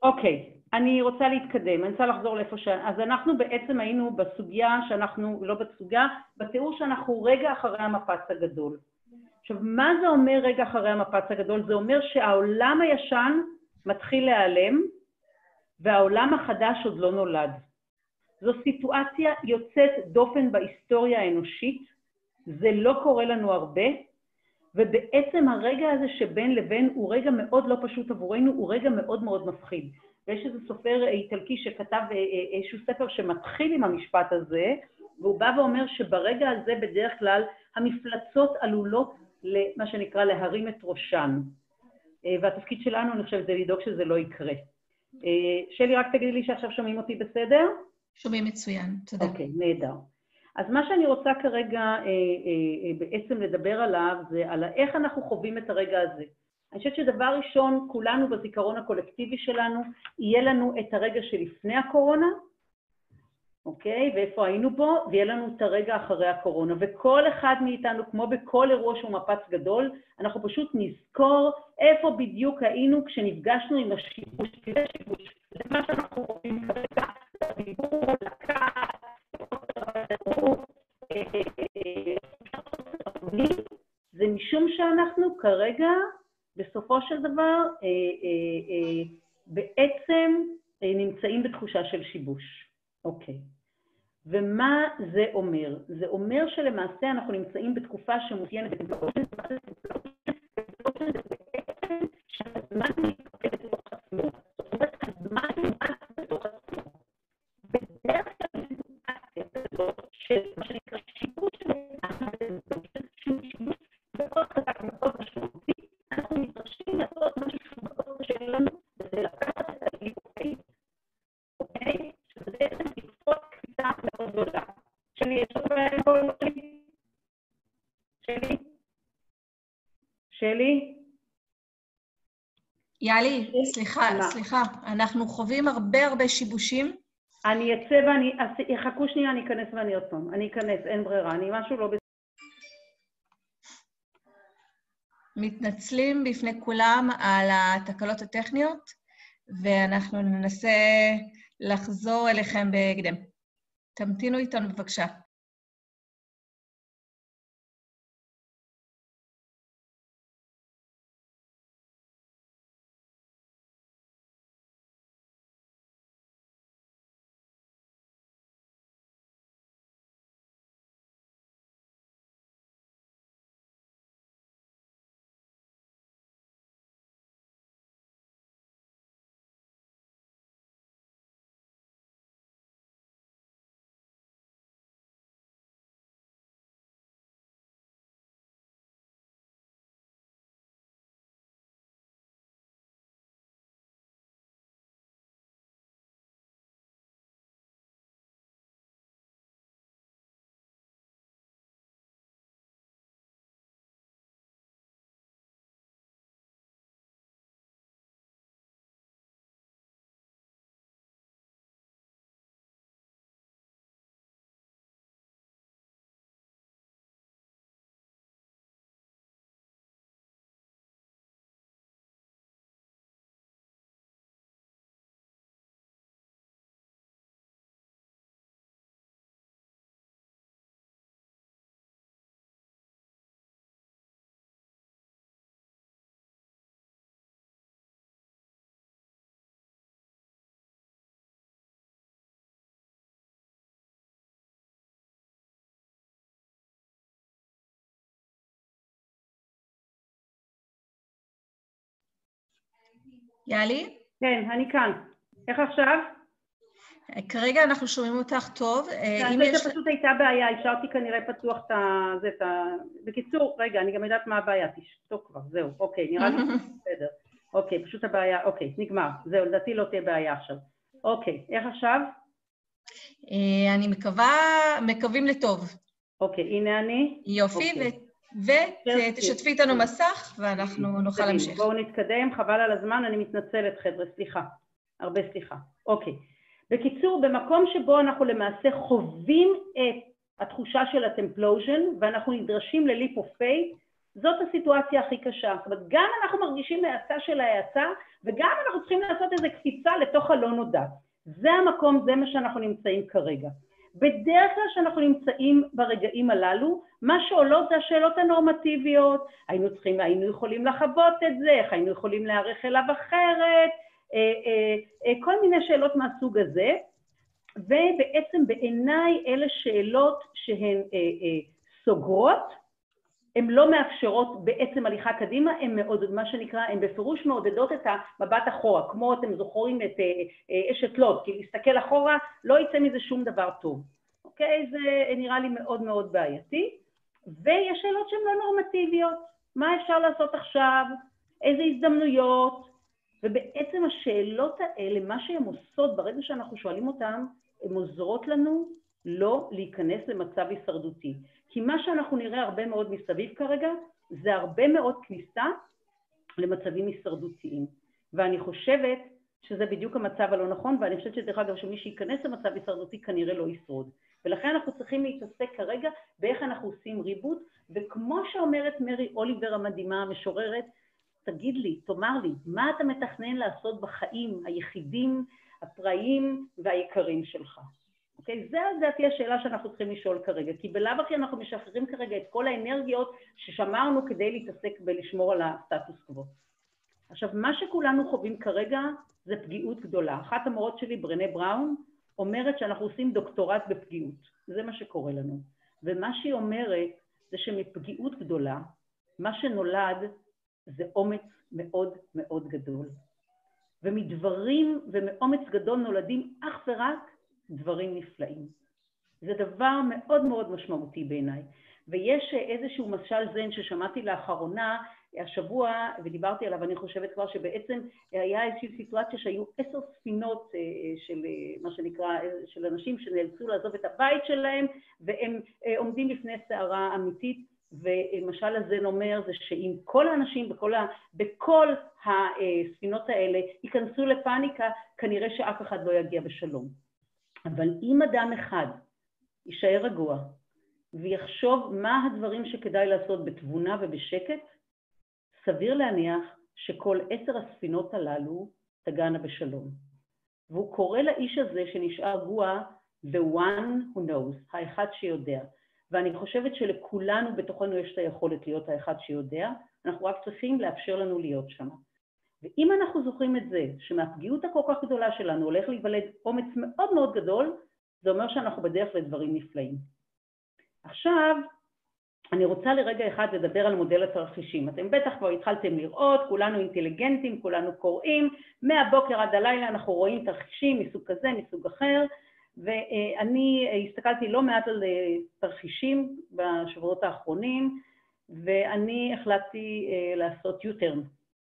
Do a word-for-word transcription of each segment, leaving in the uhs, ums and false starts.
אוקיי, אני רוצה להתקדם, אני רוצה לחזור לאיפה ש... אז אנחנו בעצם היינו בסוגיה שאנחנו, לא בסוגיה, בתיאור שאנחנו רגע אחרי המפץ הגדול. עכשיו, מה זה אומר רגע אחרי המפץ הגדול? זה אומר שהעולם הישן מתחיל להיעלם, והעולם החדש עוד לא נולד. זו סיטואציה יוצאת דופן בהיסטוריה האנושית, זה לא קורה לנו הרבה, ובעצם הרגע הזה שבין לבין הוא רגע מאוד לא פשוט עבורנו, הוא רגע מאוד מאוד מפחיד. ויש איזה סופר איטלקי שכתב איזשהו ספר שמתחיל עם המשפט הזה, והוא בא ואומר שברגע הזה בדרך כלל המפלצות עלולות למה שנקרא להרים את ראשן. והתפקיד שלנו, אני חושבת, זה לדאוג שזה לא יקרה. שלי, רק תגידי לי שעכשיו שומעים אותי בסדר? שומעים מצוין, תודה. אוקיי, נהדר. אז מה שאני רוצה כרגע אה, אה, בעצם לדבר עליו, זה על איך אנחנו חווים את הרגע הזה. אני חושבת שדבר ראשון, כולנו בזיכרון הקולקטיבי שלנו, יהיה לנו את הרגע שלפני הקורונה, אוקיי? ואיפה היינו בו, ויהיה לנו את הרגע אחרי הקורונה. וכל אחד מאיתנו, כמו בכל אירוע שהוא מפץ גדול, אנחנו פשוט נזכור איפה בדיוק היינו כשנפגשנו עם השיבוש. זה שיבוש. זה מה שאנחנו רואים כרגע, הדיבור, לקחת, זה משום שאנחנו כרגע, בסופו של דבר, בעצם נמצאים בתחושה של שיבוש. אוקיי. ומה זה אומר? זה אומר שלמעשה אנחנו נמצאים בתקופה שמותיינת בטמפלוז'ן, בטמפלוז'ן זה בעצם שהזמן מתקבל בתוך עצמו. זאת אומרת, הזמן נמאס בתוך עצמו. בדרך כלל סיטואציה הזאת של מה שנקרא שיבוש שהוא שיבוש מאוד חזק, מאוד משמעותי, אנחנו נדרשים לעשות משהו שהוא מאוד קשה לנו, וזה לקחת את הליפופים, אוקיי? שזה בעצם לפחות קפיצה מאוד גדולה. שלי, יש לך בעיה כל שלי? שלי? שלי? יאלי, סליחה, סליחה, אנחנו חווים הרבה הרבה שיבושים. אני אצא ואני, יחכו שנייה, אני אכנס ואני עוד פעם, אני אכנס, אין ברירה, אני משהו לא בסדר. מתנצלים בפני כולם על התקלות הטכניות, ואנחנו ננסה לחזור אליכם בהקדם. תמתינו איתנו בבקשה. יאלי? כן, אני כאן. איך עכשיו? כרגע אנחנו שומעים אותך טוב. אני חושבת שפשוט הייתה בעיה, השארתי כנראה פתוח את זה, את ה... בקיצור, רגע, אני גם יודעת מה הבעיה, תשתוק כבר, זהו, אוקיי, נראה לי בסדר. אוקיי, פשוט הבעיה, אוקיי, נגמר, זהו, לדעתי לא תהיה בעיה עכשיו. אוקיי, איך עכשיו? אני מקווה, מקווים לטוב. אוקיי, הנה אני. יופי, ותשתפי איתנו מסך, ואנחנו נוכל להמשיך. בואו נתקדם, חבל על הזמן, אני מתנצלת, חבר'ה, סליחה, הרבה סליחה. אוקיי. בקיצור, במקום שבו אנחנו למעשה חווים את התחושה של הטמפלוז'ן, ואנחנו נדרשים לליפ אוף פייט, זאת הסיטואציה הכי קשה. זאת אומרת, גם אנחנו מרגישים האצה של ההאצה, וגם אנחנו צריכים לעשות איזו קפיצה לתוך הלא נודע. זה המקום, זה מה שאנחנו נמצאים כרגע. בדרך כלל שאנחנו נמצאים ברגעים הללו, מה שעולות זה השאלות הנורמטיביות, היינו צריכים, היינו יכולים לחוות את זה, איך היינו יכולים להערך אליו אחרת, כל מיני שאלות מהסוג הזה, ובעצם בעיניי אלה שאלות שהן סוגרות, הן לא מאפשרות בעצם הליכה קדימה, הן מאוד, מה שנקרא, הן בפירוש מעודדות את המבט אחורה, כמו אתם זוכרים את אשת לוט, כי להסתכל אחורה לא יצא מזה שום דבר טוב. אוקיי? זה נראה לי מאוד מאוד בעייתי. ויש שאלות שהן לא נורמטיביות. מה אפשר לעשות עכשיו? איזה הזדמנויות? ובעצם השאלות האלה, מה שהן עושות, ברגע שאנחנו שואלים אותן, הן עוזרות לנו לא להיכנס למצב הישרדותי. כי מה שאנחנו נראה הרבה מאוד מסביב כרגע, זה הרבה מאוד כניסה למצבים הישרדותיים. ואני חושבת שזה בדיוק המצב הלא נכון, ואני חושבת שדרך אגב שמי שייכנס למצב הישרדותי כנראה לא ישרוד. ולכן אנחנו צריכים להתעסק כרגע באיך אנחנו עושים ריבוט, וכמו שאומרת מרי אוליבר המדהימה המשוררת, תגיד לי, תאמר לי, מה אתה מתכנן לעשות בחיים היחידים, הפראיים והיקרים שלך? אוקיי? זה לדעתי השאלה שאנחנו צריכים לשאול כרגע, כי בלאו הכי אנחנו משחררים כרגע את כל האנרגיות ששמרנו כדי להתעסק בלשמור על הסטטוס קוו. עכשיו, מה שכולנו חווים כרגע זה פגיעות גדולה. אחת המורות שלי, ברנה בראון, אומרת שאנחנו עושים דוקטורט בפגיעות. זה מה שקורה לנו. ומה שהיא אומרת זה שמפגיעות גדולה, מה שנולד זה אומץ מאוד מאוד גדול. ומדברים ומאומץ גדול נולדים אך ורק דברים נפלאים. זה דבר מאוד מאוד משמעותי בעיניי. ויש איזשהו משל זן ששמעתי לאחרונה, השבוע, ודיברתי עליו, אני חושבת כבר שבעצם היה איזושהי סיטואציה שהיו עשר ספינות של מה שנקרא, של אנשים שנאלצו לעזוב את הבית שלהם, והם עומדים לפני סערה אמיתית, ומשל הזן אומר זה שאם כל האנשים בכל, ה, בכל הספינות האלה ייכנסו לפאניקה, כנראה שאף אחד לא יגיע בשלום. אבל אם אדם אחד יישאר רגוע, ויחשוב מה הדברים שכדאי לעשות בתבונה ובשקט, סביר להניח שכל עשר הספינות הללו תגענה בשלום. והוא קורא לאיש הזה שנשאר רגוע, the one who knows, האחד שיודע. ואני חושבת שלכולנו בתוכנו יש את היכולת להיות האחד שיודע, אנחנו רק צריכים לאפשר לנו להיות שם. ואם אנחנו זוכרים את זה, שמהפגיעות הכל כך גדולה שלנו הולך להיוולד אומץ מאוד מאוד גדול, זה אומר שאנחנו בדרך לדברים נפלאים. עכשיו, אני רוצה לרגע אחד לדבר על מודל התרחישים. אתם בטח כבר התחלתם לראות, כולנו אינטליגנטים, כולנו קוראים, מהבוקר עד הלילה אנחנו רואים תרחישים מסוג כזה, מסוג אחר, ואני הסתכלתי לא מעט על תרחישים בשבועות האחרונים, ואני החלטתי לעשות U-turn.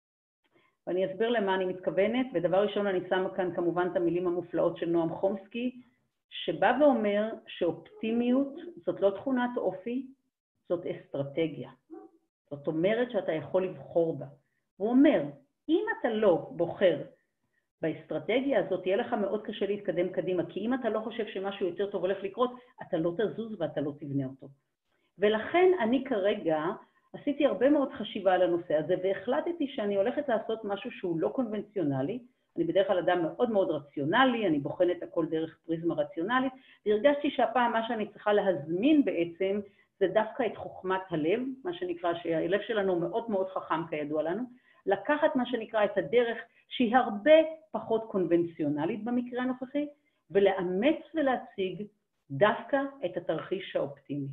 ואני אסביר למה אני מתכוונת, ודבר ראשון אני שמה כאן כמובן את המילים המופלאות של נועם חומסקי, שבא ואומר שאופטימיות זאת לא תכונת אופי, זאת אסטרטגיה. זאת אומרת שאתה יכול לבחור בה. הוא אומר, אם אתה לא בוחר באסטרטגיה הזאת, יהיה לך מאוד קשה להתקדם קדימה, כי אם אתה לא חושב שמשהו יותר טוב הולך לקרות, אתה לא תזוז ואתה לא תבנה אותו. ולכן אני כרגע עשיתי הרבה מאוד חשיבה על הנושא הזה, והחלטתי שאני הולכת לעשות משהו שהוא לא קונבנציונלי. אני בדרך כלל אדם מאוד מאוד רציונלי, אני בוחנת הכל דרך פריזמה רציונלית, והרגשתי שהפעם מה שאני צריכה להזמין בעצם, זה דווקא את חוכמת הלב, מה שנקרא שהלב שלנו מאוד מאוד חכם כידוע לנו, לקחת מה שנקרא את הדרך שהיא הרבה פחות קונבנציונלית במקרה הנוכחי, ולאמץ ולהציג דווקא את התרחיש האופטימי.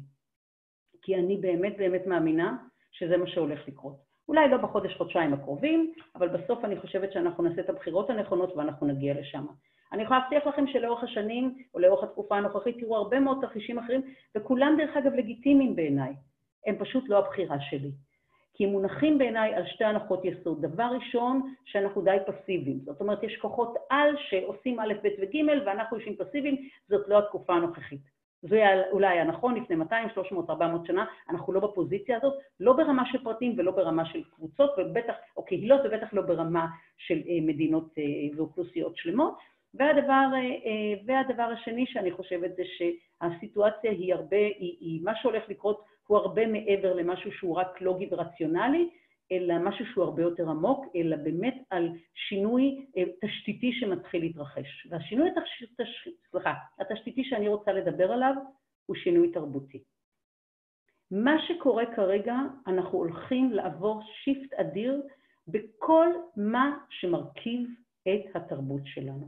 כי אני באמת באמת מאמינה שזה מה שהולך לקרות. אולי לא בחודש, חודשיים הקרובים, אבל בסוף אני חושבת שאנחנו נעשה את הבחירות הנכונות ואנחנו נגיע לשם. אני יכולה להבטיח לכם שלאורך השנים, או לאורך התקופה הנוכחית, תראו הרבה מאוד תרחישים אחרים, וכולם דרך אגב לגיטימיים בעיניי. הם פשוט לא הבחירה שלי. כי הם מונחים בעיניי על שתי הנחות יסוד. דבר ראשון, שאנחנו די פסיביים. זאת אומרת, יש כוחות על שעושים א', ב' וג' ואנחנו יושבים פסיביים, זאת לא התקופה הנוכחית. זה אולי היה נכון לפני מאתיים, שלוש מאות, ארבע מאות שנה, אנחנו לא בפוזיציה הזאת, לא ברמה של פרטים ולא ברמה של קבוצות, ובטח, או קהילות, ובטח לא ברמה של מדינות ואוכלוסיות שלמות. והדבר, והדבר השני שאני חושבת זה שהסיטואציה היא הרבה, היא, היא, מה שהולך לקרות הוא הרבה מעבר למשהו שהוא רק לוגי ורציונלי, אלא משהו שהוא הרבה יותר עמוק, אלא באמת על שינוי תשתיתי שמתחיל להתרחש. והשינוי התש... תש... סליחה, התשתיתי שאני רוצה לדבר עליו הוא שינוי תרבותי. מה שקורה כרגע, אנחנו הולכים לעבור שיפט אדיר בכל מה שמרכיב את התרבות שלנו.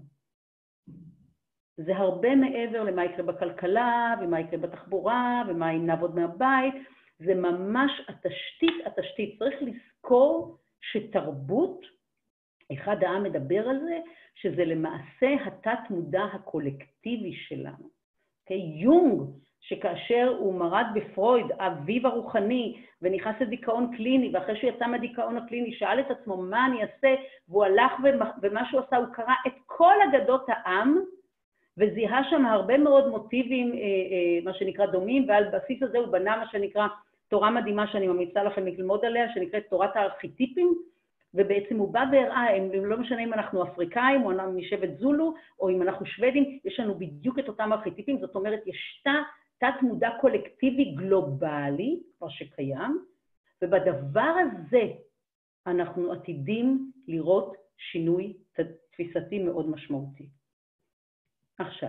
זה הרבה מעבר למה יקרה בכלכלה, ומה יקרה בתחבורה, ומה אם נעבוד מהבית, זה ממש התשתית, התשתית. צריך לזכור שתרבות, אחד העם מדבר על זה, שזה למעשה התת מודע הקולקטיבי שלנו. Okay? יונג, שכאשר הוא מרד בפרויד, אביו הרוחני, ונכנס לדיכאון קליני, ואחרי שהוא יצא מהדיכאון הקליני, שאל את עצמו מה אני אעשה, והוא הלך ומה שהוא עשה, הוא קרא את כל אגדות העם, וזיהה שם הרבה מאוד מוטיבים, מה שנקרא דומים, ועל בסיס הזה הוא בנה מה שנקרא תורה מדהימה שאני ממליצה לכם ללמוד עליה, שנקראת תורת הארכיטיפים, ובעצם הוא בא והראה, לא משנה אם אנחנו אפריקאים, או אנחנו משבט זולו, או אם אנחנו שוודים, יש לנו בדיוק את אותם ארכיטיפים, זאת אומרת, יש תת מודע קולקטיבי גלובלי, כבר שקיים, ובדבר הזה אנחנו עתידים לראות שינוי תפיסתי מאוד משמעותי. עכשיו,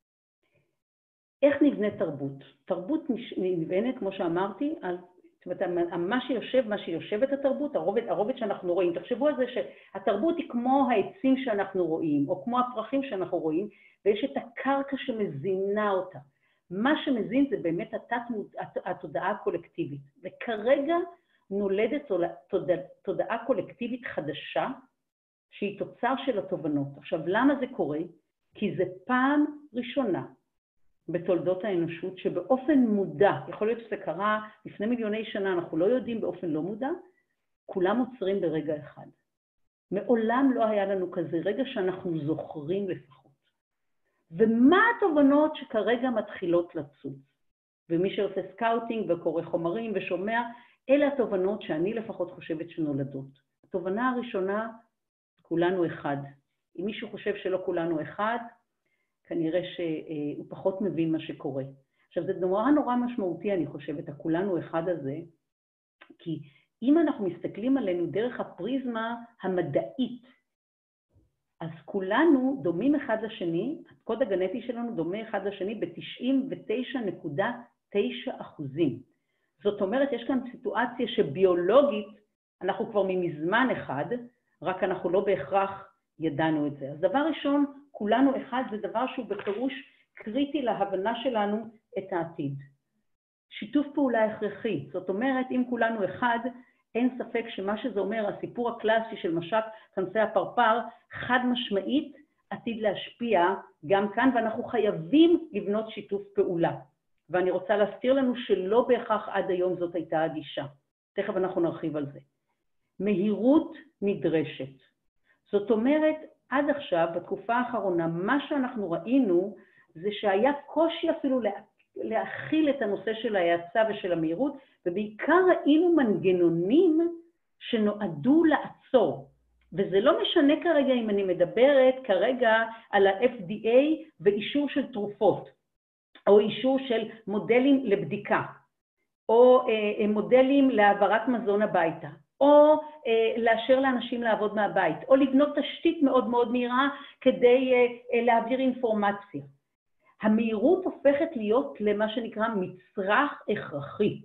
איך נבנה תרבות? תרבות נבנית, כמו שאמרתי, על, זאת אומרת, מה שיושב, מה שיושב את התרבות, הרובד, הרובד שאנחנו רואים. תחשבו על זה שהתרבות היא כמו העצים שאנחנו רואים, או כמו הפרחים שאנחנו רואים, ויש את הקרקע שמזינה אותה. מה שמזין זה באמת התודעה הקולקטיבית. וכרגע נולדת תודעה קולקטיבית חדשה, שהיא תוצר של התובנות. עכשיו, למה זה קורה? כי זה פעם ראשונה בתולדות האנושות שבאופן מודע, יכול להיות שזה קרה לפני מיליוני שנה, אנחנו לא יודעים באופן לא מודע, כולם עוצרים ברגע אחד. מעולם לא היה לנו כזה רגע שאנחנו זוכרים לפחות. ומה התובנות שכרגע מתחילות לצוץ? ומי שעושה סקאוטינג וקורא חומרים ושומע, אלה התובנות שאני לפחות חושבת שנולדות. התובנה הראשונה, כולנו אחד. אם מישהו חושב שלא כולנו אחד, כנראה שהוא פחות מבין מה שקורה. עכשיו, זה נורא נורא משמעותי, אני חושבת, הכולנו אחד הזה, כי אם אנחנו מסתכלים עלינו דרך הפריזמה המדעית, אז כולנו דומים אחד לשני, הקוד הגנטי שלנו דומה אחד לשני ב-תשעים ותשע נקודה תשע אחוזים. זאת אומרת, יש כאן סיטואציה שביולוגית אנחנו כבר ממזמן אחד, רק אנחנו לא בהכרח ידענו את זה. אז דבר ראשון, כולנו אחד, זה דבר שהוא בפירוש קריטי להבנה שלנו את העתיד. שיתוף פעולה הכרחי, זאת אומרת, אם כולנו אחד, אין ספק שמה שזה אומר, הסיפור הקלאסי של משק כנפי הפרפר, חד משמעית עתיד להשפיע גם כאן, ואנחנו חייבים לבנות שיתוף פעולה. ואני רוצה להזכיר לנו שלא בהכרח עד היום זאת הייתה הגישה. תכף אנחנו נרחיב על זה. מהירות נדרשת. זאת אומרת, עד עכשיו, בתקופה האחרונה, מה שאנחנו ראינו זה שהיה קושי אפילו להכיל את הנושא של ההאצה ושל המהירות, ובעיקר ראינו מנגנונים שנועדו לעצור. וזה לא משנה כרגע אם אני מדברת כרגע על ה-אף די איי ואישור של תרופות, או אישור של מודלים לבדיקה, או אה, מודלים להעברת מזון הביתה, או אה, לאשר לאנשים לעבוד מהבית, או לבנות תשתית מאוד מאוד מהירה כדי אה, אה, להעביר אינפורמציה. המהירות הופכת להיות למה שנקרא מצרך הכרחי,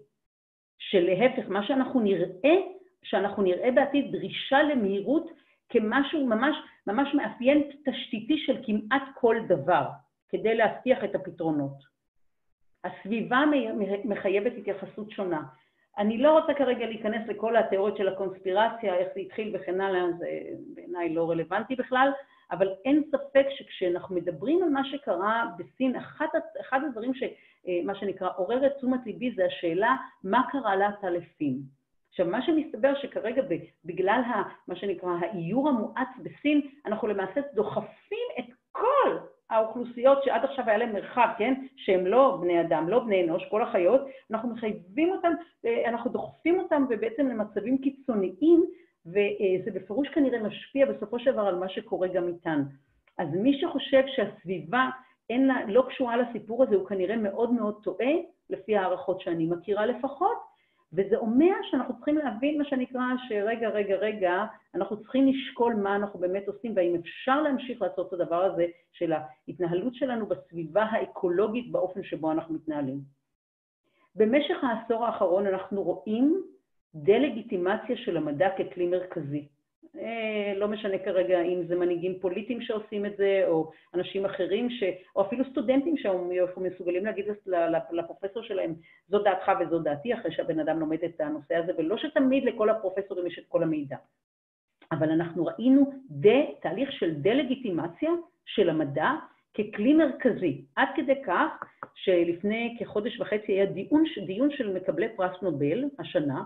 שלהפך, מה שאנחנו נראה, שאנחנו נראה בעתיד דרישה למהירות כמשהו ממש, ממש מאפיין תשתיתי של כמעט כל דבר, כדי להבטיח את הפתרונות. הסביבה מחייבת התייחסות שונה. אני לא רוצה כרגע להיכנס לכל התיאוריות של הקונספירציה, איך זה התחיל וכן הלאה, זה בעיניי לא רלוונטי בכלל, אבל אין ספק שכשאנחנו מדברים על מה שקרה בסין, אחד, אחד הדברים שמה שנקרא עורר את תשומת ליבי זה השאלה מה קרה לעטלפים. עכשיו, מה שמסתבר שכרגע בגלל מה שנקרא האיור המואץ בסין, אנחנו למעשה דוחפים את כל האוכלוסיות שעד עכשיו היה להם מרחב, כן? שהם לא בני אדם, לא בני אנוש, כל החיות, אנחנו מחייבים אותם, אנחנו דוחפים אותם ובעצם למצבים קיצוניים, וזה בפירוש כנראה משפיע בסופו של דבר על מה שקורה גם איתן. אז מי שחושב שהסביבה אין לה, לא קשורה לסיפור הזה, הוא כנראה מאוד מאוד טועה, לפי הערכות שאני מכירה לפחות, וזה אומר שאנחנו צריכים להבין מה שנקרא שרגע, רגע, רגע, אנחנו צריכים לשקול מה אנחנו באמת עושים, והאם אפשר להמשיך לעשות את הדבר הזה של ההתנהלות שלנו בסביבה האקולוגית באופן שבו אנחנו מתנהלים. במשך העשור האחרון אנחנו רואים דה-לגיטימציה של המדע ככלי מרכזי. לא משנה כרגע אם זה מנהיגים פוליטיים שעושים את זה, או אנשים אחרים, ש... או אפילו סטודנטים שמסוגלים להגיד לפרופסור שלהם, זו דעתך וזו דעתי, אחרי שהבן אדם לומד את הנושא הזה, ולא שתמיד לכל הפרופסורים יש את כל המידע. אבל אנחנו ראינו דה, תהליך של דה-לגיטימציה של המדע ככלי מרכזי, עד כדי כך שלפני כחודש וחצי היה דיון, דיון של מקבלי פרס נובל השנה,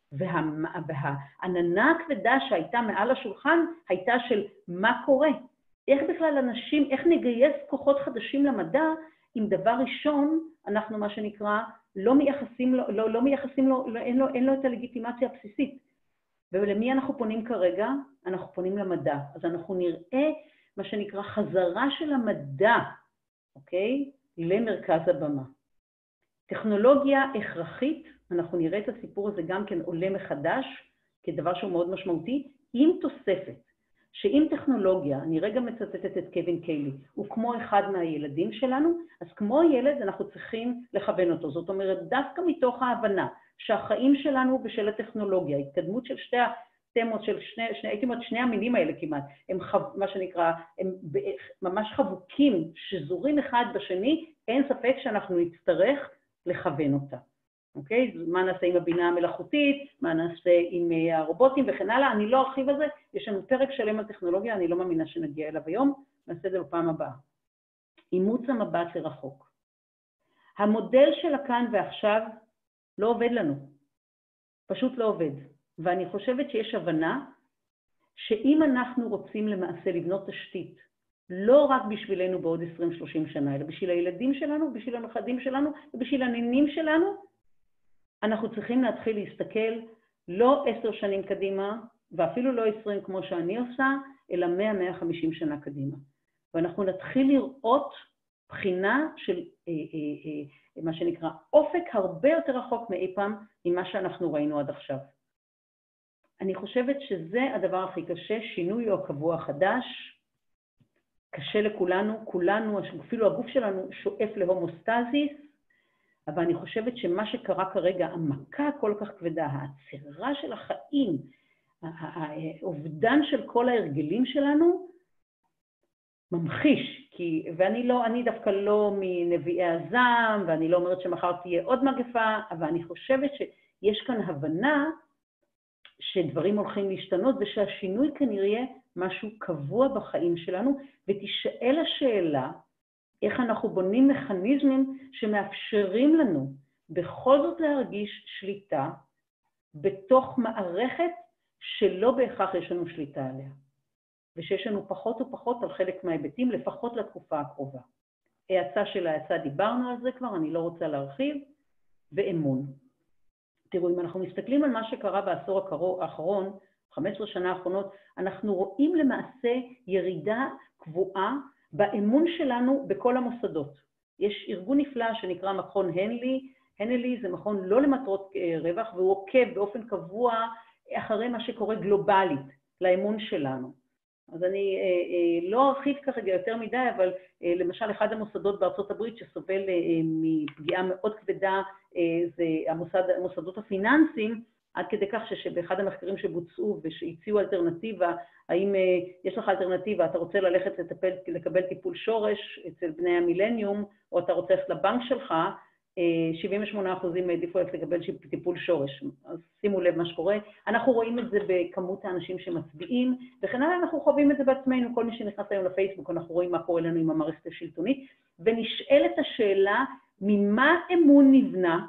והעננה הכבדה שהייתה מעל השולחן הייתה של מה קורה, איך בכלל אנשים, איך נגייס כוחות חדשים למדע, אם דבר ראשון אנחנו מה שנקרא לא מייחסים לו, לא, לא מייחסים לו, לא, אין לו, אין לו את הלגיטימציה הבסיסית. ולמי אנחנו פונים כרגע? אנחנו פונים למדע. אז אנחנו נראה מה שנקרא חזרה של המדע, אוקיי? למרכז הבמה. טכנולוגיה הכרחית, אנחנו נראה את הסיפור הזה גם כן עולה מחדש, כדבר שהוא מאוד משמעותי, עם תוספת, שאם טכנולוגיה, אני רגע מצטטת את קווין קיילי, הוא כמו אחד מהילדים שלנו, אז כמו ילד אנחנו צריכים לכוון אותו. זאת אומרת, דווקא מתוך ההבנה שהחיים שלנו ושל הטכנולוגיה, התקדמות של שתי התמות, של שני, שני, הייתי אומרת שני המילים האלה כמעט, הם חו, מה שנקרא, הם ממש חבוקים, שזורים אחד בשני, אין ספק שאנחנו נצטרך לכוון אותה. אוקיי? מה נעשה עם הבינה המלאכותית, מה נעשה עם הרובוטים וכן הלאה, אני לא ארחיב על זה, יש לנו פרק שלם על טכנולוגיה, אני לא מאמינה שנגיע אליו היום, נעשה את זה בפעם הבאה. אימוץ המבט לרחוק. המודל של הכאן ועכשיו לא עובד לנו, פשוט לא עובד, ואני חושבת שיש הבנה שאם אנחנו רוצים למעשה לבנות תשתית, לא רק בשבילנו בעוד עשרים שלושים שנה, אלא בשביל הילדים שלנו, בשביל הנכדים שלנו ובשביל הנינים שלנו, אנחנו צריכים להתחיל להסתכל לא עשר שנים קדימה, ואפילו לא עשרים כמו שאני עושה, אלא מאה עד מאה וחמישים שנה קדימה. ואנחנו נתחיל לראות בחינה של אה, אה, אה, מה שנקרא אופק הרבה יותר רחוק מאי פעם ממה שאנחנו ראינו עד עכשיו. אני חושבת שזה הדבר הכי קשה, שינוי או קבוע חדש, קשה לכולנו, כולנו, אפילו הגוף שלנו שואף להומוסטזיס, אבל אני חושבת שמה שקרה כרגע, המכה כל כך כבדה, העצירה של החיים, האובדן של כל ההרגלים שלנו, ממחיש, כי, ואני לא, אני דווקא לא מנביאי הזעם, ואני לא אומרת שמחר תהיה עוד מגפה, אבל אני חושבת שיש כאן הבנה שדברים הולכים להשתנות, ושהשינוי כנראה יהיה משהו קבוע בחיים שלנו, ותשאל השאלה, איך אנחנו בונים מכניזמים שמאפשרים לנו בכל זאת להרגיש שליטה בתוך מערכת שלא בהכרח יש לנו שליטה עליה, ושיש לנו פחות ופחות על חלק מההיבטים, לפחות לתקופה הקרובה. ההצעה של ההצעה, דיברנו על זה כבר, אני לא רוצה להרחיב, ואמון. תראו, אם אנחנו מסתכלים על מה שקרה בעשור האחרון, חמש עשרה שנה האחרונות, אנחנו רואים למעשה ירידה קבועה באמון שלנו בכל המוסדות. יש ארגון נפלא שנקרא מכון הנלי, הנלי זה מכון לא למטרות רווח, והוא עוקב באופן קבוע אחרי מה שקורה גלובלית לאמון שלנו. אז אני אה, אה, לא ארחיב כרגע יותר מדי, אבל אה, למשל אחד המוסדות בארצות הברית שסובל אה, מפגיעה מאוד כבדה, אה, זה המוסד, המוסדות הפיננסיים, עד כדי כך שבאחד המחקרים שבוצעו ושהציעו אלטרנטיבה, האם אה, יש לך אלטרנטיבה, אתה רוצה ללכת לטפל, לקבל טיפול שורש אצל בני המילניום, או אתה רוצה ללכת לבנק שלך, שבעים ושמונה אחוז העדיפו לקבל טיפול שורש. אז שימו לב מה שקורה. אנחנו רואים את זה בכמות האנשים שמצביעים, וכן הלאה אנחנו חווים את זה בעצמנו, כל מי שנכנס היום לפייסבוק, אנחנו רואים מה קורה לנו עם המערכת השלטונית, ונשאלת השאלה, ממה אמון נבנה,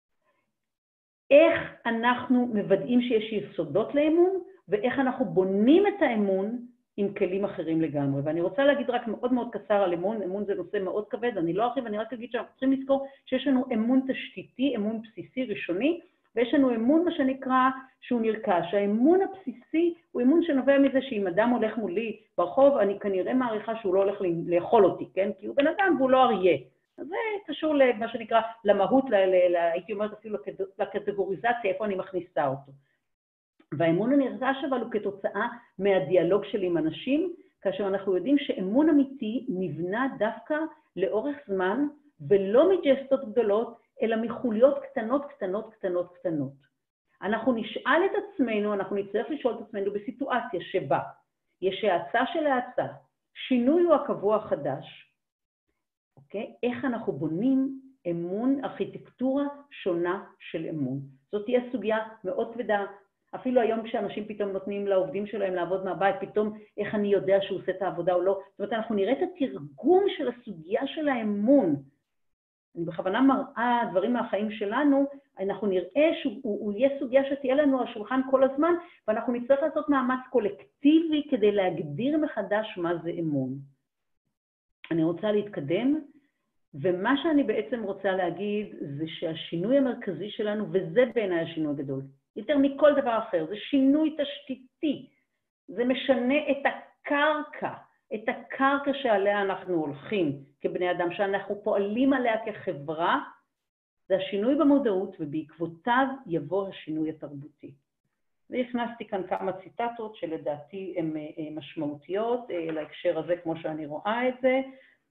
איך אנחנו מוודאים שיש יסודות לאמון, ואיך אנחנו בונים את האמון עם כלים אחרים לגמרי. ואני רוצה להגיד רק מאוד מאוד קצר על אמון, אמון זה נושא מאוד כבד, אני לא ארחיב, אני רק אגיד שאנחנו צריכים לזכור שיש לנו אמון תשתיתי, אמון בסיסי, ראשוני, ויש לנו אמון, מה שנקרא, שהוא נרכש. האמון הבסיסי הוא אמון שנובע מזה שאם אדם הולך מולי ברחוב, אני כנראה מעריכה שהוא לא הולך לאכול אותי, כן? כי הוא בן אדם והוא לא אריה. אז זה קשור למה שנקרא למהות, הייתי אומרת אפילו לקטגוריזציה, איפה אני מכניסה אותו. והאמון הנרכש אבל הוא כתוצאה מהדיאלוג שלי עם אנשים, כאשר אנחנו יודעים שאמון אמיתי נבנה דווקא לאורך זמן, ולא מג'סטות גדולות, אלא מחוליות קטנות, קטנות, קטנות, קטנות. אנחנו נשאל את עצמנו, אנחנו נצטרך לשאול את עצמנו בסיטואציה שבה יש האצה של האצה, שינוי הוא הקבוע החדש, אוקיי? איך אנחנו בונים אמון, ארכיטקטורה שונה של אמון. זאת תהיה סוגיה מאוד כבדה, אפילו היום כשאנשים פתאום נותנים לעובדים שלהם לעבוד מהבית, פתאום איך אני יודע שהוא עושה את העבודה או לא. זאת אומרת, אנחנו נראה את התרגום של הסוגיה של האמון. אני בכוונה מראה דברים מהחיים שלנו, אנחנו נראה שהוא יהיה סוגיה שתהיה לנו על השולחן כל הזמן, ואנחנו נצטרך לעשות מאמץ קולקטיבי כדי להגדיר מחדש מה זה אמון. אני רוצה להתקדם, ומה שאני בעצם רוצה להגיד זה שהשינוי המרכזי שלנו, וזה בעיניי השינוי הגדול, יותר מכל דבר אחר, זה שינוי תשתיתי, זה משנה את הקרקע, את הקרקע שעליה אנחנו הולכים כבני אדם, שאנחנו פועלים עליה כחברה, זה השינוי במודעות, ובעקבותיו יבוא השינוי התרבותי. והכנסתי כאן כמה ציטטות שלדעתי הן משמעותיות להקשר הזה כמו שאני רואה את זה,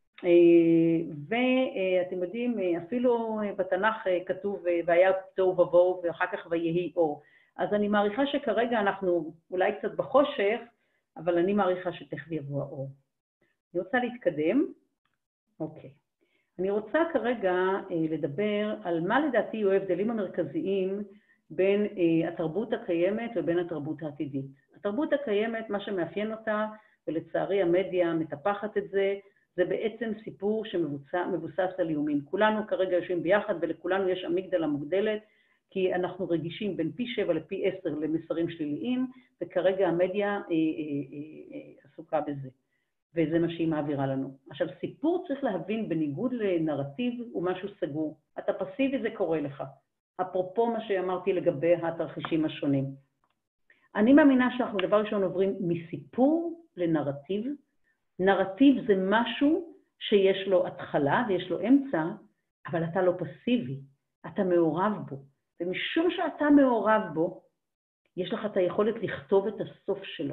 ואתם יודעים, אפילו בתנ"ך כתוב והיה תוהו ובוהו ואחר כך ויהי אור. אז אני מעריכה שכרגע אנחנו אולי קצת בחושך, אבל אני מעריכה שתכף יבוא האור. אני רוצה להתקדם. אוקיי. אני רוצה כרגע לדבר על מה לדעתי יהיו ההבדלים המרכזיים בין התרבות הקיימת ובין התרבות העתידית. התרבות הקיימת, מה שמאפיין אותה, ולצערי המדיה מטפחת את זה, זה בעצם סיפור שמבוסס על איומים. כולנו כרגע יושבים ביחד ולכולנו יש אמיגדלה מוגדלת, כי אנחנו רגישים בין פי שבע לפי עשר למסרים שליליים, וכרגע המדיה אה, אה, אה, עסוקה בזה, וזה מה שהיא מעבירה לנו. עכשיו, סיפור צריך להבין בניגוד לנרטיב הוא משהו סגור. אתה פסיבי, זה קורה לך. אפרופו מה שאמרתי לגבי התרחישים השונים. אני מאמינה שאנחנו דבר ראשון עוברים מסיפור לנרטיב. נרטיב זה משהו שיש לו התחלה ויש לו אמצע, אבל אתה לא פסיבי, אתה מעורב בו. ומשום שאתה מעורב בו, יש לך את היכולת לכתוב את הסוף שלו.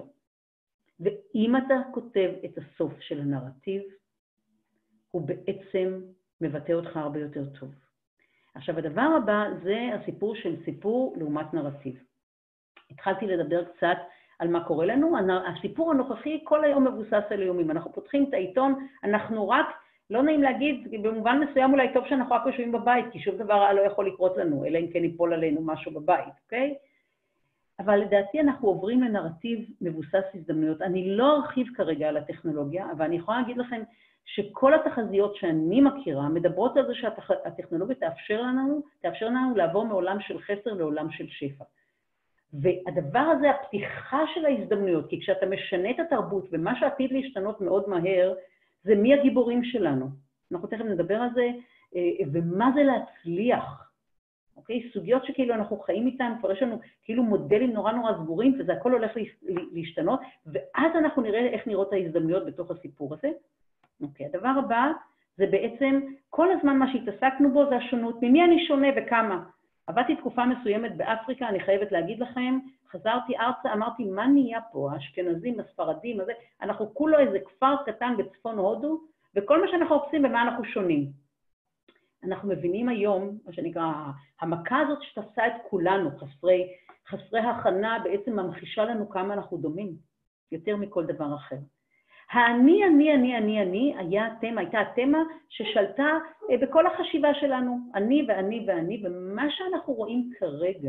ואם אתה כותב את הסוף של הנרטיב, הוא בעצם מבטא אותך הרבה יותר טוב. עכשיו, הדבר הבא זה הסיפור של סיפור לעומת נרטיב. התחלתי לדבר קצת על מה קורה לנו. הסיפור הנוכחי כל היום מבוסס על איומים. אנחנו פותחים את העיתון, אנחנו רק, לא נעים להגיד, במובן מסוים אולי טוב שאנחנו רק יושבים בבית, כי שום דבר לא יכול לקרות לנו, אלא אם כן ייפול עלינו משהו בבית, אוקיי? אבל לדעתי אנחנו עוברים לנרטיב מבוסס הזדמנויות. אני לא ארחיב כרגע על הטכנולוגיה, אבל אני יכולה להגיד לכם שכל התחזיות שאני מכירה מדברות על זה שהטכנולוגיה תאפשר לנו, תאפשר לנו לעבור מעולם של חסר לעולם של שפע. והדבר הזה, הפתיחה של ההזדמנויות, כי כשאתה משנה את התרבות, ומה שעתיד להשתנות מאוד מהר, זה מי הגיבורים שלנו. אנחנו תכף נדבר על זה, ומה זה להצליח. אוקיי? סוגיות שכאילו אנחנו חיים איתן, כבר יש לנו כאילו מודלים נורא נורא סגורים, וזה הכל הולך להשתנות, ואז אנחנו נראה איך נראות ההזדמנויות בתוך הסיפור הזה. אוקיי, הדבר הבא, זה בעצם, כל הזמן מה שהתעסקנו בו זה השונות, ממי אני שונה וכמה. עבדתי תקופה מסוימת באפריקה, אני חייבת להגיד לכם, חזרתי ארצה, אמרתי, מה נהיה פה? האשכנזים, הספרדים, הזה, אנחנו כולו איזה כפר קטן בצפון הודו, וכל מה שאנחנו עושים, במה אנחנו שונים. אנחנו מבינים היום, מה שנקרא, המכה הזאת שתפסה את כולנו, חסרי, חסרי הכנה, בעצם ממחישה לנו כמה אנחנו דומים, יותר מכל דבר אחר. האני, אני, אני, אני, אני, היה התמה, הייתה התמה ששלטה בכל החשיבה שלנו, אני ואני ואני, ומה שאנחנו רואים כרגע,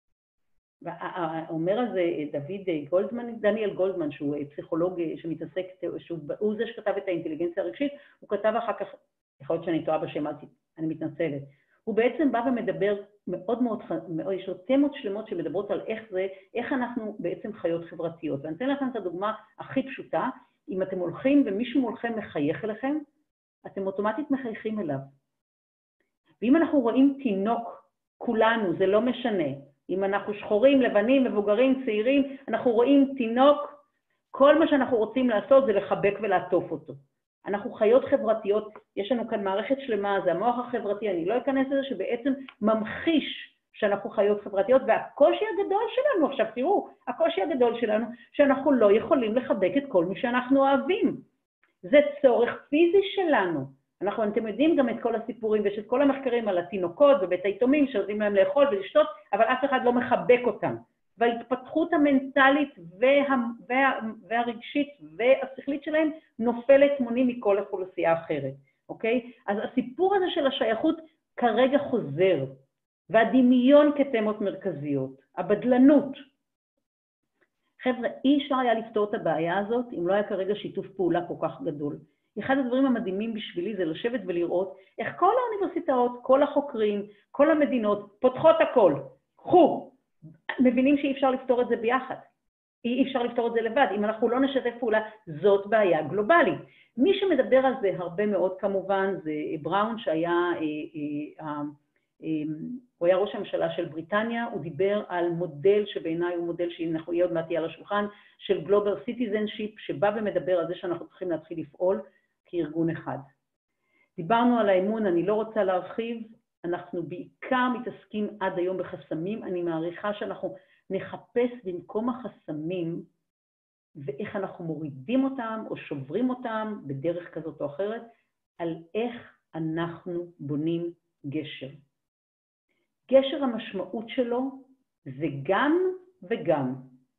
אומר על זה דוד גולדמן, דניאל גולדמן, שהוא פסיכולוג שמתעסק, שהוא זה שכתב את האינטליגנציה הרגשית, הוא כתב אחר כך, יכול להיות שאני טועה בשם, אני מתנצלת, הוא בעצם בא ומדבר מאוד מאוד, יש לו תמות שלמות שמדברות על איך זה, איך אנחנו בעצם חיות חברתיות, ואני אתן לכם את הדוגמה הכי פשוטה, אם אתם הולכים ומישהו מולכם מחייך אליכם, אתם אוטומטית מחייכים אליו. ואם אנחנו רואים תינוק כולנו, זה לא משנה. אם אנחנו שחורים, לבנים, מבוגרים, צעירים, אנחנו רואים תינוק, כל מה שאנחנו רוצים לעשות זה לחבק ולעטוף אותו. אנחנו חיות חברתיות, יש לנו כאן מערכת שלמה, זה המוח החברתי, אני לא אכנס לזה, שבעצם ממחיש שאנחנו חיות חברתיות, והקושי הגדול שלנו, עכשיו תראו, הקושי הגדול שלנו, שאנחנו לא יכולים לחבק את כל מי שאנחנו אוהבים. זה צורך פיזי שלנו. אנחנו, אתם יודעים גם את כל הסיפורים, ויש את כל המחקרים על התינוקות ובית היתומים, שעושים להם לאכול ולשתות, אבל אף אחד לא מחבק אותם. וההתפתחות המנטלית וה, וה, והרגשית והשכלית שלהם נופלת מונים מכל אוכלוסייה אחרת, אוקיי? אז הסיפור הזה של השייכות כרגע חוזר, והדמיון כתמות מרכזיות, הבדלנות. חבר'ה, אי אפשר היה לפתור את הבעיה הזאת אם לא היה כרגע שיתוף פעולה כל כך גדול. אחד הדברים המדהימים בשבילי זה לשבת ולראות איך כל האוניברסיטאות, כל החוקרים, כל המדינות פותחות הכל. קחו, מבינים שאי אפשר לפתור את זה ביחד. אי אפשר לפתור את זה לבד. אם אנחנו לא נשתף פעולה, זאת בעיה גלובלית. מי שמדבר על זה הרבה מאוד כמובן זה בראון שהיה, אה, אה, אה, אה, הוא היה ראש הממשלה של בריטניה, הוא דיבר על מודל שבעיניי הוא מודל שאנחנו יהיה עוד מעט על השולחן, של גלובל סיטיזנשיפ, שבא ומדבר על זה שאנחנו צריכים להתחיל לפעול כארגון אחד. דיברנו על האמון, אני לא רוצה להרחיב, אנחנו בעיקר מתעסקים עד היום בחסמים, אני מעריכה שאנחנו נחפש במקום החסמים, ואיך אנחנו מורידים אותם או שוברים אותם בדרך כזאת או אחרת, על איך אנחנו בונים גשר. גשר המשמעות שלו זה גם וגם.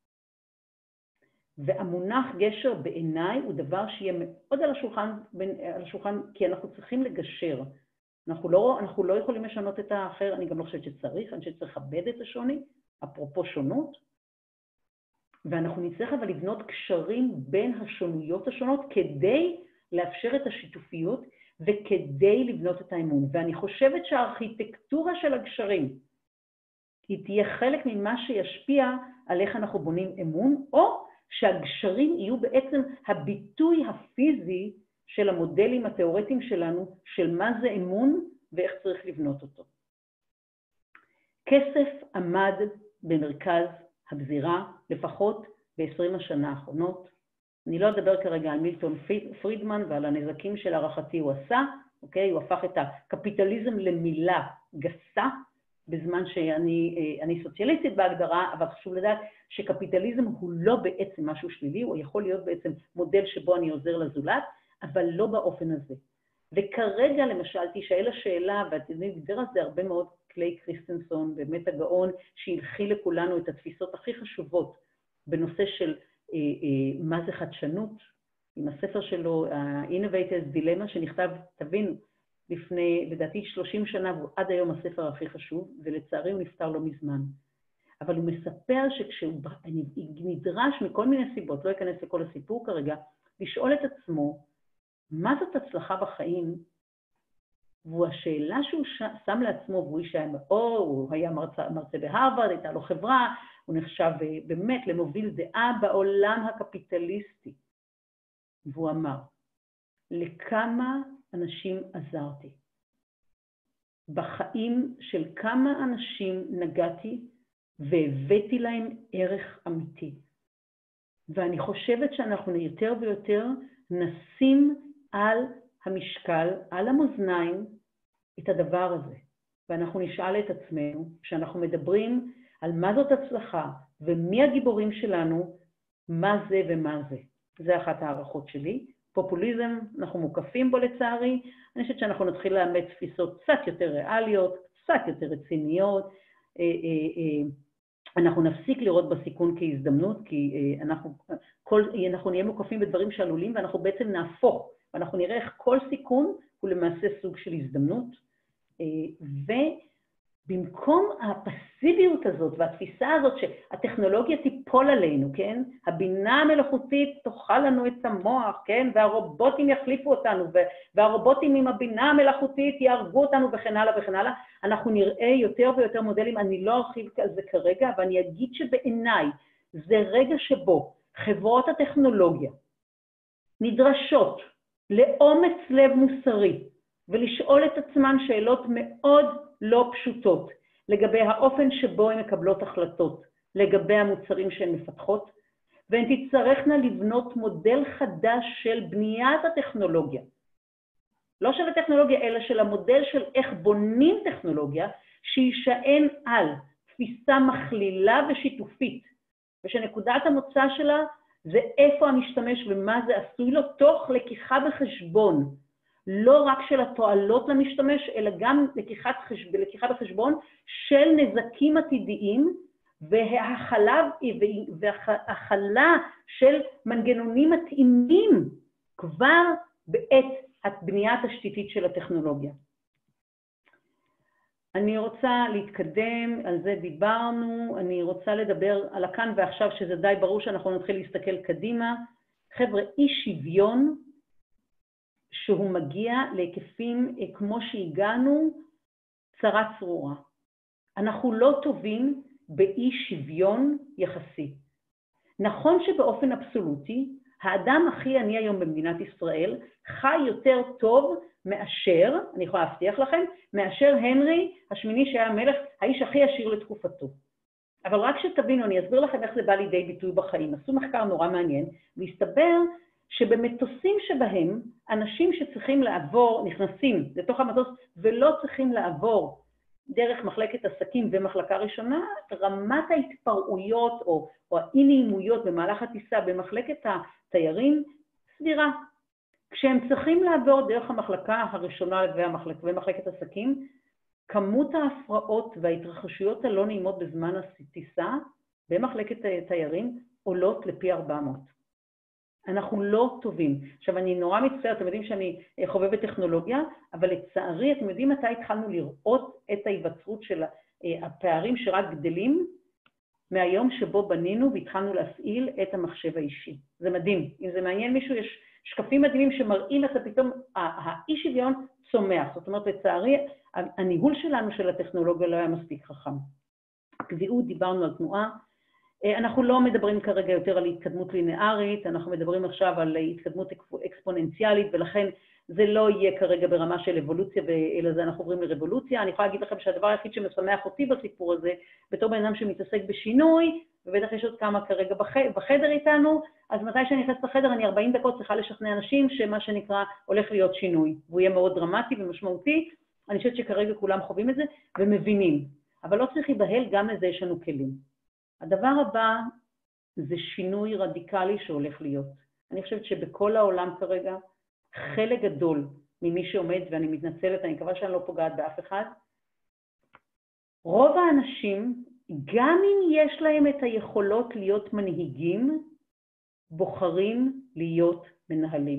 והמונח גשר בעיניי הוא דבר שיהיה מאוד על השולחן, על השולחן כי אנחנו צריכים לגשר. אנחנו לא, אנחנו לא יכולים לשנות את האחר, אני גם לא חושבת שצריך, אני חושבת שצריך לכבד את השוני, אפרופו שונות, ואנחנו נצטרך אבל לבנות קשרים בין השונויות השונות כדי לאפשר את השיתופיות וכדי לבנות את האמון. ואני חושבת שהארכיטקטורה של הגשרים היא תהיה חלק ממה שישפיע על איך אנחנו בונים אמון, או שהגשרים יהיו בעצם הביטוי הפיזי של המודלים התיאורטיים שלנו, של מה זה אמון ואיך צריך לבנות אותו. כסף עמד במרכז הבזירה, לפחות ב-עשרים השנה האחרונות. אני לא אדבר כרגע על מילטון פרידמן ועל הנזקים של הערכתי הוא עשה, אוקיי? הוא הפך את הקפיטליזם למילה גסה, בזמן שאני אני סוציאליסטית בהגדרה, אבל חשוב לדעת שקפיטליזם הוא לא בעצם משהו שלילי, הוא יכול להיות בעצם מודל שבו אני עוזר לזולת, אבל לא באופן הזה. וכרגע למשל תשאל השאלה, ואתם יודעים, דיבר על זה הרבה מאוד קליי קריסטנסון, באמת הגאון, שהנחיל לכולנו את התפיסות הכי חשובות בנושא של אה, אה, מה זה חדשנות, עם הספר שלו, ה-Innovator's Dilemma, שנכתב, תבינו, לפני, לדעתי, שלושים שנה, והוא עד היום הספר הכי חשוב, ולצערי הוא נפטר לא מזמן. אבל הוא מספר שכשהוא נדרש מכל מיני סיבות, לא אכנס לכל הסיפור כרגע, לשאול את עצמו, מה זאת הצלחה בחיים? והוא השאלה שהוא שם לעצמו, והוא איש היה מאור, הוא היה מרצה, מרצה בהרווארד, הייתה לו חברה, הוא נחשב באמת למוביל דעה בעולם הקפיטליסטי. והוא אמר, לכמה אנשים עזרתי? בחיים של כמה אנשים נגעתי והבאתי להם ערך אמיתי. ואני חושבת שאנחנו יותר ויותר נשים על המשקל, על המאזניים, את הדבר הזה. ואנחנו נשאל את עצמנו, כשאנחנו מדברים על מה זאת הצלחה, ומי הגיבורים שלנו, מה זה ומה זה. זה אחת הערכות שלי. פופוליזם, אנחנו מוקפים בו לצערי, אני חושבת שאנחנו נתחיל לאמץ תפיסות קצת יותר ריאליות, קצת יותר רציניות, אנחנו נפסיק לראות בסיכון כהזדמנות, כי אנחנו, כל, אנחנו נהיה מוקפים בדברים שעלולים, ואנחנו בעצם נהפוך, ואנחנו נראה איך כל סיכון הוא למעשה סוג של הזדמנות, ובמקום הפסיביות הזאת והתפיסה הזאת שהטכנולוגיה תיפול עלינו, כן? הבינה המלאכותית תאכל לנו את המוח, כן? והרובוטים יחליפו אותנו, והרובוטים עם הבינה המלאכותית יהרגו אותנו וכן הלאה וכן הלאה, אנחנו נראה יותר ויותר מודלים, אני לא ארחיב על זה כרגע, אבל אני אגיד שבעיניי זה רגע שבו חברות הטכנולוגיה נדרשות לאומץ לב מוסרי, ולשאול את עצמן שאלות מאוד לא פשוטות. לגבי האופן שבו הן מקבלות החלטות, לגבי המוצרים שהן מפתחות, והן תצטרכנה לבנות מודל חדש של בניית הטכנולוגיה. לא של הטכנולוגיה, אלא של המודל של איך בונים טכנולוגיה, שישען על תפיסה מכלילה ושיתופית, ושנקודת המוצא שלה זה איפה המשתמש ומה זה עשוי לו, תוך לקיחה בחשבון, לא רק של התועלות למשתמש, אלא גם לקיחת חשב... לקיחה בחשבון של נזקים עתידיים, והחלה, והחלה של מנגנונים מתאימים כבר בעת הבנייה התשתיתית של הטכנולוגיה. אני רוצה להתקדם, על זה דיברנו, אני רוצה לדבר על הכאן ועכשיו, שזה די ברור שאנחנו נתחיל להסתכל קדימה. חבר'ה, אי שוויון שהוא מגיע להיקפים כמו שהגענו, צרה צרורה. אנחנו לא טובים באי שוויון יחסי. נכון שבאופן אבסולוטי, האדם הכי עני היום במדינת ישראל חי יותר טוב מאשר, אני יכולה להבטיח לכם, מאשר הנרי השמיני שהיה המלך, האיש הכי עשיר לתקופתו. אבל רק שתבינו, אני אסביר לכם איך זה בא לידי ביטוי בחיים. עשו מחקר נורא מעניין, והסתבר שבמטוסים שבהם אנשים שצריכים לעבור, נכנסים לתוך המטוס ולא צריכים לעבור דרך מחלקת עסקים ומחלקה ראשונה, רמת ההתפרעויות או, או האי-נעימויות במהלך הטיסה במחלקת התיירים סבירה. כשהם צריכים לעבור דרך המחלקה הראשונה והמחלק, ומחלקת עסקים, כמות ההפרעות וההתרחשויות הלא נעימות בזמן הטיסה במחלקת תיירים עולות לפי ארבע מאות. אנחנו לא טובים. עכשיו, אני נורא מצטערת, אתם יודעים שאני חובבת טכנולוגיה, אבל לצערי, אתם יודעים מתי התחלנו לראות את ההיווצרות של הפערים שרק גדלים, מהיום שבו בנינו והתחלנו להפעיל את המחשב האישי. זה מדהים. אם זה מעניין מישהו, יש שקפים מדהימים שמראים איך פתאום האי שוויון צומח. זאת אומרת, לצערי, הניהול שלנו של הטכנולוגיה לא היה מספיק חכם. קביעות, דיברנו על תנועה, אנחנו לא מדברים כרגע יותר על התקדמות לינארית, אנחנו מדברים עכשיו על התקדמות אקספוננציאלית, ולכן זה לא יהיה כרגע ברמה של אבולוציה, אלא זה אנחנו עוברים לרבולוציה. אני יכולה להגיד לכם שהדבר היחיד שמשמח אותי בסיפור הזה, בתור בן אדם שמתעסק בשינוי, ובטח יש עוד כמה כרגע בחדר איתנו, אז מתי שאני נכנסת לחדר אני ארבעים דקות צריכה לשכנע אנשים שמה שנקרא הולך להיות שינוי, והוא יהיה מאוד דרמטי ומשמעותי. אני חושבת שכרגע כולם חווים את זה ומבינים, אבל לא צריך להיבהל, גם לזה יש לנו כלים. הדבר הבא זה שינוי רדיקלי שהולך להיות. אני חושבת שבכל העולם כרגע, חלק גדול ממי שעומד, ואני מתנצלת, אני מקווה שאני לא פוגעת באף אחד, רוב האנשים, גם אם יש להם את היכולות להיות מנהיגים, בוחרים להיות מנהלים.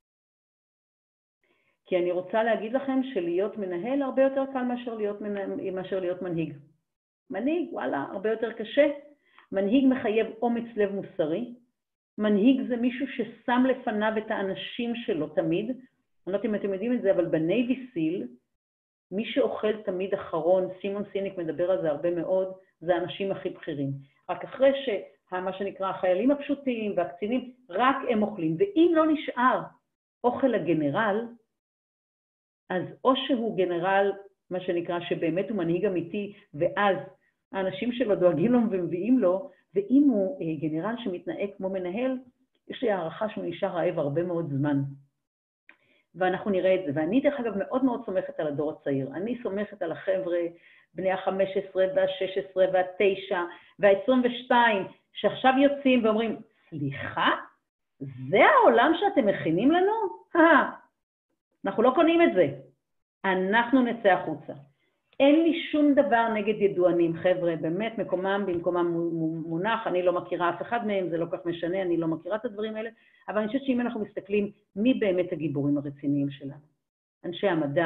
כי אני רוצה להגיד לכם שלהיות מנהל הרבה יותר קל מאשר להיות, מאשר להיות מנהיג. מנהיג, וואלה, הרבה יותר קשה. מנהיג מחייב אומץ לב מוסרי. מנהיג זה מישהו ששם לפניו את האנשים שלו תמיד. אני לא יודעת אם אתם יודעים את זה, אבל בנייבי סיל, מי שאוכל תמיד אחרון, סימון סיניק מדבר על זה הרבה מאוד, זה האנשים הכי בכירים. רק אחרי שמה שנקרא החיילים הפשוטים והקצינים, רק הם אוכלים. ואם לא נשאר אוכל לגנרל, אז או שהוא גנרל, מה שנקרא, שבאמת הוא מנהיג אמיתי, ואז האנשים שלו דואגים לו ומביאים לו, ואם הוא גנרל שמתנהג כמו מנהל, יש לי הערכה שהוא נשאר רעב הרבה מאוד זמן. ואנחנו נראה את זה. ואני דרך אגב מאוד מאוד סומכת על הדור הצעיר. אני סומכת על החבר'ה, בני ה-חמש עשרה וה-שש עשרה וה-תשע וה-עשרים ושתיים, שעכשיו יוצאים ואומרים, סליחה? זה העולם שאתם מכינים לנו? אה, אנחנו לא קונים את זה. אנחנו נצא החוצה. אין לי שום דבר נגד ידוענים, חבר'ה, באמת מקומם במקומם מונח, אני לא מכירה אף אחד מהם, זה לא כך משנה, אני לא מכירה את הדברים האלה, אבל אני חושבת שאם אנחנו מסתכלים, מי באמת הגיבורים הרציניים שלנו? אנשי המדע,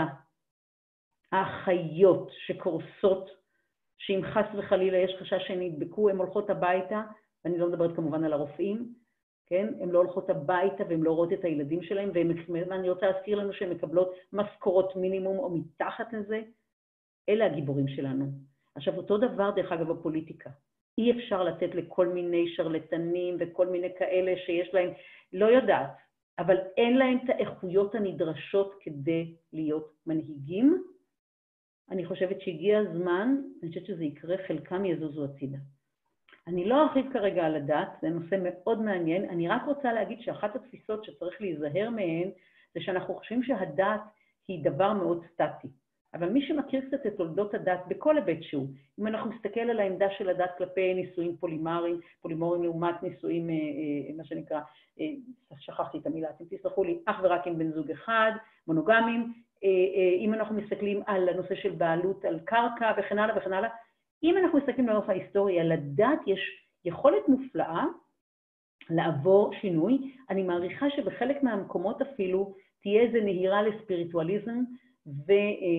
האחיות שקורסות, שאם חס וחלילה יש חשש שהן ידבקו, הן הולכות הביתה, ואני לא מדברת כמובן על הרופאים, כן? הן לא הולכות הביתה והן לא רואות את הילדים שלהם, ואני רוצה להזכיר לנו שהן מקבלות משכורות מינימום או מתחת לזה, אלה הגיבורים שלנו. עכשיו, אותו דבר דרך אגב בפוליטיקה. אי אפשר לתת לכל מיני שרלטנים וכל מיני כאלה שיש להם, לא יודעת, אבל אין להם את האיכויות הנדרשות כדי להיות מנהיגים, אני חושבת שהגיע הזמן, אני חושבת שזה יקרה, חלקם יזוזו הצידה. אני לא ארחיב כרגע על הדת, זה נושא מאוד מעניין, אני רק רוצה להגיד שאחת התפיסות שצריך להיזהר מהן, זה שאנחנו חושבים שהדת היא דבר מאוד סטטי. אבל מי שמכיר קצת את תולדות הדת בכל היבט שהוא, אם אנחנו נסתכל על העמדה של הדת כלפי נישואים פולימריים, פולימוריים לעומת נישואים, מה שנקרא, שכחתי את המילה, אתם תסלחו לי, אך ורק עם בן זוג אחד, מונוגמים, אם אנחנו מסתכלים על הנושא של בעלות על קרקע וכן הלאה וכן הלאה, אם אנחנו מסתכלים לאורך ההיסטוריה, לדת יש יכולת מופלאה לעבור שינוי. אני מעריכה שבחלק מהמקומות אפילו תהיה איזו נהירה לספיריטואליזם ו,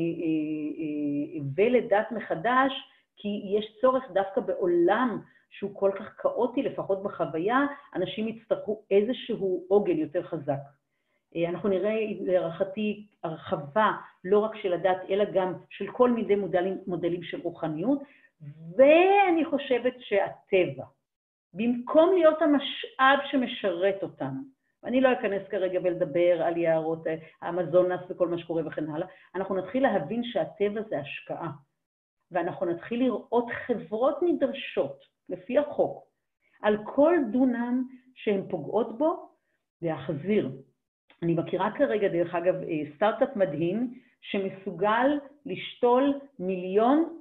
ולדת מחדש, כי יש צורך דווקא בעולם שהוא כל כך כאוטי, לפחות בחוויה, אנשים יצטרכו איזשהו עוגן יותר חזק. אנחנו נראה להערכתי הרחבה לא רק של הדת, אלא גם של כל מיני מודלים, מודלים של רוחניות, ואני חושבת שהטבע, במקום להיות המשאב שמשרת אותנו, ואני לא אכנס כרגע ולדבר על יערות האמזונס וכל מה שקורה וכן הלאה, אנחנו נתחיל להבין שהטבע זה השקעה, ואנחנו נתחיל לראות חברות נדרשות, לפי החוק, על כל דונם שהן פוגעות בו, להחזיר. אני מכירה כרגע, דרך אגב, סטארט-אפ מדהים, שמסוגל לשתול מיליון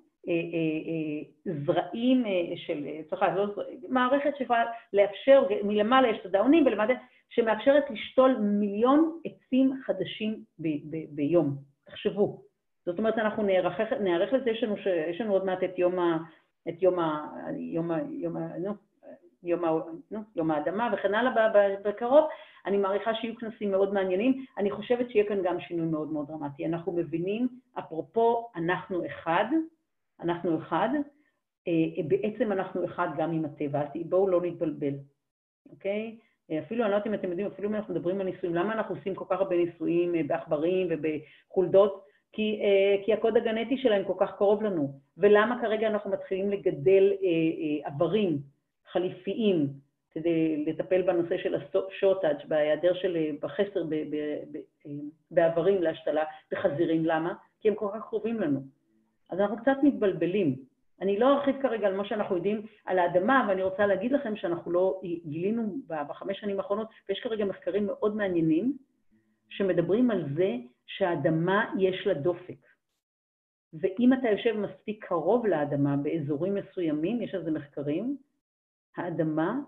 זרעים של, צריכה, מערכת שיכולה לאפשר, מלמעלה יש את הדאונים, ולמעלה שמאפשרת לשתול מיליון עצים חדשים ב- ב- ביום. תחשבו. זאת אומרת, אנחנו נערך, נערך לזה, יש לנו, יש לנו עוד מעט את יום ה... את יום ה... יום ה... יום ה... נו, יום ה... נו, יום האדמה וכן הלאה בקרוב. אני מעריכה שיהיו כנסים מאוד מעניינים. אני חושבת שיהיה כאן גם שינוי מאוד מאוד דרמטי. אנחנו מבינים, אפרופו, אנחנו אחד, אנחנו אחד, בעצם אנחנו אחד גם עם הטבע. בואו לא נתבלבל, אוקיי? אפילו, אני לא יודעת אם אתם יודעים, אפילו אם אנחנו מדברים על ניסויים, למה אנחנו עושים כל כך הרבה ניסויים בעכברים ובחולדות? כי, כי הקוד הגנטי שלהם כל כך קרוב לנו. ולמה כרגע אנחנו מתחילים לגדל עברים חליפיים, כדי לטפל בנושא של השורטאג' בהיעדר של, בחסר ב, ב, ב, בעברים להשתלה בחזירים, למה? כי הם כל כך קרובים לנו. אז אנחנו קצת מתבלבלים. אני לא ארחיב כרגע על מה שאנחנו יודעים על האדמה, ואני רוצה להגיד לכם שאנחנו לא גילינו בחמש שנים האחרונות, ויש כרגע מחקרים מאוד מעניינים, שמדברים על זה שהאדמה יש לה דופק. ואם אתה יושב מספיק קרוב לאדמה באזורים מסוימים, יש על זה מחקרים, האדמה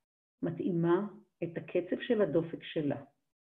מתאימה את הקצב של הדופק שלה,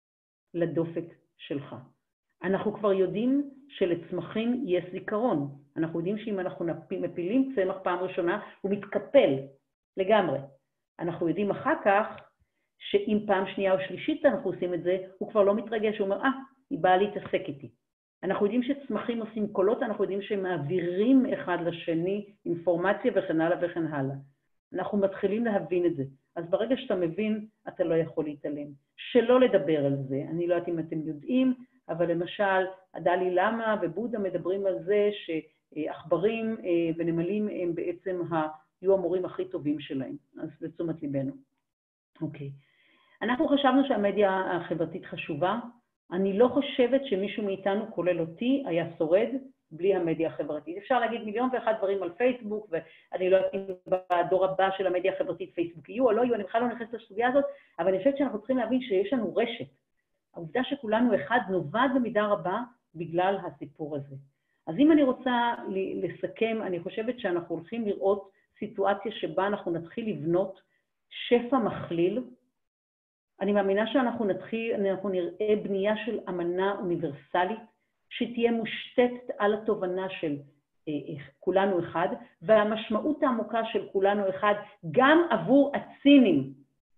לדופק שלך. אנחנו כבר יודעים שלצמחים יש זיכרון. אנחנו יודעים שאם אנחנו מפילים צמח פעם ראשונה, הוא מתקפל לגמרי. אנחנו יודעים אחר כך שאם פעם שנייה או שלישית אנחנו עושים את זה, הוא כבר לא מתרגש, הוא אומר, אה, היא באה להתעסק איתי. אנחנו יודעים שצמחים עושים קולות, אנחנו יודעים שהם מעבירים אחד לשני אינפורמציה וכן הלאה וכן הלאה. אנחנו מתחילים להבין את זה. אז ברגע שאתה מבין, אתה לא יכול להתעלם. שלא לדבר על זה. אני לא יודעת אם אתם יודעים, אבל למשל, הדלי למה ובודה מדברים על זה שעכברים ונמלים הם בעצם היו המורים הכי טובים שלהם. אז לתשומת ליבנו. אוקיי. אנחנו חשבנו שהמדיה החברתית חשובה. אני לא חושבת שמישהו מאיתנו, כולל אותי, היה שורד בלי המדיה החברתית. אפשר להגיד מיליון ואחד דברים על פייסבוק, ואני לא יודעת אם בדור הבא של המדיה החברתית פייסבוק יהיו או לא יהיו, אני בכלל לא נכנסת לסוגיה הזאת, אבל אני חושבת שאנחנו צריכים להבין שיש לנו רשת. העובדה שכולנו אחד נובעת במידה רבה בגלל הסיפור הזה. אז אם אני רוצה לסכם, אני חושבת שאנחנו הולכים לראות סיטואציה שבה אנחנו נתחיל לבנות שפע מכליל. אני מאמינה שאנחנו נתחיל, אנחנו נראה בנייה של אמנה אוניברסלית, שתהיה מושתתת על התובנה של אה, כולנו אחד, והמשמעות העמוקה של כולנו אחד, גם עבור הצינים,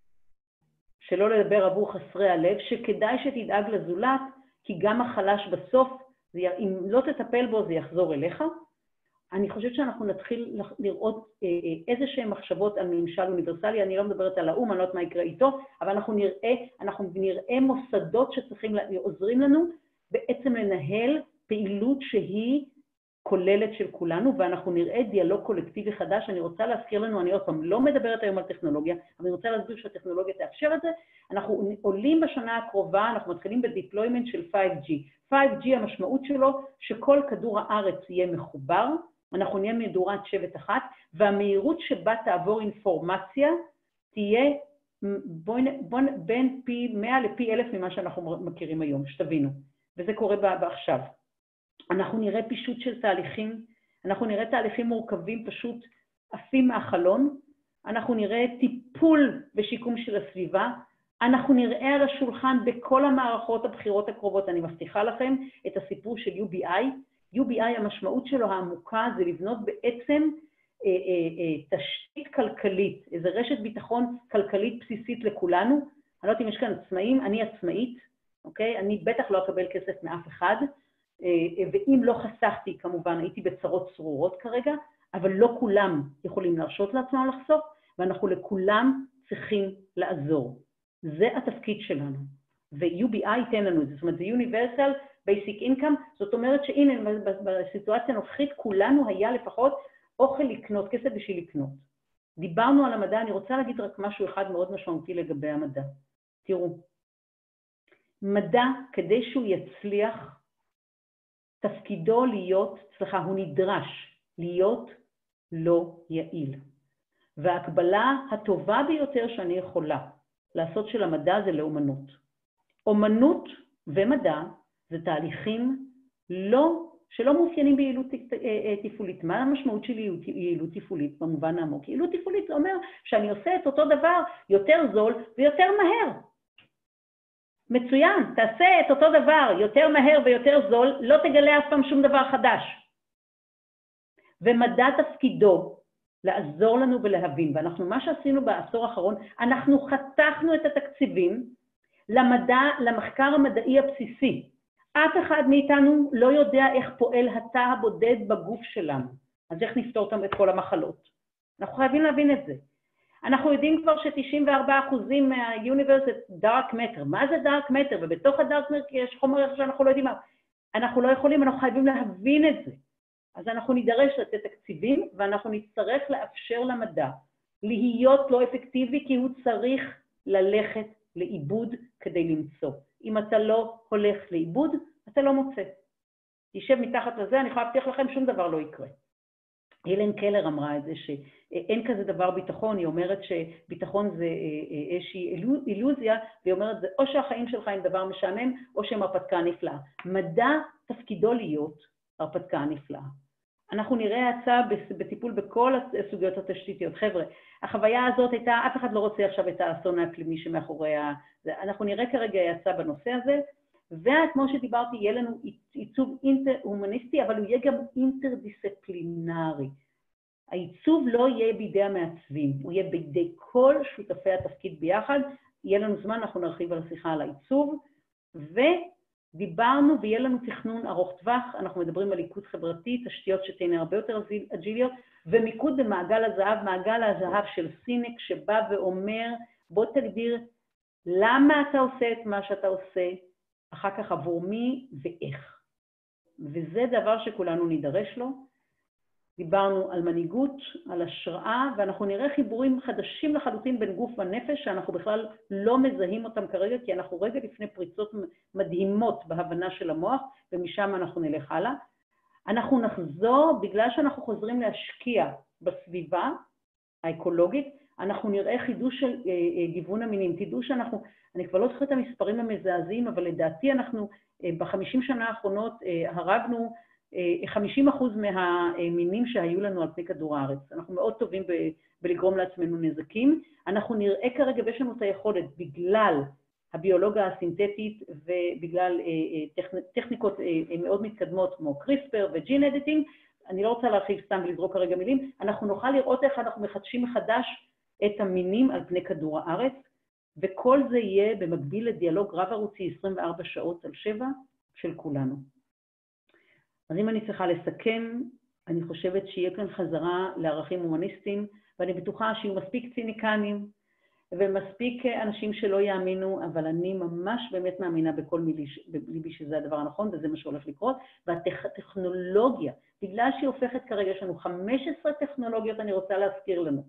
שלא לדבר עבור חסרי הלב, שכדאי שתדאג לזולת, כי גם החלש בסוף, זה, אם לא תטפל בו זה יחזור אליך. אני חושבת שאנחנו נתחיל לראות איזה שהן מחשבות על ממשל אוניברסלי, אני לא מדברת על האום, אני לא יודעת מה יקרה איתו, אבל אנחנו נראה, אנחנו נראה מוסדות שצריכים, עוזרים לנו בעצם לנהל פעילות שהיא כוללת של כולנו, ואנחנו נראה דיאלוג קולקטיבי חדש. אני רוצה להזכיר לנו, אני עוד פעם לא מדברת היום על טכנולוגיה, אבל אני רוצה להסביר שהטכנולוגיה תאפשר את זה. אנחנו עולים בשנה הקרובה, אנחנו מתחילים בדיפלוימנט של פייב ג'י. פייב ג'י המשמעות שלו שכל כדור הארץ יהיה מחובר, אנחנו נהיה מדורת שבט אחת, והמהירות שבה תעבור אינפורמציה תהיה בוא, בוא, בין פי מאה לפי אלף ממה שאנחנו מכירים היום, שתבינו, וזה קורה בעכשיו. אנחנו נראה פישוט של תהליכים, אנחנו נראה תהליכים מורכבים פשוט עפים מהחלון, אנחנו נראה טיפול ושיקום של הסביבה, אנחנו נראה על השולחן בכל המערכות הבחירות הקרובות, אני מבטיחה לכם את הסיפור של יו בי איי. יו בי איי המשמעות שלו העמוקה זה לבנות בעצם אה, אה, אה, תשתית כלכלית, איזו רשת ביטחון כלכלית בסיסית לכולנו. אני לא יודעת אם יש כאן עצמאים, אני עצמאית, אוקיי? אני בטח לא אקבל כסף מאף אחד, אה, ואם לא חסכתי כמובן הייתי בצרות צרורות כרגע, אבל לא כולם יכולים להרשות לעצמם לחסוך, ואנחנו לכולם צריכים לעזור. זה התפקיד שלנו, ו-יו בי איי ייתן לנו את זה, זאת אומרת, זה Universal Basic Income, זאת אומרת שהנה, בסיטואציה הנוכחית, כולנו היה לפחות אוכל לקנות, כסף בשביל לקנות. דיברנו על המדע, אני רוצה להגיד רק משהו אחד מאוד משמעותי לגבי המדע. תראו, מדע, כדי שהוא יצליח, תפקידו להיות, סליחה, הוא נדרש להיות לא יעיל. וההקבלה הטובה ביותר שאני יכולה לעשות של המדע זה לאומנות. אומנות ומדע זה תהליכים לא, שלא מאופיינים ביעילות תפעולית. מה המשמעות של יעילות תפעולית במובן העמוק? יעילות תפעולית אומר שאני עושה את אותו דבר יותר זול ויותר מהר. מצוין, תעשה את אותו דבר יותר מהר ויותר זול, לא תגלה אף פעם שום דבר חדש. ומדע תפקידו לעזור לנו ולהבין, ואנחנו מה שעשינו בעשור האחרון, אנחנו חתכנו את התקציבים למדע, למחקר המדעי הבסיסי. אף אחד מאיתנו לא יודע איך פועל התא הבודד בגוף שלנו, אז איך נפתור אותם את כל המחלות. אנחנו חייבים להבין את זה. אנחנו יודעים כבר ש-תשעים וארבעה אחוזים מהיוניברס זה דארק מטר. מה זה דארק מטר? ובתוך הדארק מטר יש חומר שאנחנו לא יודעים מה. אנחנו לא יכולים, אנחנו חייבים להבין את זה. אז אנחנו נידרש לתת תקציבים, ואנחנו נצטרך לאפשר למדע להיות לא אפקטיבי, כי הוא צריך ללכת לאיבוד כדי למצוא. אם אתה לא הולך לאיבוד, אתה לא מוצא. תשב מתחת לזה, אני יכולה להבטיח לכם, שום דבר לא יקרה. הלן קלר אמרה את זה, שאין כזה דבר ביטחון, היא אומרת שביטחון זה איזושהי אילוזיה, והיא אומרת, זה או שהחיים שלך הם דבר משעמם, או שהם הרפתקה נפלאה. מדע תפקידו להיות הרפתקה נפלאה. אנחנו נראה הצעה בטיפול בכל הסוגיות התשתיתיות. חבר'ה, החוויה הזאת הייתה, אף אחד לא רוצה עכשיו את האסון האקלימי שמאחורי ה... אנחנו נראה כרגע הצעה בנושא הזה, וכמו שדיברתי, יהיה לנו עיצוב אינטר-הומניסטי, אבל הוא יהיה גם אינטרדיסציפלינרי. העיצוב לא יהיה בידי המעצבים, הוא יהיה בידי כל שותפי התפקיד ביחד. יהיה לנו זמן, אנחנו נרחיב על השיחה על העיצוב, ודיברנו ויהיה לנו תכנון ארוך טווח, אנחנו מדברים על עיכוד חברתי, תשתיות שתהיינה הרבה יותר אג'יליות, ומיקוד במעגל הזהב, מעגל הזהב של סינק, שבא ואומר, בוא תגדיר למה אתה עושה את מה שאתה עושה, אחר כך עבור מי ואיך. וזה דבר שכולנו נידרש לו. דיברנו על מנהיגות, על השראה, ואנחנו נראה חיבורים חדשים לחלוטין בין גוף ונפש, שאנחנו בכלל לא מזהים אותם כרגע, כי אנחנו רגע לפני פריצות מדהימות בהבנה של המוח, ומשם אנחנו נלך הלאה. אנחנו נחזור, בגלל שאנחנו חוזרים להשקיע בסביבה האקולוגית, אנחנו נראה חידוש של גיוון המינים. תדעו שאנחנו, אני כבר לא זוכרת את המספרים המזעזעים, אבל לדעתי אנחנו בחמישים שנה האחרונות הרגנו חמישים אחוז מהמינים שהיו לנו על פני כדור הארץ. אנחנו מאוד טובים ב- בלגרום לעצמנו נזקים. אנחנו נראה כרגע יש לנו את היכולת בגלל הביולוגיה הסינתטית ובגלל טכ- טכניקות מאוד מתקדמות כמו קריספר וג'ין אדיטינג, אני לא רוצה להרחיב סתם ולזרוק כרגע מילים, אנחנו נוכל לראות איך אנחנו מחדשים מחדש את המינים על פני כדור הארץ, וכל זה יהיה במקביל לדיאלוג רב ערוצי עשרים וארבע שעות על שבע של כולנו. אז אם אני צריכה לסכם, אני חושבת שיהיה כאן חזרה לערכים הומניסטיים, ואני בטוחה שיהיו מספיק ציניקנים ומספיק אנשים שלא יאמינו, אבל אני ממש באמת מאמינה בכל ליבי שזה הדבר הנכון, וזה מה שהולך לקרות. והטכנולוגיה, בגלל שהיא הופכת כרגע, יש לנו חמש עשרה טכנולוגיות, אני רוצה להזכיר לנו,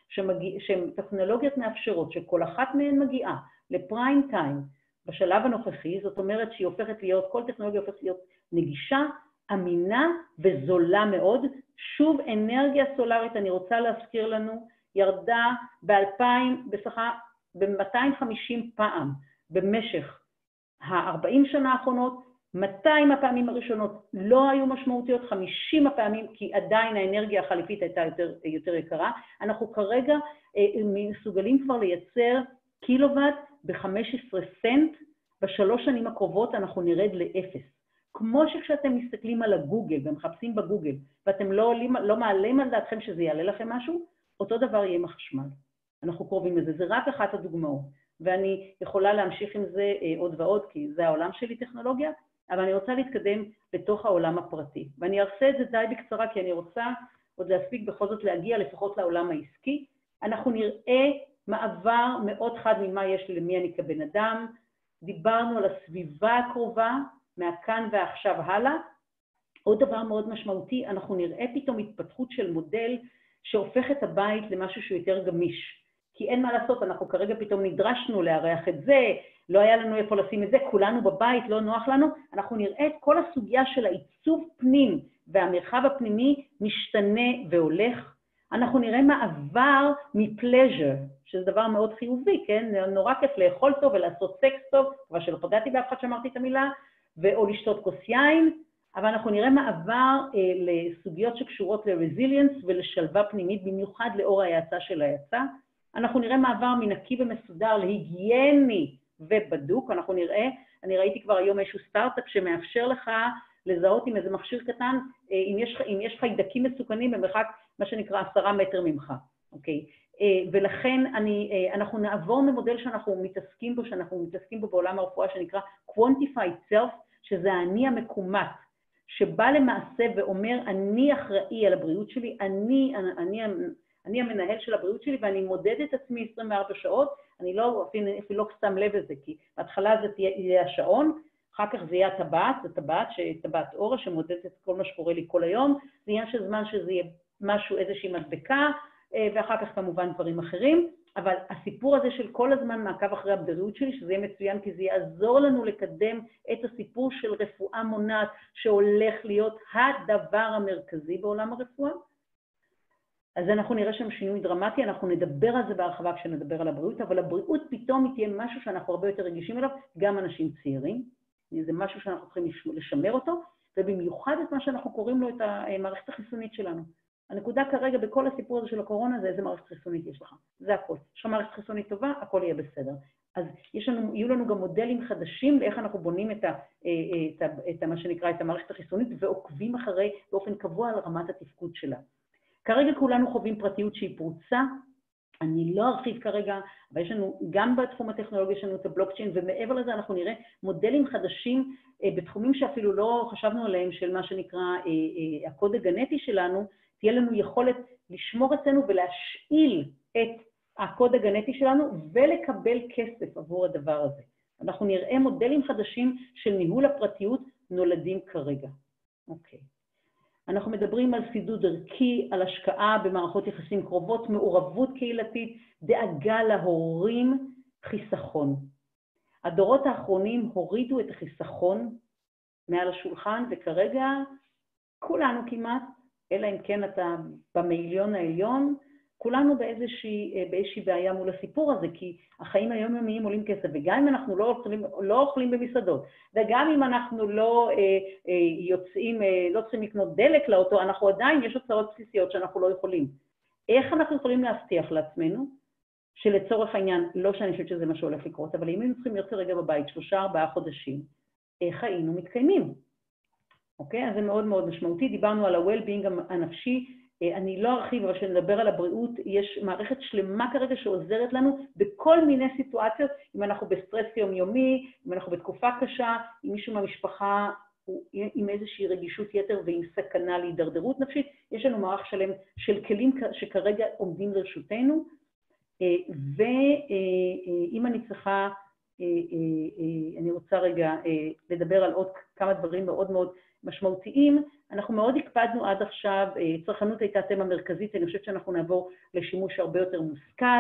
שהן טכנולוגיות מאפשרות, שכל אחת מהן מגיעה לפריים טיים בשלב הנוכחי, זאת אומרת שהיא הופכת להיות, כל טכנולוגיה הופכת להיות נגישה, אמינה וזולה מאוד. שוב, אנרגיה סולרית, אני רוצה להזכיר לנו, ירדה ב-אלפיים, בסכה, ב-מאתיים וחמישים פעם במשך ה-ארבעים שנה האחרונות, מאתיים הפעמים הראשונות לא היו משמעותיות, חמישים הפעמים, כי עדיין האנרגיה החליפית הייתה יותר, יותר יקרה. אנחנו כרגע מסוגלים כבר לייצר קילוואט ב-חמישה עשר סנט, בשלוש שנים הקרובות אנחנו נרד לאפס. כמו שכשאתם מסתכלים על הגוגל ומחפשים בגוגל, ואתם לא, עולים, לא מעלים על דעתכם שזה יעלה לכם משהו, אותו דבר יהיה עם החשמל. אנחנו קרובים לזה, זה רק אחת הדוגמאות. ואני יכולה להמשיך עם זה עוד ועוד, כי זה העולם שלי טכנולוגיה, אבל אני רוצה להתקדם לתוך העולם הפרטי. ואני אעשה את זה די בקצרה, כי אני רוצה עוד להספיק בכל זאת להגיע לפחות לעולם העסקי. אנחנו נראה מעבר מאוד חד ממה יש לי למי אני כבן אדם. דיברנו על הסביבה הקרובה, מהכאן ועכשיו הלאה. עוד דבר מאוד משמעותי, אנחנו נראה פתאום התפתחות של מודל שהופך את הבית למשהו שהוא יותר גמיש. כי אין מה לעשות, אנחנו כרגע פתאום נדרשנו לארח את זה, לא היה לנו איפה לשים את זה, כולנו בבית, לא נוח לנו. אנחנו נראה את כל הסוגיה של העיצוב פנים והמרחב הפנימי משתנה והולך. אנחנו נראה מעבר מפלז'ר, שזה דבר מאוד חיובי, כן? נורא כיף לאכול טוב ולעשות סקס טוב, כבר שלא פגעתי באף אחד שאמרתי את המילה, או לשתות כוס יין, אבל אנחנו נראה מעבר אה, לסוגיות שקשורות לרזיליאנס ולשלווה פנימית, במיוחד לאור ההאצה של ההאצה. אנחנו נראה מעבר מנקי ומסודר להיגייני ובדוק. אנחנו נראה, אני ראיתי כבר היום איזשהו סטארט-אפ שמאפשר לך לזהות עם איזה מכשיר קטן, אה, אם יש, אם יש חיידקים מסוכנים במרחק, מה שנקרא עשרה מטר ממך, אוקיי? אה, ולכן אני, אה, אנחנו נעבור ממודל שאנחנו מתעסקים בו, שאנחנו מתעסקים בו בעולם הרפואה, שנקרא Quantified Self, שזה האני המקומט, שבא למעשה ואומר, אני אחראי על הבריאות שלי, אני, אני, אני המנהל של הבריאות שלי, ואני מודד את עצמי עשרים וארבע שעות, אני לא, אפילו, אפילו לא שם לב לזה, כי בהתחלה זה יהיה השעון, אחר כך זה יהיה הטבעת, זה טבעת, טבעת אורה שמודדת את כל מה שקורה לי כל היום, זה עניין של זמן שזה יהיה משהו, איזושהי מדבקה, ואחר כך כמובן דברים אחרים, אבל הסיפור הזה של כל הזמן מעקב אחרי הבריאות שלי, שזה יהיה מצוין, כי זה יעזור לנו לקדם את הסיפור של רפואה מונעת, שהולך להיות הדבר המרכזי בעולם הרפואה. אז אנחנו נראה שם שינוי דרמטי, אנחנו נדבר על זה בהרחבה כשנדבר על הבריאות, אבל הבריאות פתאום תהיה משהו שאנחנו הרבה יותר רגישים אליו, גם אנשים צעירים, זה משהו שאנחנו צריכים לשמר אותו, ובמיוחד את מה שאנחנו קוראים לו את המערכת החיסונית שלנו. הנקודה כרגע בכל הסיפור הזה של הקורונה זה איזה מערכת חיסונית יש לך. זה הכל. יש לך מערכת חיסונית טובה, הכל יהיה בסדר. אז יש לנו, יהיו לנו גם מודלים חדשים לאיך אנחנו בונים את, ה, את, ה, את ה, מה שנקרא את המערכת החיסונית ועוקבים אחרי באופן קבוע על רמת התפקוד שלה. כרגע כולנו חווים פרטיות שהיא פרוצה, אני לא ארחיב כרגע, אבל יש לנו גם בתחום הטכנולוגיה יש לנו את הבלוקצ'יין, ומעבר לזה אנחנו נראה מודלים חדשים בתחומים שאפילו לא חשבנו עליהם, של מה שנקרא הקוד הגנטי שלנו, תהיה לנו יכולת לשמור אצלנו ולהשאיל את הקוד הגנטי שלנו ולקבל כסף עבור הדבר הזה. אנחנו נראה מודלים חדשים של ניהול הפרטיות נולדים כרגע. אוקיי. אנחנו מדברים על סידוד ערכי, על השקעה במערכות יחסים קרובות, מעורבות קהילתית, דאגה להורים, חיסכון. הדורות האחרונים הורידו את החיסכון מעל השולחן, וכרגע כולנו כמעט, אלא אם כן אתה במאיליון העליון, כולנו באיזושהי, באיזושהי בעיה מול הסיפור הזה, כי החיים היומיומיים עולים כסף, וגם אם אנחנו לא אוכלים, לא אוכלים במסעדות, וגם אם אנחנו לא אה, אה, יוצאים, אה, לא צריכים לקנות דלק לאוטו, אנחנו עדיין, יש הוצאות בסיסיות שאנחנו לא יכולים. איך אנחנו יכולים להבטיח לעצמנו, שלצורך העניין, לא שאני חושבת שזה מה שהולך לקרות, אבל אם היינו צריכים להיות רגע בבית, שלושה, ארבעה חודשים, איך היינו מתקיימים? אוקיי? אז זה מאוד מאוד משמעותי. דיברנו על ה-well-being הנפשי, אני לא ארחיב, אבל כשנדבר על הבריאות, יש מערכת שלמה כרגע שעוזרת לנו בכל מיני סיטואציות, אם אנחנו בסטרס יומיומי, אם אנחנו בתקופה קשה, אם מישהו מהמשפחה הוא עם איזושהי רגישות יתר ועם סכנה להידרדרות נפשית, יש לנו מערך שלם של כלים שכרגע עומדים לרשותנו. ואם אני צריכה, אני רוצה רגע לדבר על עוד כמה דברים מאוד מאוד משמעותיים. אנחנו מאוד הקפדנו עד עכשיו, צרכנות הייתה תמה מרכזית, אני חושבת שאנחנו נעבור לשימוש הרבה יותר מושכל,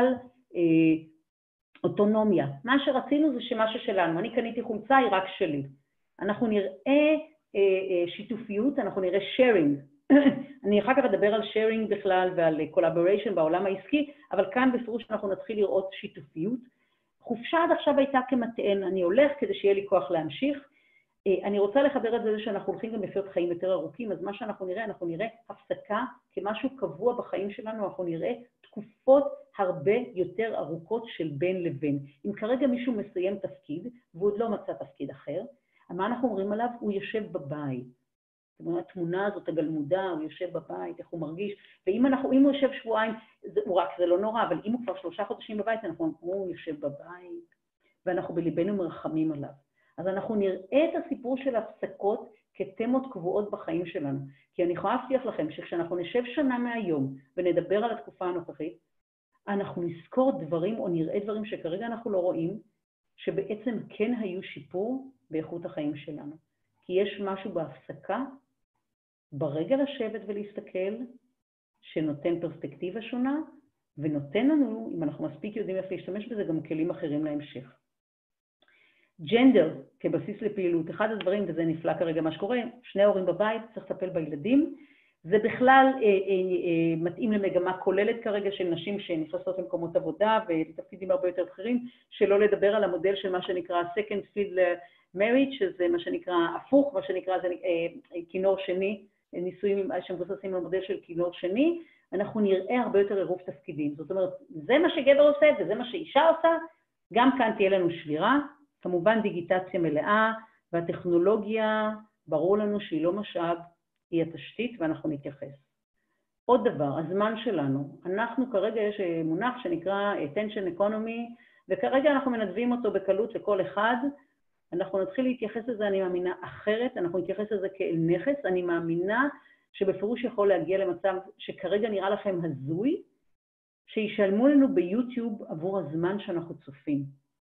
אוטונומיה. מה שרצינו זה שמה ששלנו, אני קניתי חולצה, היא רק שלי. אנחנו נראה שיתופיות, אנחנו נראה sharing. אני אחר כך אדבר על sharing בכלל ועל collaboration בעולם העסקי, אבל כאן בפירוש אנחנו נתחיל לראות שיתופיות. חופשה עד עכשיו הייתה כמטען, אני הולך כדי שיהיה לי כוח להמשיך. אני רוצה לחבר את זה שאנחנו הולכים גם לחיות חיים יותר ארוכים, אז מה שאנחנו נראה, אנחנו נראה הפסקה כמשהו קבוע בחיים שלנו, אנחנו נראה תקופות הרבה יותר ארוכות של בין לבין. אם כרגע מישהו מסיים תפקיד, והוא עוד לא מצא תפקיד אחר, מה אנחנו אומרים עליו? הוא יושב בבית. זאת אומרת, התמונה הזאת, הגלמודה, הוא יושב בבית, איך הוא מרגיש, ואם אנחנו, אם הוא יושב שבועיים, זה, הוא רק, זה לא נורא, אבל אם הוא כבר שלושה חודשים בבית, אנחנו אומרים, הוא יושב בבית, ואנחנו בליבנו מרחמים עליו. אז אנחנו נראה את הסיפור של הפסקות כתמות קבועות בחיים שלנו, כי אני יכולה להבטיח לכם שכשאנחנו נשב שנה מהיום ונדבר על התקופה הנוכחית, אנחנו נזכור דברים או נראה דברים שכרגע אנחנו לא רואים, שבעצם כן היו שיפור באיכות החיים שלנו. כי יש משהו בהפסקה, ברגע לשבת ולהסתכל, שנותן פרספקטיבה שונה, ונותן לנו, אם אנחנו מספיק יודעים איך להשתמש בזה, גם כלים אחרים להמשך. ג'נדר כבסיס לפעילות, אחד הדברים, וזה נפלא כרגע מה שקורה, שני הורים בבית, צריך לטפל בילדים, זה בכלל אה, אה, אה, מתאים למגמה כוללת כרגע של נשים שנכנסות למקומות עבודה ולתפקידים הרבה יותר בכירים, שלא לדבר על המודל של מה שנקרא second field marriage, שזה מה שנקרא הפוך, מה שנקרא זה אה, כינור שני, ניסויים שמבוססים על מודל של כינור שני, אנחנו נראה הרבה יותר עירוב תפקידים. זאת אומרת, זה מה שגבר עושה וזה מה שאישה עושה, גם כאן תהיה לנו שבירה, כמובן דיגיטציה מלאה, והטכנולוגיה, ברור לנו שהיא לא משאב, היא התשתית ואנחנו נתייחס. עוד דבר, הזמן שלנו. אנחנו כרגע יש מונח שנקרא attention economy, וכרגע אנחנו מנדבים אותו בקלות לכל אחד. אנחנו נתחיל להתייחס לזה, אני מאמינה אחרת, אנחנו נתייחס לזה כאל נכס, אני מאמינה שבפירוש יכול להגיע למצב שכרגע נראה לכם הזוי, שישלמו לנו ביוטיוב עבור הזמן שאנחנו צופים.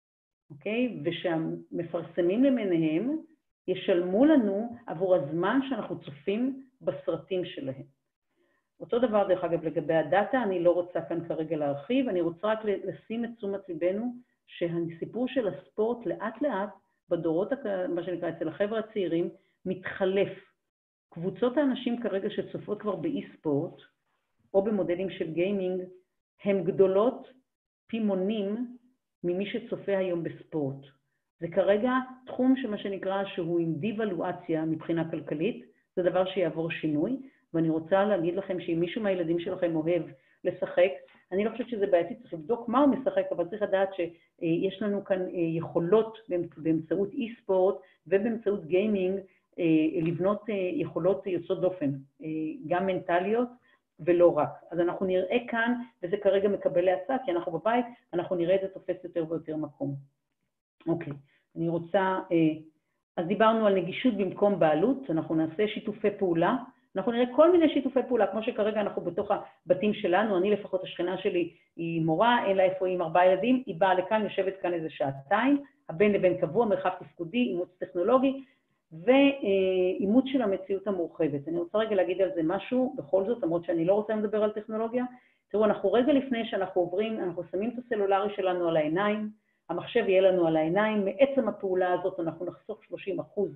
אוקיי? ושהמפרסמים למיניהם ישלמו לנו עבור הזמן שאנחנו צופים בסרטים שלהם. אותו דבר דרך אגב לגבי הדאטה, אני לא רוצה כאן כרגע להרחיב, אני רוצה רק לשים את תשומת ליבנו שהסיפור של הספורט לאט לאט בדורות, מה שנקרא אצל החבר'ה הצעירים, מתחלף. קבוצות האנשים כרגע שצופות כבר באי ספורט, או במודלים של גיימינג, הן גדולות פי מונים ממי שצופה היום בספורט. זה כרגע תחום שמה שנקרא שהוא עם דיוולואציה מבחינה כלכלית, זה דבר שיעבור שינוי, ואני רוצה להגיד לכם שאם מישהו מהילדים שלכם אוהב לשחק, אני לא חושבת שזה בעייתי, צריך לבדוק מה הוא משחק, אבל צריך לדעת שיש לנו כאן יכולות באמצעות אי-ספורט ובאמצעות גיימינג, לבנות יכולות יוצאות דופן, גם מנטליות ולא רק. אז אנחנו נראה כאן, וזה כרגע מקבל להצעה, כי אנחנו בבית, אנחנו נראה את זה תופס יותר ויותר מקום. אוקיי, אני רוצה, אז דיברנו על נגישות במקום בעלות, אנחנו נעשה שיתופי פעולה, אנחנו נראה כל מיני שיתופי פעולה, כמו שכרגע אנחנו בתוך הבתים שלנו, אני לפחות השכנה שלי היא מורה, אין לה איפה היא עם ארבעה ילדים, היא באה לכאן, יושבת כאן איזה שעתיים, הבן לבן קבוע, מרחב תפקודי, אימוץ טכנולוגי, ואימוץ של המציאות המורחבת. אני רוצה רגע להגיד על זה משהו, בכל זאת, למרות שאני לא רוצה לדבר על טכנולוגיה. תראו, אנחנו רגע לפני שאנחנו עוברים, אנחנו שמים את הסלולרי שלנו על העיניים, המחשב יהיה לנו על העיניים, מעצם הפעולה הזאת אנחנו נחסוך שלושים אחוז,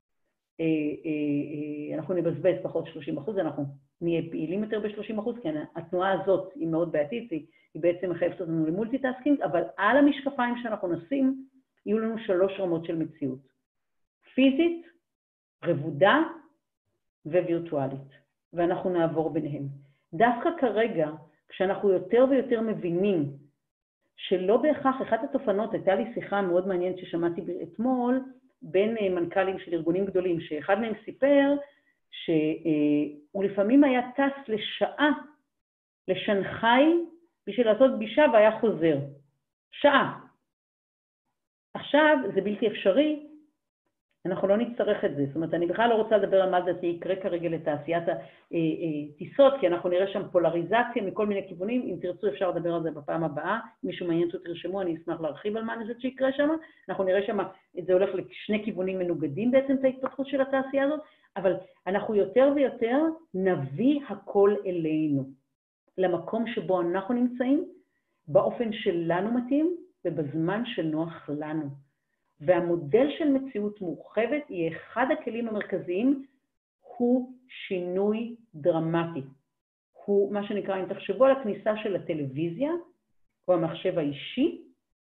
אנחנו נבזבז פחות שלושים אחוז, אנחנו נהיה פעילים יותר ב-שלושים אחוז, כי התנועה הזאת היא מאוד בעייתית, היא, היא בעצם מחייבת אותנו למולטיטאסקינג, אבל על המשקפיים שאנחנו נשים, יהיו לנו שלוש רמות של מציאות. פיזית, רבודה ווירטואלית, ואנחנו נעבור ביניהם. דווקא כרגע, כשאנחנו יותר ויותר מבינים שלא בהכרח, אחת התופנות, הייתה לי שיחה מאוד מעניינת ששמעתי אתמול, בין מנכ"לים של ארגונים גדולים, שאחד מהם סיפר שהוא לפעמים היה טס לשעה לשנגחאי בשביל לעשות פגישה והיה חוזר. שעה. עכשיו זה בלתי אפשרי, אנחנו לא נצטרך את זה. זאת אומרת, אני בכלל לא רוצה לדבר על מה זה יקרה כרגע לתעשיית הטיסות, כי אנחנו נראה שם פולריזציה מכל מיני כיוונים. אם תרצו אפשר לדבר על זה בפעם הבאה. מישהו מעניין שתרשמו, אני אשמח להרחיב על מה אני חושבת שיקרה שם. אנחנו נראה שם, זה הולך לשני כיוונים מנוגדים בעצם את ההתפתחות של התעשייה הזאת, אבל אנחנו יותר ויותר נביא הכל אלינו, למקום שבו אנחנו נמצאים, באופן שלנו מתאים ובזמן שנוח לנו. והמודל של מציאות מורחבת יהיה אחד הכלים המרכזיים, הוא שינוי דרמטי. הוא מה שנקרא, אם תחשבו על הכניסה של הטלוויזיה, או המחשב האישי,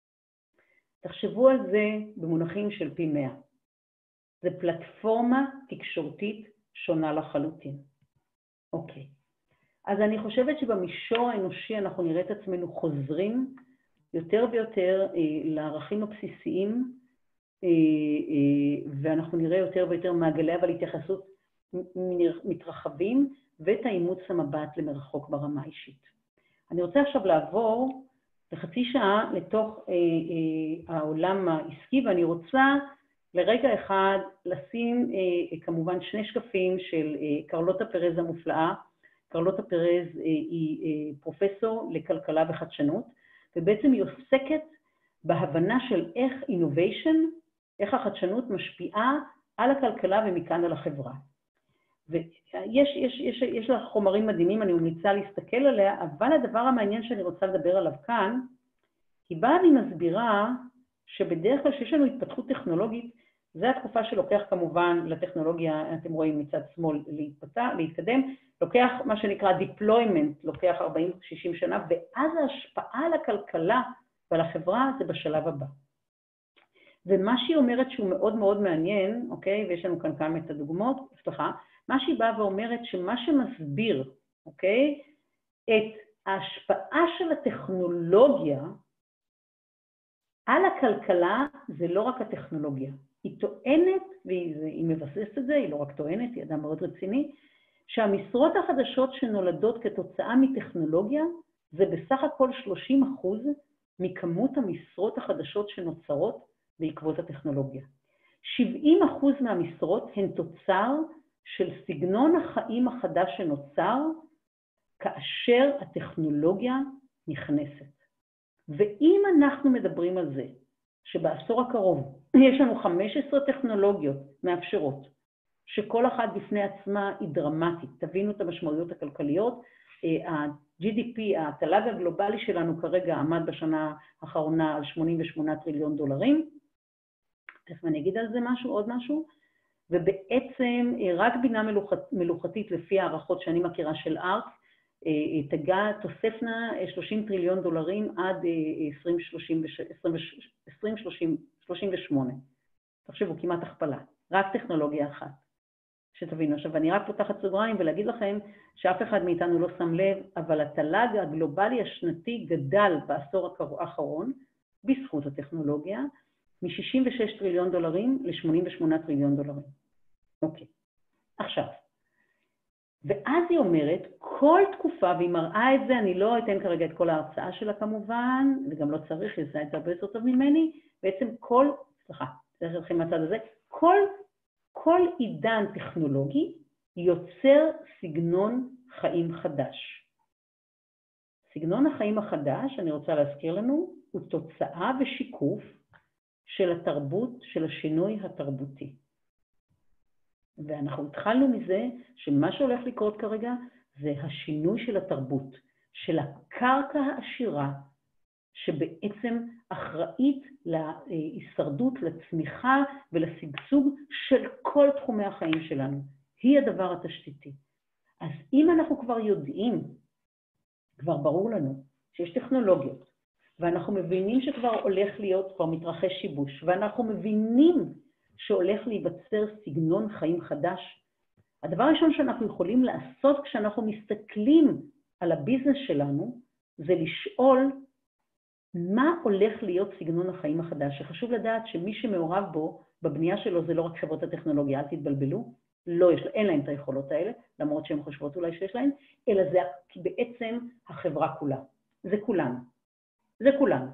תחשבו על זה במונחים של פי מאה. זה פלטפורמה תקשורתית שונה לחלוטין. אוקיי. אז אני חושבת שבמישור האנושי אנחנו נראה את עצמנו חוזרים יותר ויותר אה, לערכים הבסיסיים, אה, אה, ואנחנו נראה יותר ויותר מעגלי אבל התייחסות מתרחבים, ואת האימוץ המבט למרחוק ברמה האישית. אני רוצה עכשיו לעבור לחצי שעה לתוך אה, אה, העולם העסקי, ואני רוצה לרגע אחד לשים אה, כמובן שני שקפים של אה, קרלוטה פרז המופלאה. קרלוטה פרז אה, היא אה, פרופסור לכלכלה וחדשנות, ובעצם היא עוסקת בהבנה של איך innovation, איך החדשנות משפיעה על הכלכלה ומכאן על החברה. ויש יש, יש, יש לה חומרים מדהימים, אני ממליצה להסתכל עליה, אבל הדבר המעניין שאני רוצה לדבר עליו כאן, היא באה והיא מסבירה שבדרך כלל שיש לנו התפתחות טכנולוגית, זו התקופה שלוקח כמובן לטכנולוגיה, אתם רואים מצד שמאל, להתפתח, להתקדם, לוקח מה שנקרא deployment, לוקח ארבעים שישים שנה, ואז ההשפעה על הכלכלה ועל החברה זה בשלב הבא. ומה שהיא אומרת שהוא מאוד מאוד מעניין, אוקיי, ויש לנו כאן כאן את הדוגמאות, סליחה, מה שהיא באה ואומרת שמה שמסביר, אוקיי, את ההשפעה של הטכנולוגיה על הכלכלה זה לא רק הטכנולוגיה. היא טוענת, והיא מבססת את זה, היא לא רק טוענת, היא אדם מאוד רציני, שהמשרות החדשות שנולדות כתוצאה מטכנולוגיה, זה בסך הכל שלושים אחוז מכמות המשרות החדשות שנוצרות בעקבות הטכנולוגיה. שבעים אחוז מהמשרות הן תוצר של סגנון החיים החדש שנוצר, כאשר הטכנולוגיה נכנסת. ואם אנחנו מדברים על זה, שבעשור הקרוב יש לנו חמש עשרה טכנולוגיות מאפשרות, שכל אחת בפני עצמה היא דרמטית, תבינו את המשמעויות הכלכליות, ה-ג'י די פי, התל"ג הגלובלי שלנו כרגע עמד בשנה האחרונה על שמונים ושמונה טריליון דולרים, תכף אני אגיד על זה משהו, עוד משהו, ובעצם רק בינה מלוכת, מלוכתית לפי הערכות שאני מכירה של ארק, תגע, תוספנה שלושים טריליון דולרים עד עשרים שלושים ושמונה. תחשבו, כמעט הכפלה, רק טכנולוגיה אחת. שתבינו, עכשיו אני רק פותחת סוגריים ולהגיד לכם שאף אחד מאיתנו לא שם לב, אבל התל"ג הגלובלי השנתי גדל בעשור האחרון, בזכות הטכנולוגיה, מ-שישים ושש טריליון דולרים ל-שמונים ושמונה טריליון דולרים. אוקיי, עכשיו, ואז היא אומרת, כל תקופה, והיא מראה את זה, אני לא אתן כרגע את כל ההרצאה שלה כמובן, וגם לא צריך, היא עושה את זה הרבה יותר טוב ממני, בעצם כל, סליחה, צריך לכם מהצד הזה, כל, כל עידן טכנולוגי יוצר סגנון חיים חדש. סגנון החיים החדש, אני רוצה להזכיר לנו, הוא תוצאה ושיקוף של התרבות, של השינוי התרבותי. ואנחנו התחלנו מזה שמה שהולך לקרות כרגע זה השינוי של התרבות, של הקרקע העשירה, שבעצם אחראית להישרדות, לצמיחה ולשגשוג של כל תחומי החיים שלנו. היא הדבר התשתיתי. אז אם אנחנו כבר יודעים, כבר ברור לנו שיש טכנולוגיות, ואנחנו מבינים שכבר הולך להיות, כבר מתרחש שיבוש, ואנחנו מבינים שהולך להיווצר סגנון חיים חדש. הדבר הראשון שאנחנו יכולים לעשות כשאנחנו מסתכלים על הביזנס שלנו, זה לשאול מה הולך להיות סגנון החיים החדש. שחשוב לדעת שמי שמעורב בו, בבנייה שלו, זה לא רק חברות הטכנולוגיה, אל תתבלבלו, לא, יש, אין להם את היכולות האלה, למרות שהן חושבות אולי שיש להן, אלא זה בעצם החברה כולה. זה כולנו. זה כולנו.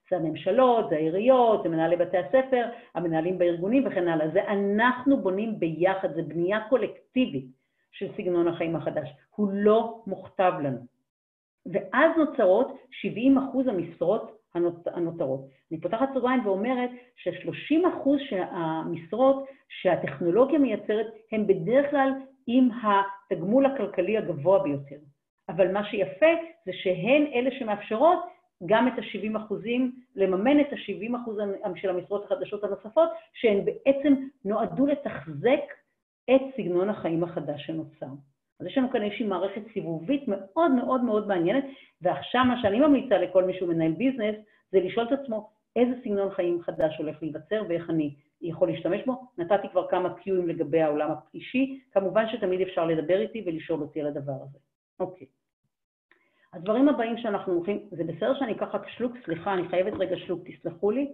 זה הממשלות, זה העיריות, זה מנהלי בתי הספר, המנהלים בארגונים וכן הלאה. זה אנחנו בונים ביחד, זה בנייה קולקטיבית של סגנון החיים החדש. הוא לא מוכתב לנו. ואז נוצרות שבעים אחוז המשרות הנותרות. אני פותחת סוגריים ואומרת ש-שלושים אחוז המשרות שהטכנולוגיה מייצרת הם בדרך כלל עם התגמול הכלכלי הגבוה ביותר. אבל מה שיפה זה שהן אלה שמאפשרות גם את ה-שבעים אחוזים, לממן את ה-שבעים אחוז של המשרות החדשות הנוספות, שהן בעצם נועדו לתחזק את סגנון החיים החדש שנוצר. אז יש לנו כאן איזושהי מערכת סיבובית מאוד מאוד מאוד מעניינת, ועכשיו מה שאני ממליצה לכל מי שהוא מנהל ביזנס, זה לשאול את עצמו איזה סגנון חיים חדש הולך להיווצר ואיך אני יכול להשתמש בו. נתתי כבר כמה קיואים לגבי העולם האישי, כמובן שתמיד אפשר לדבר איתי ולשאול אותי על הדבר הזה. אוקיי. הדברים הבאים שאנחנו הולכים, זה בסדר שאני אקח רק שלוק, סליחה, אני חייבת רגע שלוק, תסלחו לי.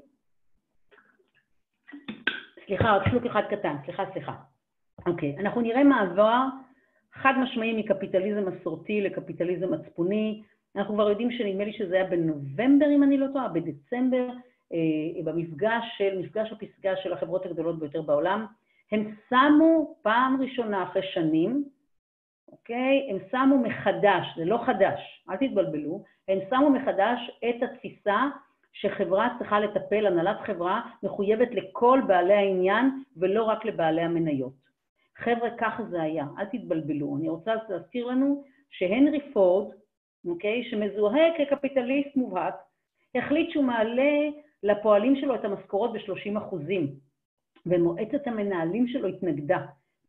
סליחה, רק שלוק אחד קטן, סליחה, סליחה. אוקיי, אנחנו נראה מעבר חד משמעי מקפיטליזם מסורתי לקפיטליזם מצפוני. אנחנו כבר יודעים שנדמה לי שזה היה בנובמבר, אם אני לא טועה, בדצמבר, אה, במפגש של, מפגש הפסגה של החברות הגדולות ביותר בעולם. הם שמו פעם ראשונה אחרי שנים, אוקיי? הם שמו מחדש, זה לא חדש, אל תתבלבלו, הם שמו מחדש את התפיסה שחברה צריכה לטפל, הנהלת חברה מחויבת לכל בעלי העניין ולא רק לבעלי המניות. חבר'ה, ככה זה היה, אל תתבלבלו. אני רוצה להזכיר לנו שהנרי פורד, אוקיי, שמזוהה כקפיטליסט מובהק, החליט שהוא מעלה לפועלים שלו את המשכורות ב-שלושים אחוזים, ומועצת המנהלים שלו התנגדה.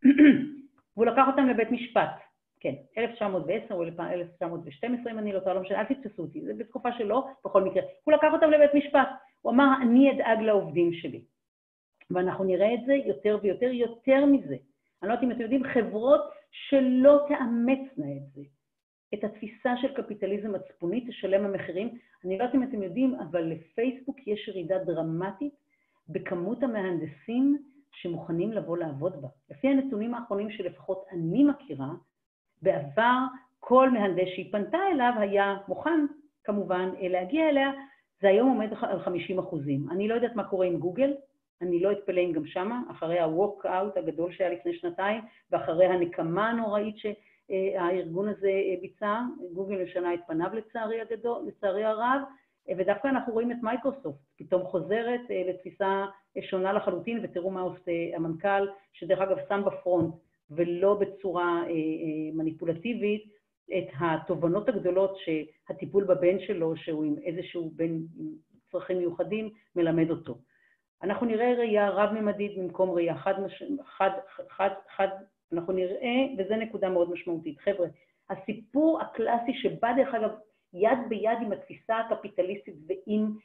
והוא לקח אותם לבית משפט, כן, אלף תשע מאות ועשר או אלף תשע מאות ושתים עשרה, אם אני לא טועה, לא משנה, אל תתפסו אותי, זה בתקופה שלו, בכל מקרה. הוא לקח אותם לבית משפט, הוא אמר, אני אדאג לעובדים שלי. ואנחנו נראה את זה יותר ויותר, יותר מזה. אני לא יודעת אם אתם יודעים, חברות שלא תאמצנה את זה. את התפיסה של קפיטליזם מצפוני תשלם המחירים. אני לא יודעת אם אתם יודעים, אבל לפייסבוק יש ירידה דרמטית בכמות המהנדסים שמוכנים לבוא לעבוד בה. לפי הנתונים האחרונים שלפחות אני מכירה, בעבר כל מהנדס שהיא פנתה אליו היה מוכן, כמובן, להגיע אליה, זה היום עומד על חמישים אחוזים. אני לא יודעת מה קורה עם גוגל, אני לא אתפלא אם גם שמה, אחרי ה-walk-out הגדול שהיה לפני שנתיים, ואחרי הנקמה הנוראית שהארגון הזה ביצע, גוגל משנה את פניו לצערי הגדול, לצערי הרב, ודווקא אנחנו רואים את מייקרוסופט, פתאום חוזרת לתפיסה שונה לחלוטין, ותראו מה עושה המנכ"ל, שדרך אגב שם בפרונט, ולא בצורה מניפולטיבית, את התובנות הגדולות שהטיפול בבן שלו, שהוא עם איזשהו בן עם צרכים מיוחדים, מלמד אותו. אנחנו נראה ראייה רב-ממדית במקום ראייה חד, חד, חד, חד, אנחנו נראה, וזה נקודה מאוד משמעותית. חבר'ה, הסיפור הקלאסי שבא דרך אגב יד ביד עם התפיסה הקפיטליסטית ועם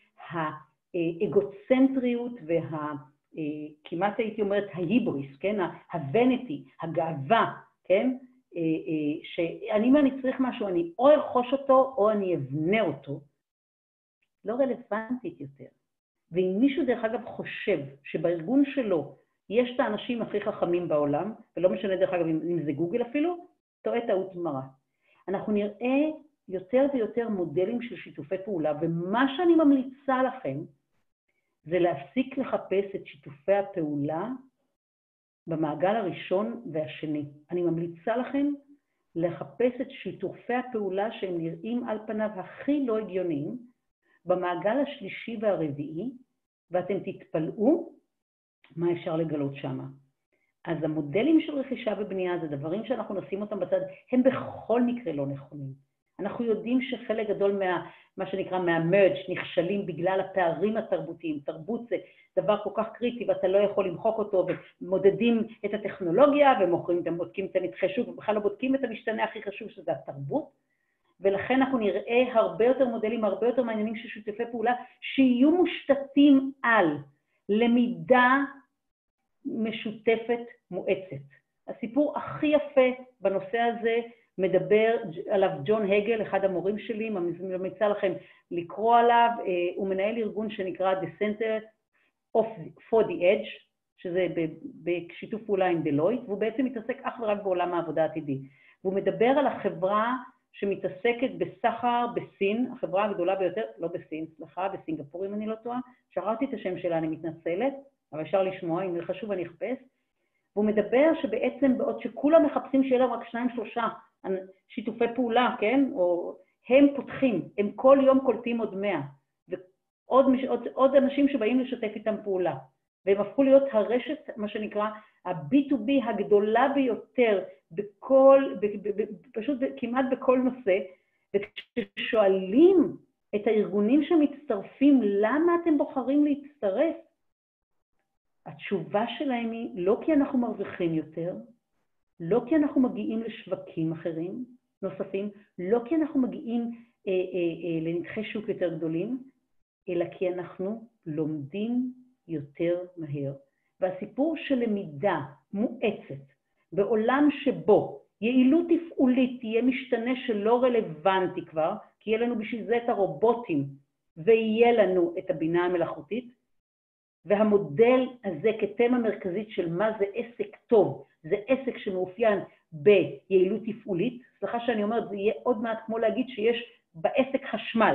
האגוצנטריות וה... כמעט הייתי אומרת ההיבריס, כן? הוונטי, הגאווה, כן? שאני מה אני צריך משהו, אני או ארכוש אותו או אני אבנה אותו, לא רלוונטית יותר. ואם מישהו דרך אגב חושב שבארגון שלו יש את האנשים הכי חכמים בעולם, ולא משנה דרך אגב אם זה גוגל אפילו, טועה טעות מרה. אנחנו נראה יותר ויותר מודלים של שיתופי פעולה, ומה שאני ממליצה לכם, זה להפסיק לחפש את שיתופי הפעולה במעגל הראשון והשני. אני ממליצה לכם לחפש את שיתופי הפעולה שהם נראים על פניו הכי לא הגיוניים, במעגל השלישי והרביעי, ואתם תתפלאו מה אפשר לגלות שם. אז המודלים של רכישה ובנייה, זה דברים שאנחנו נשים אותם בצד, הם בכל מקרה לא נכונים. אנחנו יודעים שחלק גדול מה, מה שנקרא מהמרג' נכשלים בגלל הפערים התרבותיים. תרבות זה דבר כל כך קריטי ואתה לא יכול למחוק אותו, ומודדים את הטכנולוגיה ומוכרים, אתם בודקים את הנתחי שוק, ובכלל לא בודקים את המשתנה הכי חשוב שזה התרבות, ולכן אנחנו נראה הרבה יותר מודלים, הרבה יותר מעניינים של שיתופי פעולה, שיהיו מושתתים על למידה משותפת מואצת. הסיפור הכי יפה בנושא הזה, מדבר עליו ג'ון הגל, אחד המורים שלי, ממליצה לכם לקרוא עליו, הוא מנהל ארגון שנקרא The Center of for the Edge, שזה בשיתוף פעולה עם דלויט, והוא בעצם מתעסק אך ורק בעולם העבודה העתידי. והוא מדבר על החברה שמתעסקת בסחר בסין, החברה הגדולה ביותר, לא בסין, סליחה, בסינגפור אם אני לא טועה, שכחתי את השם שלה, אני מתנצלת, אבל אפשר לשמוע, אם זה חשוב אני אחפש, והוא מדבר שבעצם בעוד שכולם מחפשים שיהיה להם רק שניים שלושה שיתופי פעולה, כן? או הם פותחים, הם כל יום קולטים עוד מאה, ועוד עוד, עוד אנשים שבאים לשתף איתם פעולה, והם הפכו להיות הרשת, מה שנקרא, ה-בי טו בי הגדולה ביותר, בכל, ב, ב, ב, פשוט כמעט בכל נושא, וכששואלים את הארגונים שמצטרפים, למה אתם בוחרים להצטרף? התשובה שלהם היא לא כי אנחנו מרוויחים יותר, לא כי אנחנו מגיעים לשווקים אחרים, נוספים, לא כי אנחנו מגיעים אה, אה, אה, לנתחי שוק יותר גדולים, אלא כי אנחנו לומדים יותר מהר. והסיפור של למידה מואצת בעולם שבו יעילות תפעולית תהיה משתנה שלא רלוונטי כבר, כי יהיה לנו בשביל זה את הרובוטים ויהיה לנו את הבינה המלאכותית, והמודל הזה כתמה מרכזית של מה זה עסק טוב, זה עסק שמאופיין ביעילות תפעולית, סליחה שאני אומרת, זה יהיה עוד מעט כמו להגיד שיש בעסק חשמל,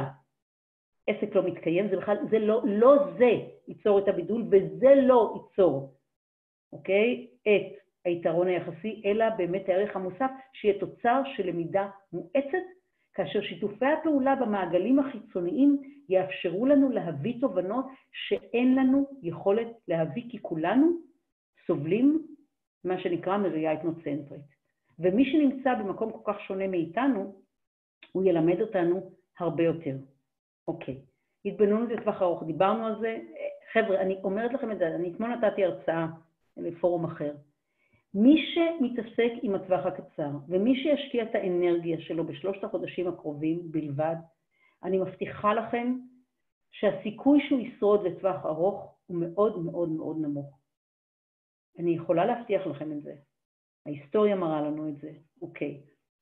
עסק לא מתקיים, זה, בכלל, זה לא, לא זה ייצור את הבידול, וזה לא ייצור, אוקיי? את היתרון היחסי, אלא באמת הערך המוסף, שיהיה תוצר של למידה מואצת, כאשר שיתופי הפעולה במעגלים החיצוניים יאפשרו לנו להביא תובנות שאין לנו יכולת להביא, כי כולנו סובלים מה שנקרא מראייה אתנוצנטרית. ומי שנמצא במקום כל כך שונה מאיתנו, הוא ילמד אותנו הרבה יותר. אוקיי, התבוננות לטווח ארוך, דיברנו על זה. חבר'ה, אני אומרת לכם את זה, אני אתמול נתתי הרצאה לפורום אחר. מי שמתעסק עם הטווח הקצר, ומי שישקיע את האנרגיה שלו בשלושת החודשים הקרובים בלבד, אני מבטיחה לכם שהסיכוי שהוא ישרוד לטווח ארוך הוא מאוד מאוד מאוד נמוך. אני יכולה להבטיח לכם את זה. ההיסטוריה מראה לנו את זה. אוקיי.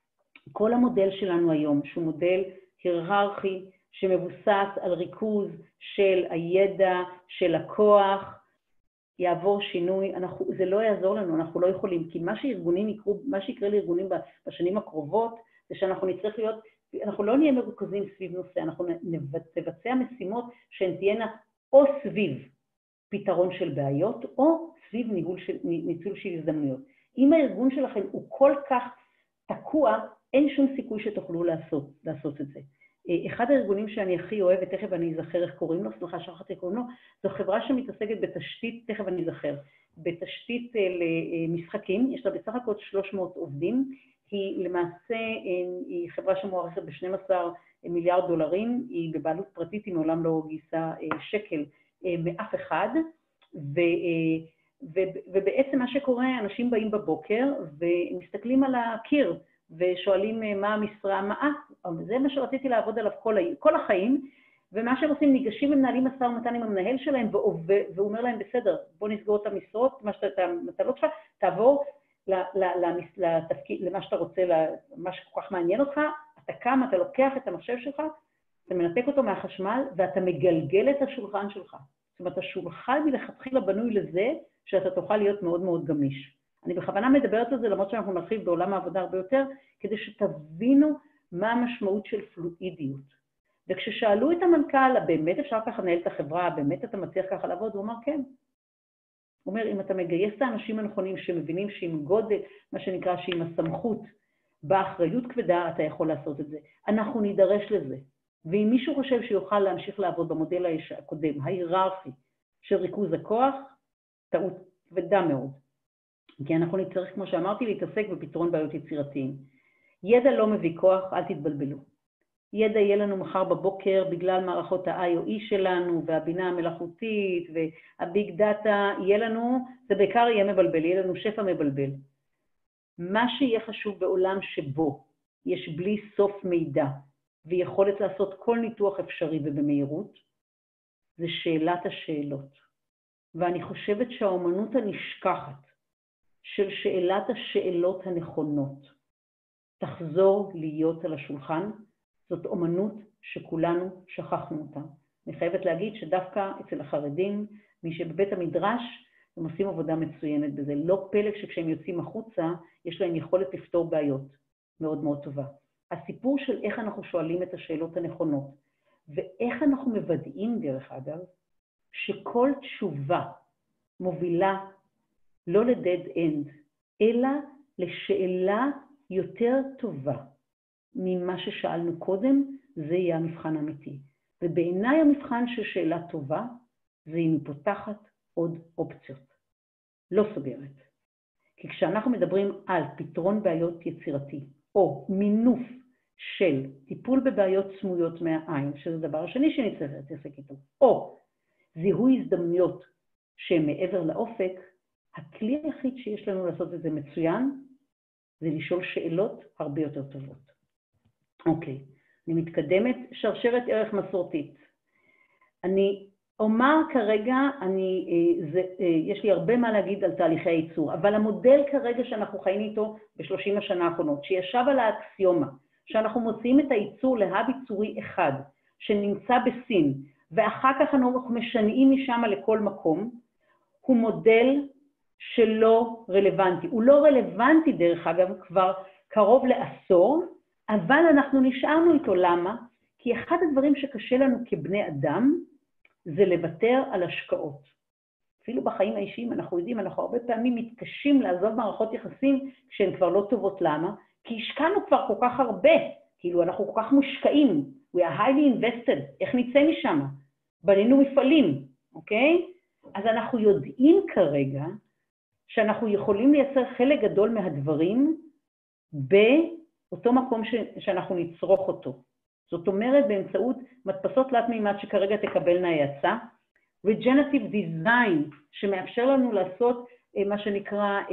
כל המודל שלנו היום, שהוא מודל היררכי, שמבוסס על ריכוז של הידע, של הכוח, יעבור שינוי, אנחנו, זה לא יעזור לנו, אנחנו לא יכולים, כי מה שארגונים יקרו, מה שיקרה לארגונים בשנים הקרובות, זה שאנחנו נצטרך להיות, אנחנו לא נהיה מרוכזים סביב נושא, אנחנו נבצע משימות שהן תהיינה או סביב פתרון של בעיות, או סביב ניהול של, ניצול של הזדמנויות. אם הארגון שלכם הוא כל כך תקוע, אין שום סיכוי שתוכלו לעשות, לעשות את זה. אחד הארגונים שאני הכי אוהבת, תכף אני אזכר איך קוראים לו, סליחה שכחתי קוראים לו, זו חברה שמתעסקת בתשתית, תכף אני אזכר, בתשתית למשחקים, יש לה בסך הכל שלוש מאות עובדים, היא למעשה, היא חברה שמוערכת ב-שנים עשר מיליארד דולרים, היא בבעלות פרטית, היא מעולם לא גייסה שקל מאף אחד, ו, ו, ובעצם מה שקורה, אנשים באים בבוקר ומסתכלים על הקיר, ושואלים מה המשרה, מה, זה מה שרציתי לעבוד עליו כל, כל החיים, ומה שהם עושים, ניגשים ומנהלים משא ומתן עם המנהל שלהם, והוא אומר להם, בסדר, בוא נסגור את המשרות, מה שאתה, המטלות שלך, תעבור לתפקיד, למה שאתה רוצה, למה שכל כך מעניין אותך, אתה קם, אתה לוקח את המחשב שלך, אתה מנתק אותו מהחשמל, ואתה מגלגל את השולחן שלך. זאת אומרת, השולחן מלכתחילה בנוי לזה, שאתה תוכל להיות מאוד מאוד גמיש. אני בכוונה מדברת על זה, למרות שאנחנו נרחיב בעולם העבודה הרבה יותר, כדי שתבינו מה המשמעות של פלואידיות. וכששאלו את המנכ"ל, באמת אפשר ככה לנהל את החברה, באמת אתה מצליח ככה לעבוד? הוא אמר, כן. הוא אומר, אם אתה מגייס את האנשים הנכונים שמבינים שעם גודל, מה שנקרא שעם הסמכות, באחריות כבדה, אתה יכול לעשות את זה. אנחנו נידרש לזה. ואם מישהו חושב שיוכל להמשיך לעבוד במודל הקודם, ההיררכי, של ריכוז הכוח, טעות כבדה מאוד. כי אנחנו נצטרך, כמו שאמרתי, להתעסק בפתרון בעיות יצירתיים. ידע לא מביא כוח, אל תתבלבלו. ידע יהיה לנו מחר בבוקר בגלל מערכות ה-איי או אי שלנו, והבינה המלאכותית, והביג דאטה, יהיה לנו, זה בעיקר יהיה מבלבל, יהיה לנו שפע מבלבל. מה שיהיה חשוב בעולם שבו יש בלי סוף מידע, ויכולת לעשות כל ניתוח אפשרי ובמהירות, זה שאלת השאלות. ואני חושבת שהאומנות הנשכחת, של שאלת השאלות הנכונות, תחזור להיות על השולחן, זאת אומנות שכולנו שכחנו אותה. אני חייבת להגיד שדווקא אצל החרדים, מי שבבית המדרש, הם עושים עבודה מצוינת בזה. לא פלא שכשהם יוצאים החוצה, יש להם יכולת לפתור בעיות מאוד מאוד טובה. הסיפור של איך אנחנו שואלים את השאלות הנכונות, ואיך אנחנו מוודאים דרך אגב, שכל תשובה מובילה לא ל-dead end, אלא לשאלה יותר טובה ממה ששאלנו קודם, זה יהיה המבחן האמיתי. ובעיניי המבחן של שאלה טובה, זה אם היא פותחת עוד אופציות, לא סוגרת. כי כשאנחנו מדברים על פתרון בעיות יצירתי, או מינוף של טיפול בבעיות סמויות מהעין, שזה הדבר השני שנצטרך להתעסק איתו, או זיהוי הזדמנויות שהן מעבר לאופק, הכלי היחיד שיש לנו לעשות את זה מצוין, זה לשאול שאלות הרבה יותר טובות. אוקיי, אני מתקדמת, שרשרת ערך מסורתית. אני אומר כרגע, אני, זה, יש לי הרבה מה להגיד על תהליכי הייצור, אבל המודל כרגע שאנחנו חיים איתו ב-שלושים השנה האחרונות, שישב על האקסיומה, שאנחנו מוציאים את הייצור להב ייצורי אחד, שנמצא בסין, ואחר כך אנחנו משנעים משם לכל מקום, הוא מודל שלא רלוונטי. הוא לא רלוונטי דרך אגב כבר קרוב לעשור, אבל אנחנו נשארנו איתו. למה? כי אחד הדברים שקשה לנו כבני אדם, זה לוותר על השקעות. אפילו בחיים האישיים אנחנו יודעים, אנחנו הרבה פעמים מתקשים לעזוב מערכות יחסים כשהן כבר לא טובות. למה? כי השקענו כבר כל כך הרבה, כאילו אנחנו כל כך מושקעים, we are highly invested, איך נצא משם? בנינו מפעלים, אוקיי? אז אנחנו יודעים כרגע שאנחנו יכולים לייצר חלק גדול מהדברים באותו מקום ש... שאנחנו נצרוך אותו. זאת אומרת, באמצעות מדפסות תלת מימד שכרגע תקבלנה האצה, regenerative design שמאפשר לנו לעשות מה שנקרא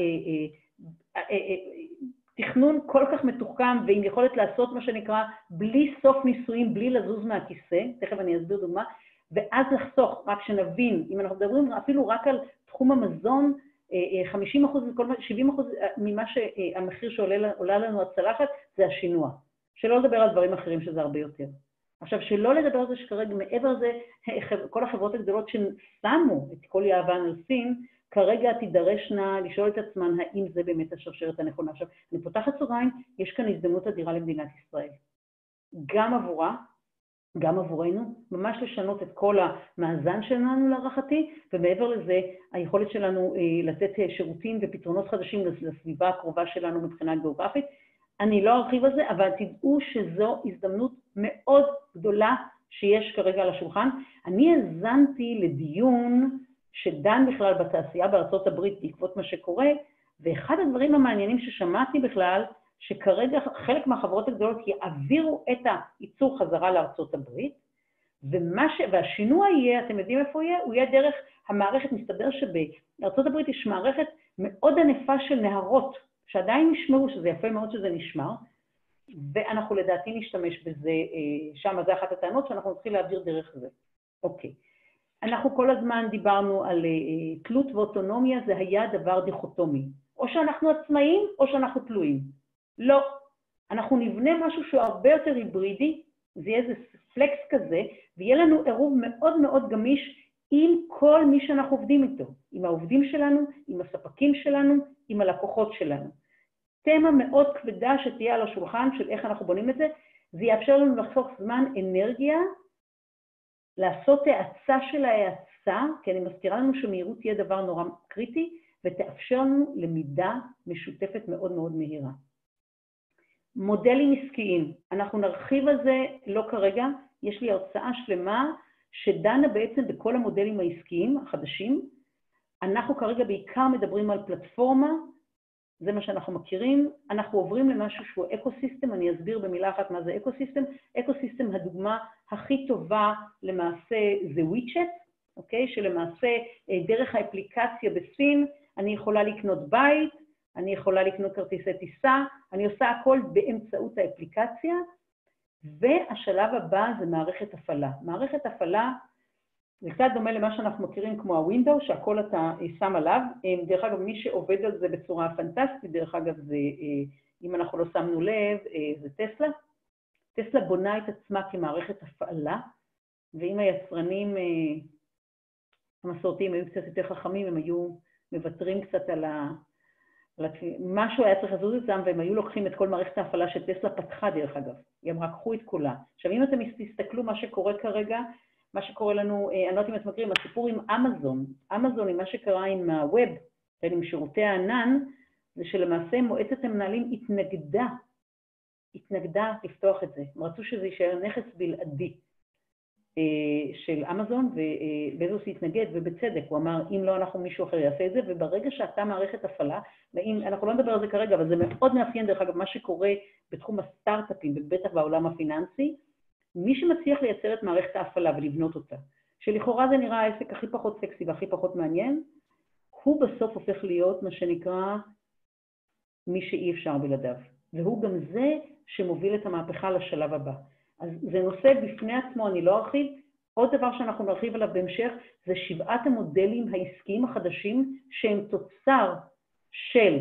תכנון כל כך מתוחכם ועם יכולת לעשות מה שנקרא בלי סוף ניסויים, בלי לזוז מהכיסא, תכף אני אסביר דוגמה, ואז לחסוך, רק שנבין, אם אנחנו מדברים אפילו רק על תחום המזון, חמישים אחוז, שבעים אחוז ממה שהמחיר שעולה לנו הצלחת זה השינוע. שלא לדבר על דברים אחרים שזה הרבה יותר. עכשיו, שלא לדבר על זה שכרגע מעבר לזה, כל החברות הגדולות ששמו את כל יהבן על סין, כרגע תידרשנה לשאול את עצמן האם זה באמת השרשרת הנכונה. עכשיו, אני פותחת סוגריים, יש כאן הזדמנות אדירה למדינת ישראל. גם עבורה, גם עבורנו, ממש לשנות את כל המאזן שלנו להערכתי, ומעבר לזה, היכולת שלנו לתת שירותים ופתרונות חדשים לסביבה הקרובה שלנו מבחינה גיאוגרפית. אני לא ארחיב על זה, אבל תדעו שזו הזדמנות מאוד גדולה שיש כרגע על השולחן. אני האזנתי לדיון שדן בכלל בתעשייה בארצות הברית בעקבות מה שקורה, ואחד הדברים המעניינים ששמעתי בכלל, שכרגע חלק מהחברות הגדולות יעבירו את הייצור חזרה לארצות הברית, ומה ש... והשינוע יהיה, אתם יודעים איפה יהיה? הוא יהיה דרך המערכת. מסתבר שבארצות הברית יש מערכת מאוד ענפה של נהרות, שעדיין נשמרו, שזה יפה מאוד שזה נשמר, ואנחנו לדעתי נשתמש בזה שם, זה אחת הטענות שאנחנו נתחיל להעביר דרך זה. אוקיי. אנחנו כל הזמן דיברנו על תלות ואוטונומיה, זה היה דבר דיכוטומי. או שאנחנו עצמאים או שאנחנו תלויים. לא. אנחנו נבנה משהו שהוא הרבה יותר היברידי, זה יהיה איזה פלקס כזה, ויהיה לנו עירוב מאוד מאוד גמיש עם כל מי שאנחנו עובדים איתו, עם העובדים שלנו, עם הספקים שלנו, עם הלקוחות שלנו. תמה מאוד כבדה שתהיה על השולחן של איך אנחנו בונים את זה, זה יאפשר לנו לחסוך זמן, אנרגיה, לעשות האצה של ההאצה, כי אני מזכירה לנו שמהירות תהיה דבר נורא קריטי, ותאפשר לנו למידה משותפת מאוד מאוד מהירה. מודלים עסקיים, אנחנו נרחיב על זה לא כרגע, יש לי הרצאה שלמה שדנה בעצם בכל המודלים העסקיים החדשים. אנחנו כרגע בעיקר מדברים על פלטפורמה, זה מה שאנחנו מכירים. אנחנו עוברים למשהו שהוא אקוסיסטם, אני אסביר במילה אחת מה זה אקוסיסטם. אקוסיסטם, הדוגמה הכי טובה למעשה זה וויצ'ט, אוקיי? שלמעשה דרך האפליקציה בסין, אני יכולה לקנות בית, אני יכולה לקנות כרטיסי טיסה, אני עושה הכל באמצעות האפליקציה, והשלב הבא זה מערכת הפעלה. מערכת הפעלה, זה קצת דומה למה שאנחנו מכירים כמו הווינדו, שהכל אתה שם עליו. דרך אגב, מי שעובד על זה בצורה פנטסטית, דרך אגב, זה, אם אנחנו לא שמנו לב, זה טסלה. טסלה בונה את עצמה כמערכת הפעלה, ואם היצרנים המסורתיים היו קצת יותר חכמים, הם היו מוותרים קצת על, ה, משהו היה צריך לזוז איתם, והם היו לוקחים את כל מערכת ההפעלה שטסלה פתחה דרך אגב. הם רק קחו את כולה. עכשיו, אם אתם תסתכלו מה שקורה כרגע, מה שקורה לנו, אני לא יודעת אם אתם מכירים, הסיפור עם אמזון, אמזון עם מה שקרה עם הווב, עם שירותי הענן, זה שלמעשה מועצת המנהלים התנגדה, התנגדה לפתוח את זה. הם רצו שזה יישאר נכס בלעדי של אמזון, ובזוס התנגד, ובצדק, הוא אמר, אם לא אנחנו מישהו אחר יעשה את זה, וברגע שאתה מערכת הפעלה, אנחנו לא נדבר על זה כרגע, אבל זה מאוד מאפיין דרך אגב מה שקורה בתחום הסטארט-אפים, ובטח בעולם הפיננסי, מי שמצליח לייצר את מערכת ההפעלה ולבנות אותה, שלכאורה זה נראה העסק הכי פחות סקסי והכי פחות מעניין, הוא בסוף הופך להיות מה שנקרא מי שאי אפשר בלעדיו. והוא גם זה שמוביל את המהפכה לשלב הבא. אז זה נושא בפני עצמו, אני לא ארחיב. עוד דבר שאנחנו נרחיב עליו בהמשך, זה שבעת המודלים העסקיים החדשים, שהם תוצר של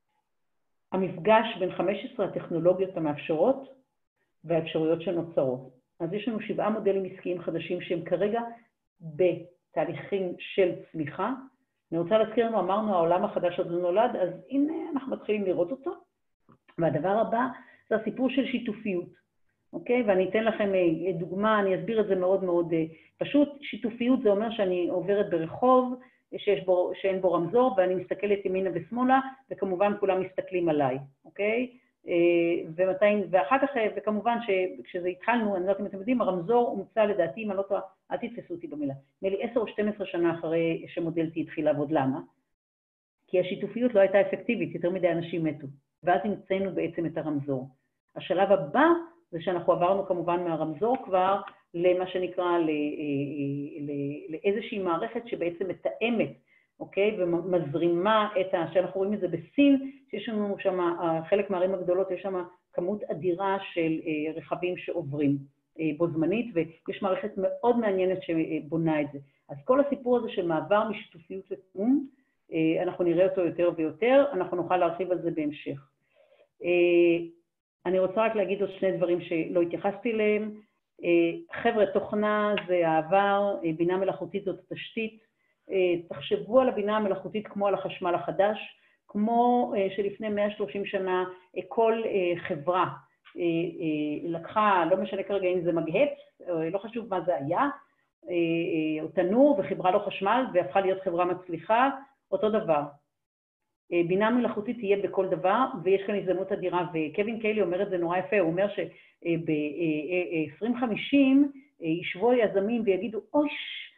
המפגש בין חמש עשרה הטכנולוגיות המאפשרות, והאפשרויות שנוצרות. אז יש לנו שבעה מודלים עסקיים חדשים שהם כרגע בתהליכים של צמיחה. אני רוצה להזכיר לנו, אמרנו, העולם החדש עוד נולד, אז הנה אנחנו מתחילים לראות אותו. והדבר הבא זה הסיפור של שיתופיות. אוקיי? ואני אתן לכם דוגמה, אני אסביר את זה מאוד מאוד פשוט. שיתופיות זה אומר שאני עוברת ברחוב, שיש בו, שאין בו רמזור, ואני מסתכלת ימינה ושמאלה, וכמובן כולם מסתכלים עליי, אוקיי? ומתי, ואחר כך, וכמובן שכשזה התחלנו, אני לא יודעת אם אתם יודעים, הרמזור הומצא לדעתי, אם אני לא טועה, אל תתפסו אותי במילה, נראה לי עשר או שתים עשרה שנה אחרי שמודלתי התחיל לעבוד. למה? כי השיתופיות לא הייתה אפקטיבית, יותר מדי אנשים מתו, ואז המצאנו בעצם את הרמזור. השלב הבא זה שאנחנו עברנו כמובן מהרמזור כבר למה שנקרא לאיזושהי מערכת שבעצם מתאמת, אוקיי? ומזרימה את ה... שאנחנו רואים את זה בסין, שיש לנו שם, חלק מהערים הגדולות, יש שם כמות אדירה של רכבים שעוברים בו זמנית, ויש מערכת מאוד מעניינת שבונה את זה. אז כל הסיפור הזה של מעבר משיתופיות לתחום, אנחנו נראה אותו יותר ויותר, אנחנו נוכל להרחיב על זה בהמשך. אני רוצה רק להגיד עוד שני דברים שלא התייחסתי אליהם. חבר'ה, תוכנה זה העבר, בינה מלאכותית זאת התשתית. תחשבו על הבינה המלאכותית כמו על החשמל החדש, כמו שלפני מאה ושלושים שנה כל חברה לקחה, לא משנה כרגע אם זה מגהץ, לא חשוב מה זה היה, או תנור וחיברה לו חשמל והפכה להיות חברה מצליחה, אותו דבר. בינה מלאכותית תהיה בכל דבר, ויש כאן הזדמנות אדירה, וקווין קיילי אומר את זה נורא יפה, הוא אומר שב-עשרים חמישים ישבו היזמים ויגידו, אוי,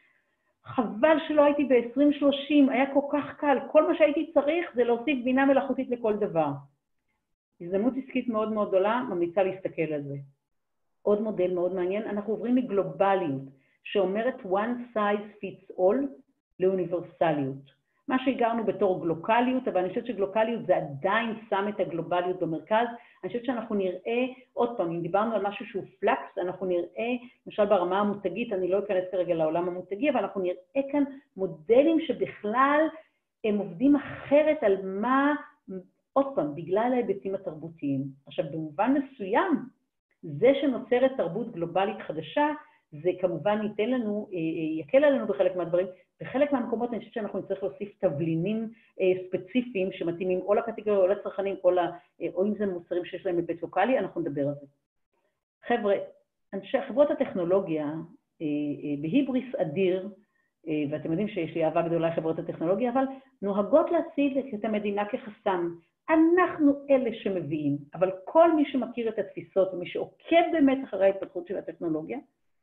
חבל שלא הייתי ב-עשרים שלושים, היה כל כך קל, כל מה שהייתי צריך זה להוסיף בינה מלאכותית לכל דבר. הזדמנות עסקית מאוד מאוד גדולה, ממליצה להסתכל על זה. עוד מודל מאוד מעניין, אנחנו עוברים מגלובליות, שאומרת one size fits all לאוניברסליות. מה שהגרנו בתור גלוקליות, אבל אני חושבת שגלוקליות זה עדיין שם את הגלובליות במרכז. אני חושבת שאנחנו נראה, עוד פעם, אם דיברנו על משהו שהוא פלקס, אנחנו נראה, למשל ברמה המותגית, אני לא אכנס כרגע לעולם המותגי, אבל אנחנו נראה כאן מודלים שבכלל הם עובדים אחרת על מה, עוד פעם, בגלל ההיבטים התרבותיים. עכשיו, במובן מסוים, זה שנוצרת תרבות גלובלית חדשה, זה כמובן ייתן לנו, יקל עלינו בחלק מהדברים, בחלק מהמקומות אני חושבת שאנחנו נצטרך להוסיף תבלינים ספציפיים שמתאימים או לקטגוריה או לצרכנים, או, לה, או אם זה מוצרים שיש להם היבט לוקאלי, אנחנו נדבר על זה. חבר'ה, אנשי חברות הטכנולוגיה, בהיבריס אדיר, ואתם יודעים שיש לי אהבה גדולה לחברות הטכנולוגיה, אבל נוהגות להציב את המדינה כחסם. אנחנו אלה שמביאים, אבל כל מי שמכיר את התפיסות ומי שעוקב באמת אחרי ההתפתחות של הטכנולוגיה,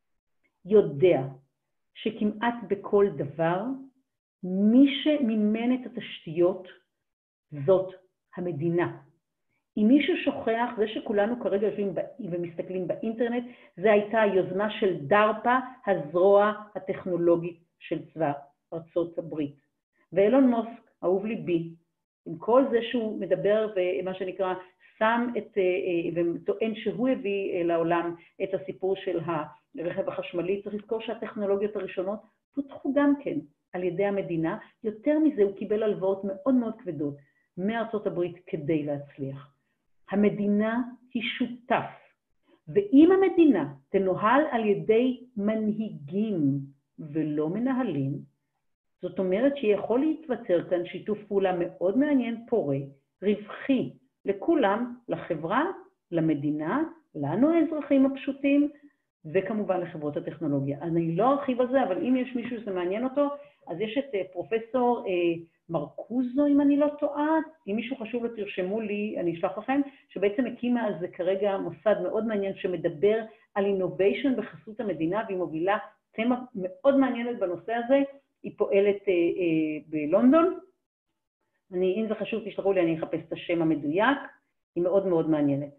יודע שכמעט בכל דבר, מי שמימן את התשתיות זאת המדינה. אם מישהו שוכח, זה שכולנו כרגע יושבים ומסתכלים באינטרנט, זה הייתה היוזמה של דארפה, הזרוע הטכנולוגית של צבא ארצות הברית. ואילון מאסק, אהוב ליבי, עם כל זה שהוא מדבר ומה שנקרא, שם את, וטוען שהוא הביא לעולם את הסיפור של הרכב החשמלי, צריך לזכור שהטכנולוגיות הראשונות פותחו גם כן על ידי המדינה, יותר מזה הוא קיבל הלוואות מאוד מאוד כבדות מארצות הברית כדי להצליח. המדינה היא שותף, ואם המדינה תנוהל על ידי מנהיגים ולא מנהלים, זאת אומרת שיכול להתווצר כאן שיתוף פעולה מאוד מעניין, פורה, רווחי, לכולם, לחברה, למדינה, לנו האזרחים הפשוטים, וכמובן לחברות הטכנולוגיה. אני לא ארחיב על זה, אבל אם יש מישהו שזה מעניין אותו, אז יש את פרופסור מרקוזו, אם אני לא טועה, אם מישהו חשוב לו תרשמו לי, אני אשלח לכם, שבעצם הקימה על זה כרגע מוסד מאוד מעניין שמדבר על innovation בחסות המדינה, והיא מובילה תמה מאוד מעניינת בנושא הזה, היא פועלת בלונדון. אני, אם זה חשוב, תשלחו לי, אני אחפש את השם המדויק, היא מאוד מאוד מעניינת.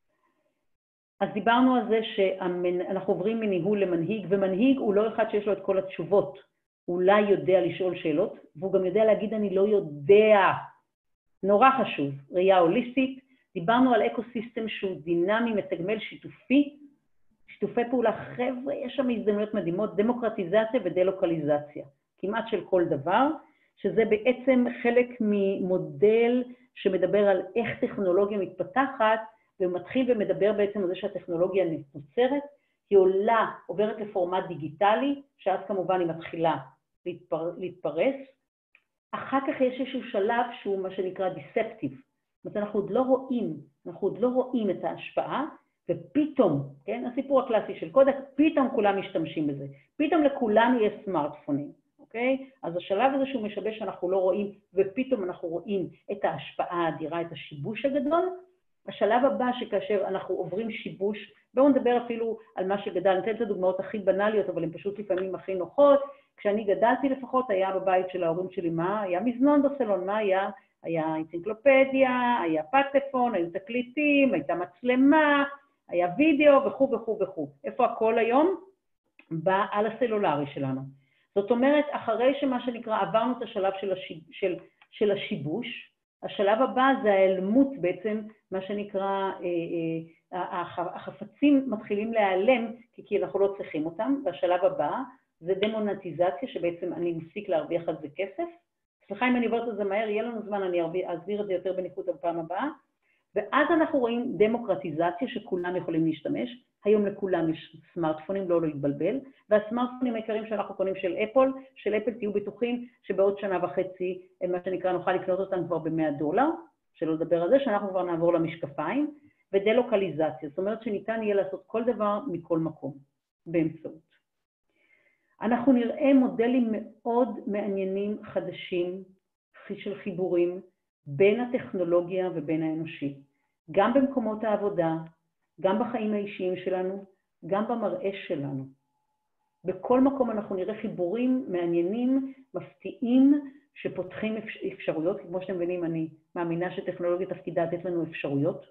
אז דיברנו על זה שאנחנו עוברים מניהול למנהיג, ומנהיג הוא לא אחד שיש לו את כל התשובות, הוא אולי יודע לשאול שאלות, והוא גם יודע להגיד אני לא יודע. נורא חשוב, ראייה הוליסטית, דיברנו על אקוסיסטם שהוא דינמי, מתגמל, שיתופי, שיתופי פעולה, חבר'ה, יש שם הזדמנויות מדהימות, דמוקרטיזציה ודלוקליזציה, כמעט של כל דבר, שזה בעצם חלק ממודל שמדבר על איך טכנולוגיה מתפתחת, ומתחיל ומדבר בעצם על זה שהטכנולוגיה נוצרת, היא עולה, עוברת לפורמט דיגיטלי, שאז כמובן היא מתחילה להתפר, להתפרס. אחר כך יש איזשהו שלב שהוא מה שנקרא דיספטיב. זאת אומרת, אנחנו עוד לא רואים, אנחנו עוד לא רואים את ההשפעה, ופתאום, כן, הסיפור הקלאסי של קודק, פתאום כולם משתמשים בזה. פתאום לכולנו יש סמארטפונים, אוקיי? אז השלב הזה שהוא משבש שאנחנו לא רואים, ופתאום אנחנו רואים את ההשפעה האדירה, את השיבוש הגדול, השלב הבא שכאשר אנחנו עוברים שיבוש, בואו נדבר אפילו על מה שגדל, אני אתן את הדוגמאות הכי בנאליות, אבל הן פשוט לפעמים הכי נוחות. כשאני גדלתי לפחות, היה בבית של ההורים שלי, מה? היה מזנון בסלון, מה היה? היה אנציקלופדיה, היה פטפון, היו תקליטים, הייתה מצלמה, היה וידאו וכו' וכו' וכו'. איפה הכל היום? בא על הסלולרי שלנו. זאת אומרת, אחרי שמה שנקרא, עברנו את השלב של, השיב, של, של השיבוש, השלב הבא זה ההיעלמות בעצם, מה שנקרא, החפצים מתחילים להיעלם, כי אנחנו לא צריכים אותם, והשלב הבא זה דמונטיזציה, שבעצם אני מפסיק להרוויח על זה כסף. סליחה אם אני עוברת את זה מהר, יהיה לנו זמן, אני אסביר את זה יותר בניחותא בפעם הבאה. ואז אנחנו רואים דמוקרטיזציה שכולם יכולים להשתמש, היום לכולם יש סמארטפונים, לא להתבלבל, והסמארטפונים העיקריים שאנחנו קונים של אפל, של אפל תהיו בטוחים שבעוד שנה וחצי, מה שנקרא, נוכל לקנות אותם כבר ב-מאה דולר, שלא לדבר על זה, שאנחנו כבר נעבור למשקפיים, ודלוקליזציה, זאת אומרת שניתן יהיה לעשות כל דבר מכל מקום, באמצעות. אנחנו נראה מודלים מאוד מעניינים חדשים, של חיבורים, בין הטכנולוגיה ובין האנושי, גם במקומות העבודה, גם בחיים האישיים שלנו, גם במראה שלנו. בכל מקום אנחנו נראה חיבורים מעניינים, מפתיעים, שפותחים אפשרויות, כמו שאתם מבינים, אני מאמינה שטכנולוגיה תפקידה לתת לנו אפשרויות,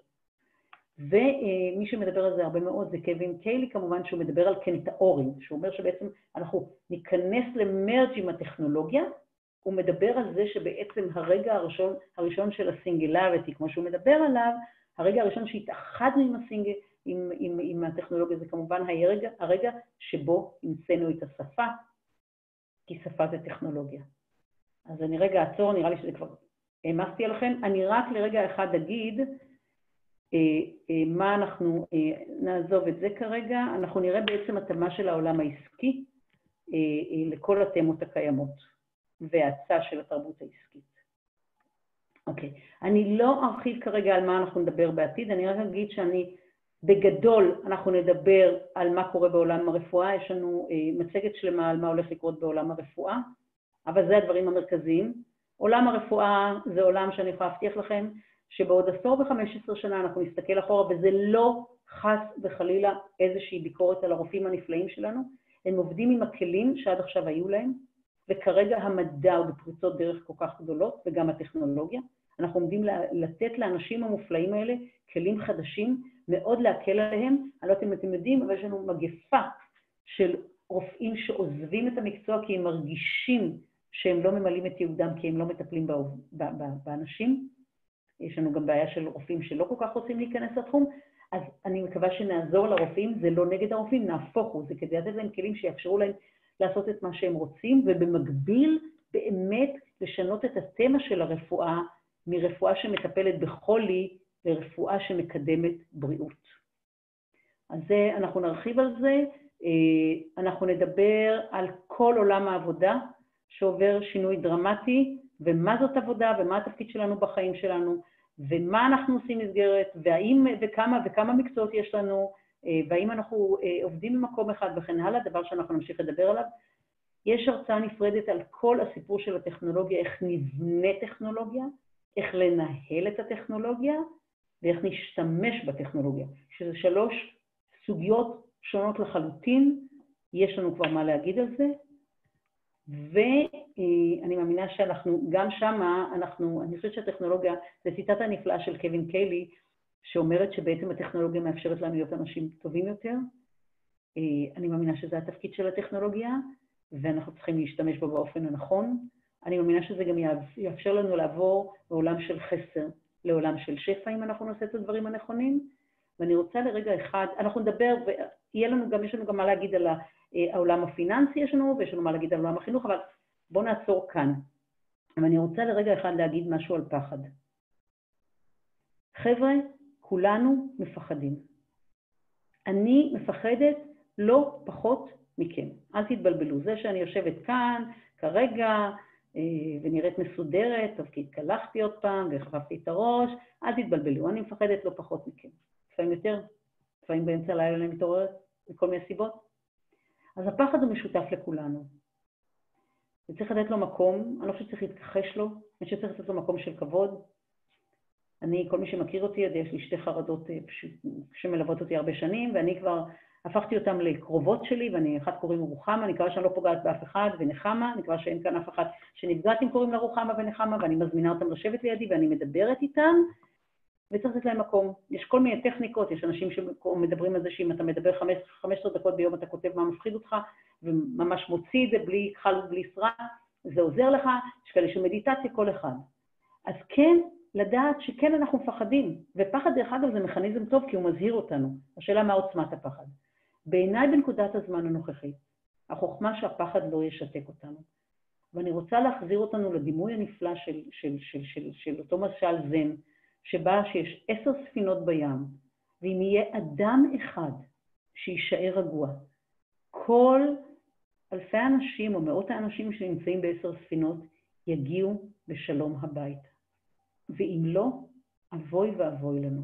ומי שמדבר על זה הרבה מאוד זה קווין קיילי, כמובן שהוא מדבר על קנטאורים, שהוא אומר שבעצם אנחנו ניכנס למרג' עם הטכנולוגיה, הוא מדבר על זה שבעצם הרגע הראשון, הראשון של הסינגולריטי, כמו שהוא מדבר עליו, הרגע הראשון שהתאחדנו עם, הסינג... עם, עם, עם הטכנולוגיה, זה כמובן הרגע, הרגע שבו המצאנו את השפה, כי שפה זה טכנולוגיה. אז אני רגע אעצור, נראה לי שזה כבר העמסתי עליכם. אני רק לרגע אחד אגיד אה, אה, מה אנחנו, אה, נעזוב את זה כרגע, אנחנו נראה בעצם התאמה של העולם העסקי אה, אה, לכל התמות הקיימות. וההצעה של התרבות העסקית. אוקיי, אני לא ארחיב כרגע על מה אנחנו נדבר בעתיד, אני רק אגיד שאני, בגדול אנחנו נדבר על מה קורה בעולם הרפואה, יש לנו אה, מצגת שלמה על מה הולך לקרות בעולם הרפואה, אבל זה הדברים המרכזיים. עולם הרפואה זה עולם שאני יכולה להבטיח לכם, שבעוד עשור וחמש עשרה שנה אנחנו נסתכל אחורה, וזה לא חס וחלילה איזושהי ביקורת על הרופאים הנפלאים שלנו, הם עובדים עם הכלים שעד עכשיו היו להם, וכרגע המדע הוא בפריצות דרך כל כך גדולות, וגם הטכנולוגיה. אנחנו עומדים לתת לאנשים המופלאים האלה כלים חדשים, מאוד להקל עליהם. אני לא יודעת אם אתם יודעים, אבל יש לנו מגפה של רופאים שעוזבים את המקצוע, כי הם מרגישים שהם לא ממלאים את יעודם, כי הם לא מטפלים באנשים. יש לנו גם בעיה של רופאים שלא כל כך רוצים להיכנס לתחום, אז אני מקווה שנעזור לרופאים, זה לא נגד הרופאים, נהפוך הוא, זה כדי לתת להם כלים שיאפשרו להם לעשות את מה שהם רוצים, ובמקביל באמת לשנות את התמה של הרפואה, מרפואה שמטפלת בחולי, לרפואה שמקדמת בריאות. אז זה, אנחנו נרחיב על זה, אנחנו נדבר על כל עולם העבודה, שעובר שינוי דרמטי, ומה זאת עבודה, ומה התפקיד שלנו בחיים שלנו, ומה אנחנו עושים מסגרת, והאם וכמה וכמה מקצועות יש לנו, והאם אנחנו עובדים במקום אחד וכן הלאה, דבר שאנחנו נמשיך לדבר עליו. יש הרצאה נפרדת על כל הסיפור של הטכנולוגיה, איך נבנה טכנולוגיה, איך לנהל את הטכנולוגיה, ואיך נשתמש בטכנולוגיה, שזה שלוש סוגיות שונות לחלוטין, יש לנו כבר מה להגיד על זה, ואני מאמינה שאנחנו, גם שמה, אנחנו, אני חושבת שהטכנולוגיה, זה ציטטה הנפלאה של קווין קיילי, שאומרת שבעצם הטכנולוגיה מאפשרת לנו להיות אנשים טובים יותר. אני מאמינה שזה התפקיד של הטכנולוגיה, ואנחנו צריכים להשתמש בו באופן הנכון. אני מאמינה שזה גם יאפשר לנו לעבור בעולם של חסר, לעולם של שפע, אם אנחנו נעשה את הדברים הנכונים. ואני רוצה לרגע אחד, אנחנו נדבר, ויהיה לנו גם, יש לנו גם מה להגיד על העולם הפיננסי יש לנו, ויש לנו מה להגיד על עולם החינוך, אבל בואו נעצור כאן. אבל אני רוצה לרגע אחד להגיד משהו על פחד. חבר'ה, כולנו מפחדים. אני מפחדת לא פחות מכם. אל תתבלבלו. זה שאני יושבת כאן כרגע ונראית מסודרת, טוב כי התקלחתי עוד פעם וחפפתי את הראש, אל תתבלבלו. אני מפחדת לא פחות מכם. לפעמים יותר, לפעמים באמצע הלילה אני מתעוררת מכל מיני סיבות. אז הפחד הוא משותף לכולנו. וצריך לתת לו מקום, אני לא חושבת שצריך להתכחש לו, אני חושבת שצריך לתת לו מקום של כבוד. אני, כל מי שמכיר אותי, יש לי שתי חרדות שמלוות אותי הרבה שנים, ואני כבר הפכתי אותם לקרובות שלי, ואני אחת קוראים רוחמה, אני מקווה שאני לא פוגעת באף אחד, ונחמה, אני מקווה שאין כאן אף אחד שנפגעת אם קוראים לה רוחמה ונחמה, ואני מזמינה אותם לשבת לידי, ואני מדברת איתם, וצריך לתת להם מקום. יש כל מיני טכניקות, יש אנשים שמדברים על זה שאם אתה מדבר חמש עשרה דקות ביום, אתה כותב מה מפחיד אותך, וממש מוציא את זה בלי חל ובלי סרק, זה עוזר לך, יש כאלה של מדיטציה, כל אחד. אז כן, לדעת שכן אנחנו מפחדים, ופחד דרך אגב זה מכניזם טוב כי הוא מזהיר אותנו. השאלה מה עוצמת הפחד. בעיניי בנקודת הזמן הנוכחית, החוכמה שהפחד לא ישתק אותנו. ואני רוצה להחזיר אותנו לדימוי הנפלא של, של, של, של, של אותו משל זן, שבה שיש עשר ספינות בים, ואם יהיה אדם אחד שישאר רגוע, כל אלפי אנשים או מאות האנשים שנמצאים בעשר ספינות יגיעו בשלום הביתה. ואם לא, אבוי ואבוי לנו.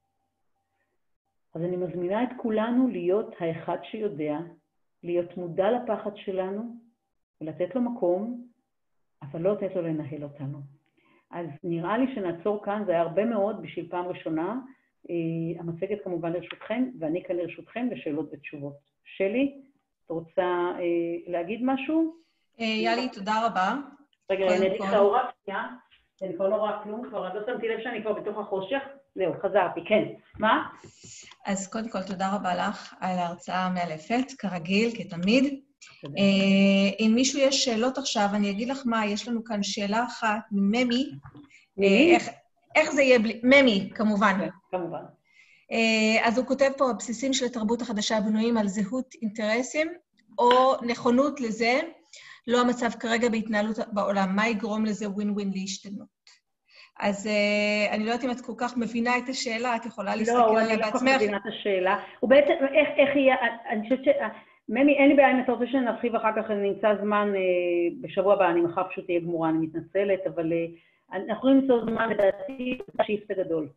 אז אני מזמינה את כולנו להיות האחד שיודע, להיות מודע לפחד שלנו, ולתת לו מקום, אבל לא לתת לו לנהל אותנו. אז נראה לי שנעצור כאן, זה היה הרבה מאוד בשביל פעם ראשונה. המצגת כמובן לרשותכם, ואני כאן לרשותכם לשאלות ותשובות. שלי, את רוצה להגיד משהו? יאלי, תודה רבה. רגע, אני אגיד לך אורה, שנייה. אני כבר לא רואה כלום, כבר לא שמתי לב שאני כבר בתוך החושך. זהו, חזרתי, כן. מה? אז קודם כל, תודה רבה לך על ההרצאה המאלפת, כרגיל, כתמיד. אם מישהו יש שאלות עכשיו, אני אגיד לך מה, יש לנו כאן שאלה אחת מממי. איך זה יהיה בלי... ממי, כמובן. כמובן. אז הוא כותב פה, הבסיסים של התרבות החדשה בנויים על זהות אינטרסים, או נכונות לזה, לא המצב כרגע בהתנהלות בעולם. מה יגרום לזה ווין-ווין להשתנות? אז uh, אני לא יודעת אם את כל כך מבינה את השאלה, את יכולה להסתכל עליה בעצמך. לא, אני לא כל כך מבינה את השאלה. ובעצם, איך, איך יהיה, אני חושבת ש... ממי, אין לי בעיה אם אתה רוצה שנרחיב אחר כך, אני נמצא זמן, אה, בשבוע הבא, אני מחר פשוט תהיה גמורה, אני מתנצלת, אבל אה, אנחנו יכולים למצוא זמן, לדעתי, שיפט הגדול.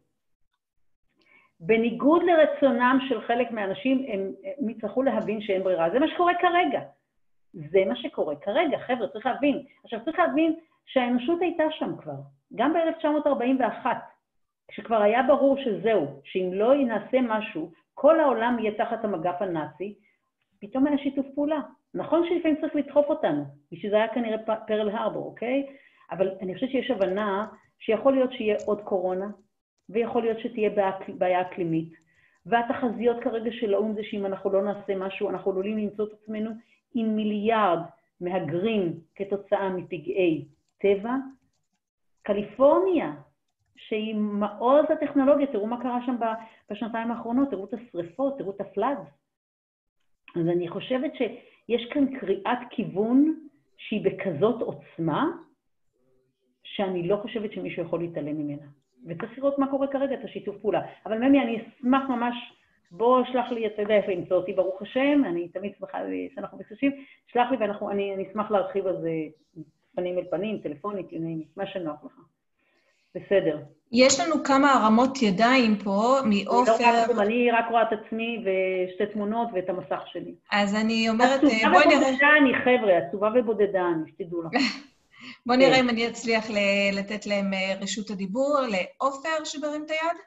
בניגוד לרצונם של חלק מהאנשים, הם, הם יצטרכו להבין שאין ברירה. זה מה שקורה כרגע. זה מה שקורה כרגע, חבר'ה, צריך להבין. עכשיו, צריך להבין שהאנושות הייתה שם כבר. גם ב-אלף תשע מאות ארבעים ואחת, כשכבר היה ברור שזהו, שאם לא נעשה משהו, כל העולם יהיה תחת המגף הנאצי, פתאום היה שיתוף פעולה. נכון שלפעמים צריך לדחוף אותנו, בשביל זה היה כנראה פרל הרבור, אוקיי? אבל אני חושבת שיש הבנה שיכול להיות שיהיה עוד קורונה, ויכול להיות שתהיה בעיה אקלימית, והתחזיות כרגע של האו"ם זה שאם אנחנו לא נעשה משהו, אנחנו עלולים למצוא את עצמנו עם מיליארד מהגרים כתוצאה מפגעי טבע. קליפורניה, שהיא מעוז הטכנולוגיה, תראו מה קרה שם בשנתיים האחרונות, תראו את השריפות, תראו את הפלאד. אז אני חושבת שיש כאן קריאת כיוון שהיא בכזאת עוצמה, שאני לא חושבת שמישהו יכול להתעלם ממנה. וצריך לראות מה קורה כרגע, את השיתוף פעולה. אבל ממי, אני אשמח ממש בוא, שלח לי, אתה יודע איפה למצוא אותי, ברוך השם, אני תמיד שמחה שאנחנו מסושים, שלח לי ואני אשמח להרחיב על זה פנים אל פנים, טלפונית, מה שנוח לך. בסדר. יש לנו כמה הרמות ידיים פה, מאופר... אני רק רואה את עצמי ושתי תמונות ואת המסך שלי. אז אני אומרת, בואי נראה... עצובה ובודדה אני, חבר'ה, עצובה ובודדה אני, שתדעו לך. בואי נראה אם אני אצליח לתת להם רשות הדיבור, לאופר שברים את היד.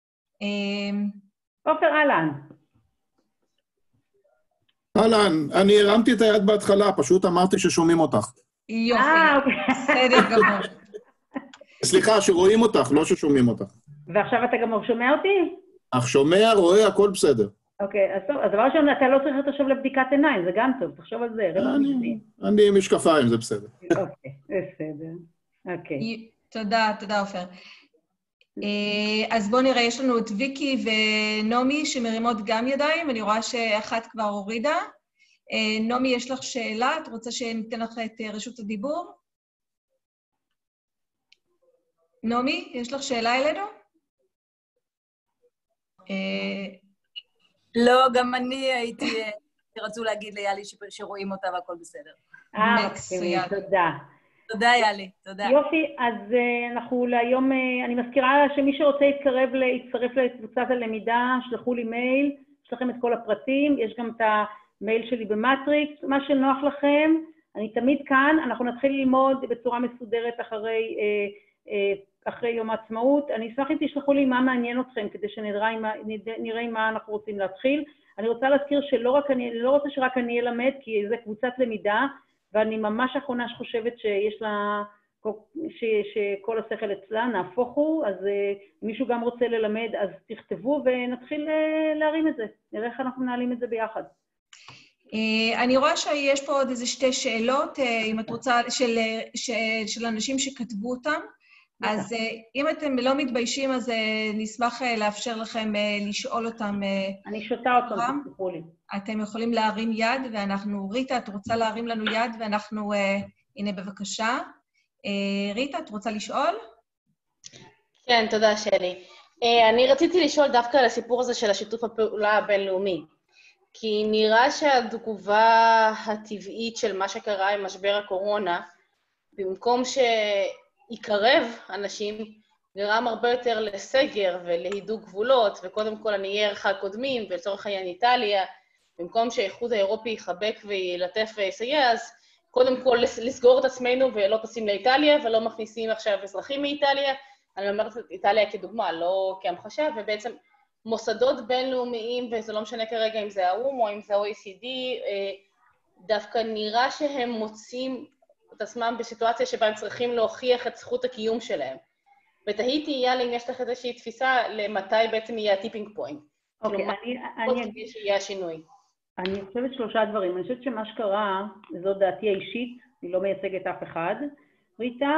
אופר, אהלן. אהלן, אני הרמתי את היד בהתחלה, פשוט אמרתי ששומעים אותך. יופי, בסדר גמור. סליחה, שרואים אותך, לא ששומעים אותך. ועכשיו אתה גם שומע אותי? אך שומע, רואה, הכל בסדר. אוקיי, אז טוב, אז דבר ראשון, אתה לא צריך לחשוב לבדיקת עיניים, זה גם טוב, תחשוב על זה. אני עם משקפיים, זה בסדר. אוקיי, בסדר. אוקיי. תודה, תודה, עופר. אז בואו נראה, יש לנו את ויקי ונומי שמרימות גם ידיים, אני רואה שאחת כבר הורידה. נומי, יש לך שאלה? את רוצה שניתן לך את רשות הדיבור? נומי, יש לך שאלה אלינו? לא, גם אני הייתי, רצו להגיד ליאלי שרואים אותה והכל בסדר. אה, מצוין. תודה. תודה, יאלי, תודה. יופי, אז אנחנו להיום, אני מזכירה שמי שרוצה להתקרב, להצטרף לקבוצת הלמידה, שלחו לי מייל, יש לכם את כל הפרטים, יש גם את המייל שלי במטריקס, מה שנוח לכם, אני תמיד כאן, אנחנו נתחיל ללמוד בצורה מסודרת אחרי... אחרי יום העצמאות. אני אשמח אם תשלחו לי מה מעניין אתכם, כדי שנראה עם מה אנחנו רוצים להתחיל. אני רוצה להזכיר שלא רק אני, לא רוצה שרק אני אלמד, כי זה קבוצת למידה, ואני ממש האחרונה שחושבת שיש לה, ש, שכל השכל אצלה, נהפוך הוא, אז מישהו גם רוצה ללמד, אז תכתבו ונתחיל להרים את זה. נראה איך אנחנו מנהלים את זה ביחד. אני רואה שיש פה עוד איזה שתי שאלות, אם את רוצה, של, של אנשים שכתבו אותם. אז אם אתם לא מתביישים, אז נשמח לאפשר לכם לשאול אותם. אני שותה אותם, תספרו לי. אתם יכולים להרים יד, ואנחנו... ריטה, את רוצה להרים לנו יד, ואנחנו... הנה, בבקשה. ריטה, את רוצה לשאול? כן, תודה, שלי. אני רציתי לשאול דווקא על הסיפור הזה של השיתוף הפעולה הבינלאומי. כי נראה שהתגובה הטבעית של מה שקרה עם משבר הקורונה, במקום ש... יקרב אנשים, גרם הרבה יותר לסגר ולהידוק גבולות, וקודם כל אני אהיה ערך הקודמים, ולצורך העניין איטליה, במקום שהאיחוד האירופי יחבק וילטף ויסייע, אז קודם כל לסגור את עצמנו ולא טסים לאיטליה, ולא מכניסים עכשיו אזרחים מאיטליה, אני אומרת את איטליה כדוגמה, לא כהמחשה, ובעצם מוסדות בינלאומיים, וזה לא משנה כרגע אם זה האו"ם או אם זה ה-או אי סי די, דווקא נראה שהם מוצאים את עצמם בסיטואציה שבה הם צריכים להוכיח את זכות הקיום שלהם. ותהיתי, יאללה, אם יש לך איזושהי תפיסה למתי בעצם יהיה הטיפינג פוינט. אוקיי, אני אגיד שיהיה השינוי. אני חושבת שלושה דברים. אני חושבת שמה שקרה, זו דעתי האישית, אני לא מייצגת אף אחד, ריטה,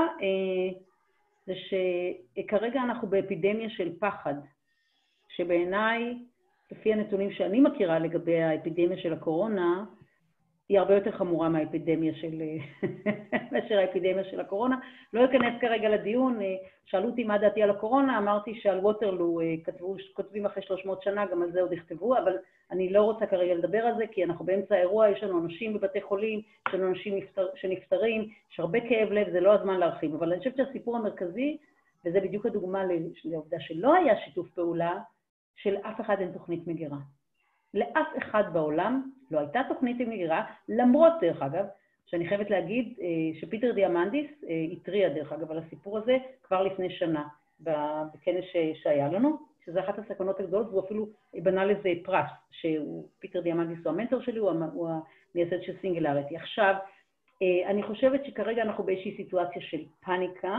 זה שכרגע אנחנו באפידמיה של פחד, שבעיניי, לפי הנתונים שאני מכירה לגבי האפידמיה של הקורונה, היא הרבה יותר חמורה מהאפידמיה של, מאשר האפידמיה של הקורונה. לא אכנס כרגע לדיון, שאלו אותי מה דעתי על הקורונה, אמרתי שעל ווטרלו כתבו, כותבים אחרי שלוש מאות שנה, גם על זה עוד יכתבו, אבל אני לא רוצה כרגע לדבר על זה, כי אנחנו באמצע האירוע, יש לנו אנשים בבתי חולים, יש לנו אנשים נפטר, שנפטרים, יש הרבה כאב לב, זה לא הזמן להרחיב, אבל אני חושבת שהסיפור המרכזי, וזה בדיוק הדוגמה לעובדה שלא היה שיתוף פעולה, של אף אחד אין תוכנית מגירה. לאף אחד בעולם לא הייתה תוכנית מגירה, למרות דרך אגב, שאני חייבת להגיד שפיטר דיאמנדיס התריע דרך אגב על הסיפור הזה כבר לפני שנה, בכנס שהיה לנו, שזה אחת הסכנות הגדולות, והוא אפילו בנה לזה פרס, שפיטר דיאמנדיס הוא המנטור שלי, הוא המייסד של סינגולריטי. עכשיו, אני חושבת שכרגע אנחנו באיזושהי סיטואציה של פאניקה,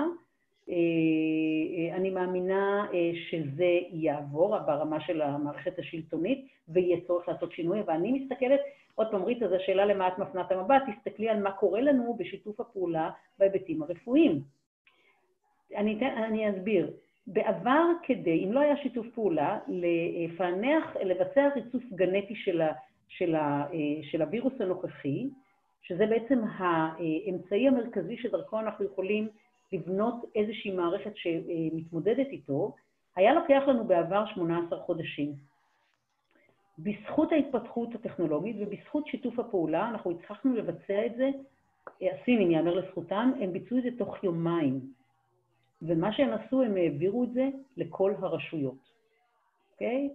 אני מאמינה שזה יעבור ברמה של המערכת השלטונית ויהיה צורך לעשות שינוי, ואני מסתכלת, עוד פעם ריטה, זו שאלה למה את מפנה את המבט, תסתכלי על מה קורה לנו בשיתוף הפעולה בהיבטים הרפואיים. אני, אני אסביר, בעבר כדי, אם לא היה שיתוף פעולה, לפענח, לבצע ריצוף גנטי של, ה, של, ה, של הווירוס הנוכחי, שזה בעצם האמצעי המרכזי שדרכו אנחנו יכולים לבנות איזושהי מערכת שמתמודדת איתו, היה לוקח לנו בעבר שמונה עשרה חודשים. בזכות ההתפתחות הטכנולוגית ובזכות שיתוף הפעולה, אנחנו הצלחנו לבצע את זה, הסינים יאמר לזכותם, הם ביצעו את זה תוך יומיים. ומה שהם עשו, הם העבירו את זה לכל הרשויות. אוקיי?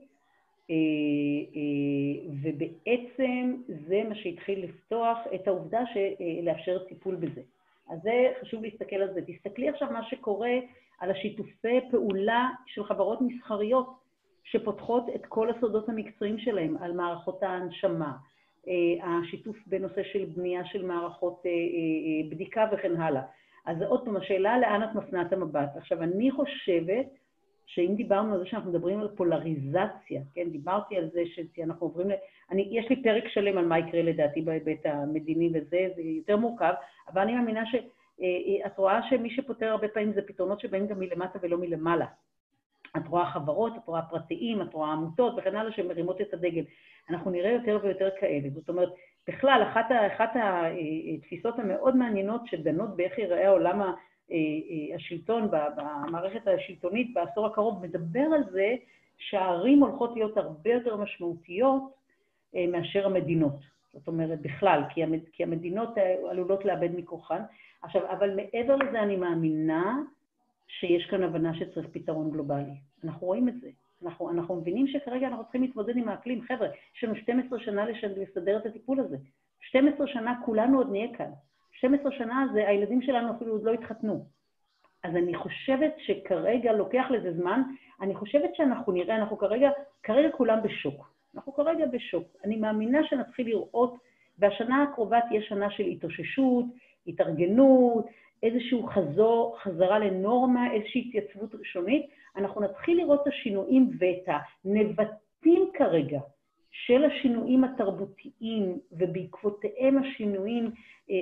ובעצם זה מה שהתחיל לפתוח את העובדה לאפשר טיפול בזה. אז זה חשוב להסתכל על זה. תסתכלי עכשיו מה שקורה על השיתופי פעולה של חברות מסחריות שפותחות את כל הסודות המקצועיים שלהם, על מערכות ההנשמה, השיתוף בנושא של בנייה של מערכות בדיקה וכן הלאה. אז עוד פעם, השאלה לאן את מפנה את המבט. עכשיו, אני חושבת שאם דיברנו על זה שאנחנו מדברים על פולריזציה, כן, דיברתי על זה שאנחנו עוברים ל... אני, יש לי פרק שלם על מה יקרה לדעתי בהיבט המדיני וזה, זה יותר מורכב, אבל אני מאמינה שאת רואה שמי שפותר הרבה פעמים זה פתרונות שבאים גם מלמטה ולא מלמעלה. את רואה חברות, את רואה פרטיים, את רואה עמותות וכן הלאה שמרימות את הדגל. אנחנו נראה יותר ויותר כאלה. זאת אומרת, בכלל, אחת, אחת התפיסות המאוד מעניינות שדנות באיך ייראה העולם השלטון, במערכת השלטונית בעשור הקרוב, מדבר על זה שהערים הולכות להיות הרבה יותר משמעותיות מאשר המדינות. זאת אומרת, בכלל, כי, המד, כי המדינות עלולות לאבד מכוחן. עכשיו, אבל מעבר לזה אני מאמינה שיש כאן הבנה שצריך פתרון גלובלי. אנחנו רואים את זה. אנחנו, אנחנו מבינים שכרגע אנחנו צריכים להתמודד עם האקלים. חבר'ה, יש לנו שתים עשרה שנה לסדר את הטיפול הזה. שתים עשרה שנה כולנו עוד נהיה כאן. שתים עשרה שנה זה, הילדים שלנו אפילו עוד לא התחתנו. אז אני חושבת שכרגע לוקח לזה זמן, אני חושבת שאנחנו נראה, אנחנו כרגע, כרגע כולם בשוק. אנחנו כרגע בשוק. אני מאמינה שנתחיל לראות, והשנה הקרובה תהיה שנה של התאוששות, התארגנות, איזשהו חזור, חזרה לנורמה, איזושהי התייצבות ראשונית, אנחנו נתחיל לראות את השינויים ואת הנבטים כרגע של השינויים התרבותיים ובעקבותיהם השינויים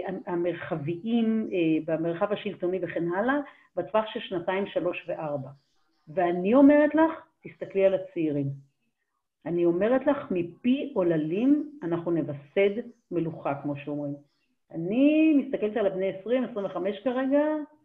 המרחביים במרחב השלטוני וכן הלאה, בטווח של שנתיים, שלוש וארבע. ואני אומרת לך, תסתכלי על הצעירים. אני אומרת לך, מפי עוללים אנחנו נבסד מלוכה, כמו שאומרים. אני מסתכלת על הבני עשרים, עשרים וחמש כרגע,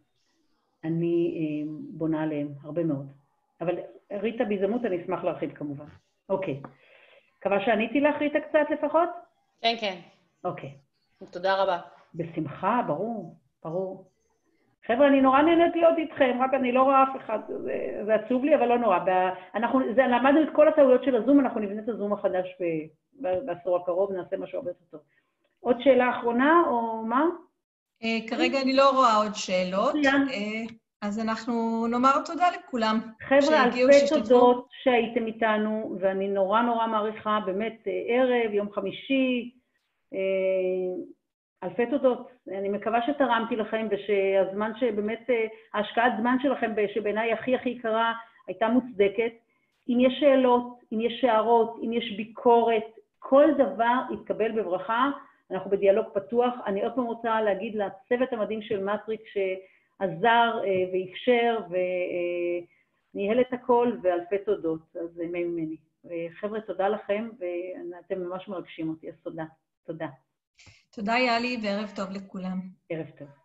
אני בונה עליהם הרבה מאוד. אבל ריטה בהזדמנות, אני אשמח להרחיב כמובן. אוקיי. מקווה שעניתי לך, ריטה, קצת לפחות? כן, כן. אוקיי. תודה רבה. בשמחה, ברור, ברור. חבר'ה, אני נורא נהנית להיות איתכם, רק אני לא רואה אף אחד, זה, זה עצוב לי, אבל לא נורא. אנחנו, זה, למדנו את כל הטעויות של הזום, אנחנו נבנה את הזום החדש בעשור הקרוב, נעשה משהו הרבה יותר טוב. עוד שאלה אחרונה, או מה? כרגע אני לא רואה עוד שאלות, אז אנחנו נאמר תודה לכולם. חבר'ה, אלפי תודות שהייתם איתנו, ואני נורא נורא מעריכה, באמת ערב, יום חמישי, אלפי תודות. אני מקווה שתרמתי לכם, ושהזמן שבאמת, ההשקעת זמן שלכם, שבעיניי הכי הכי יקרה, הייתה מוצדקת. אם יש שאלות, אם יש הערות, אם יש ביקורת, כל דבר יתקבל בברכה. אנחנו בדיאלוג פתוח. אני עוד פעם רוצה להגיד לצוות המדהים של מטריק שעזר ואפשר וניהל את הכל, ואלפי תודות. אז ממני. חבר'ה, תודה לכם, ואתם ממש מרגשים אותי, אז תודה. תודה. תודה, יאלי, וערב טוב לכולם. ערב טוב.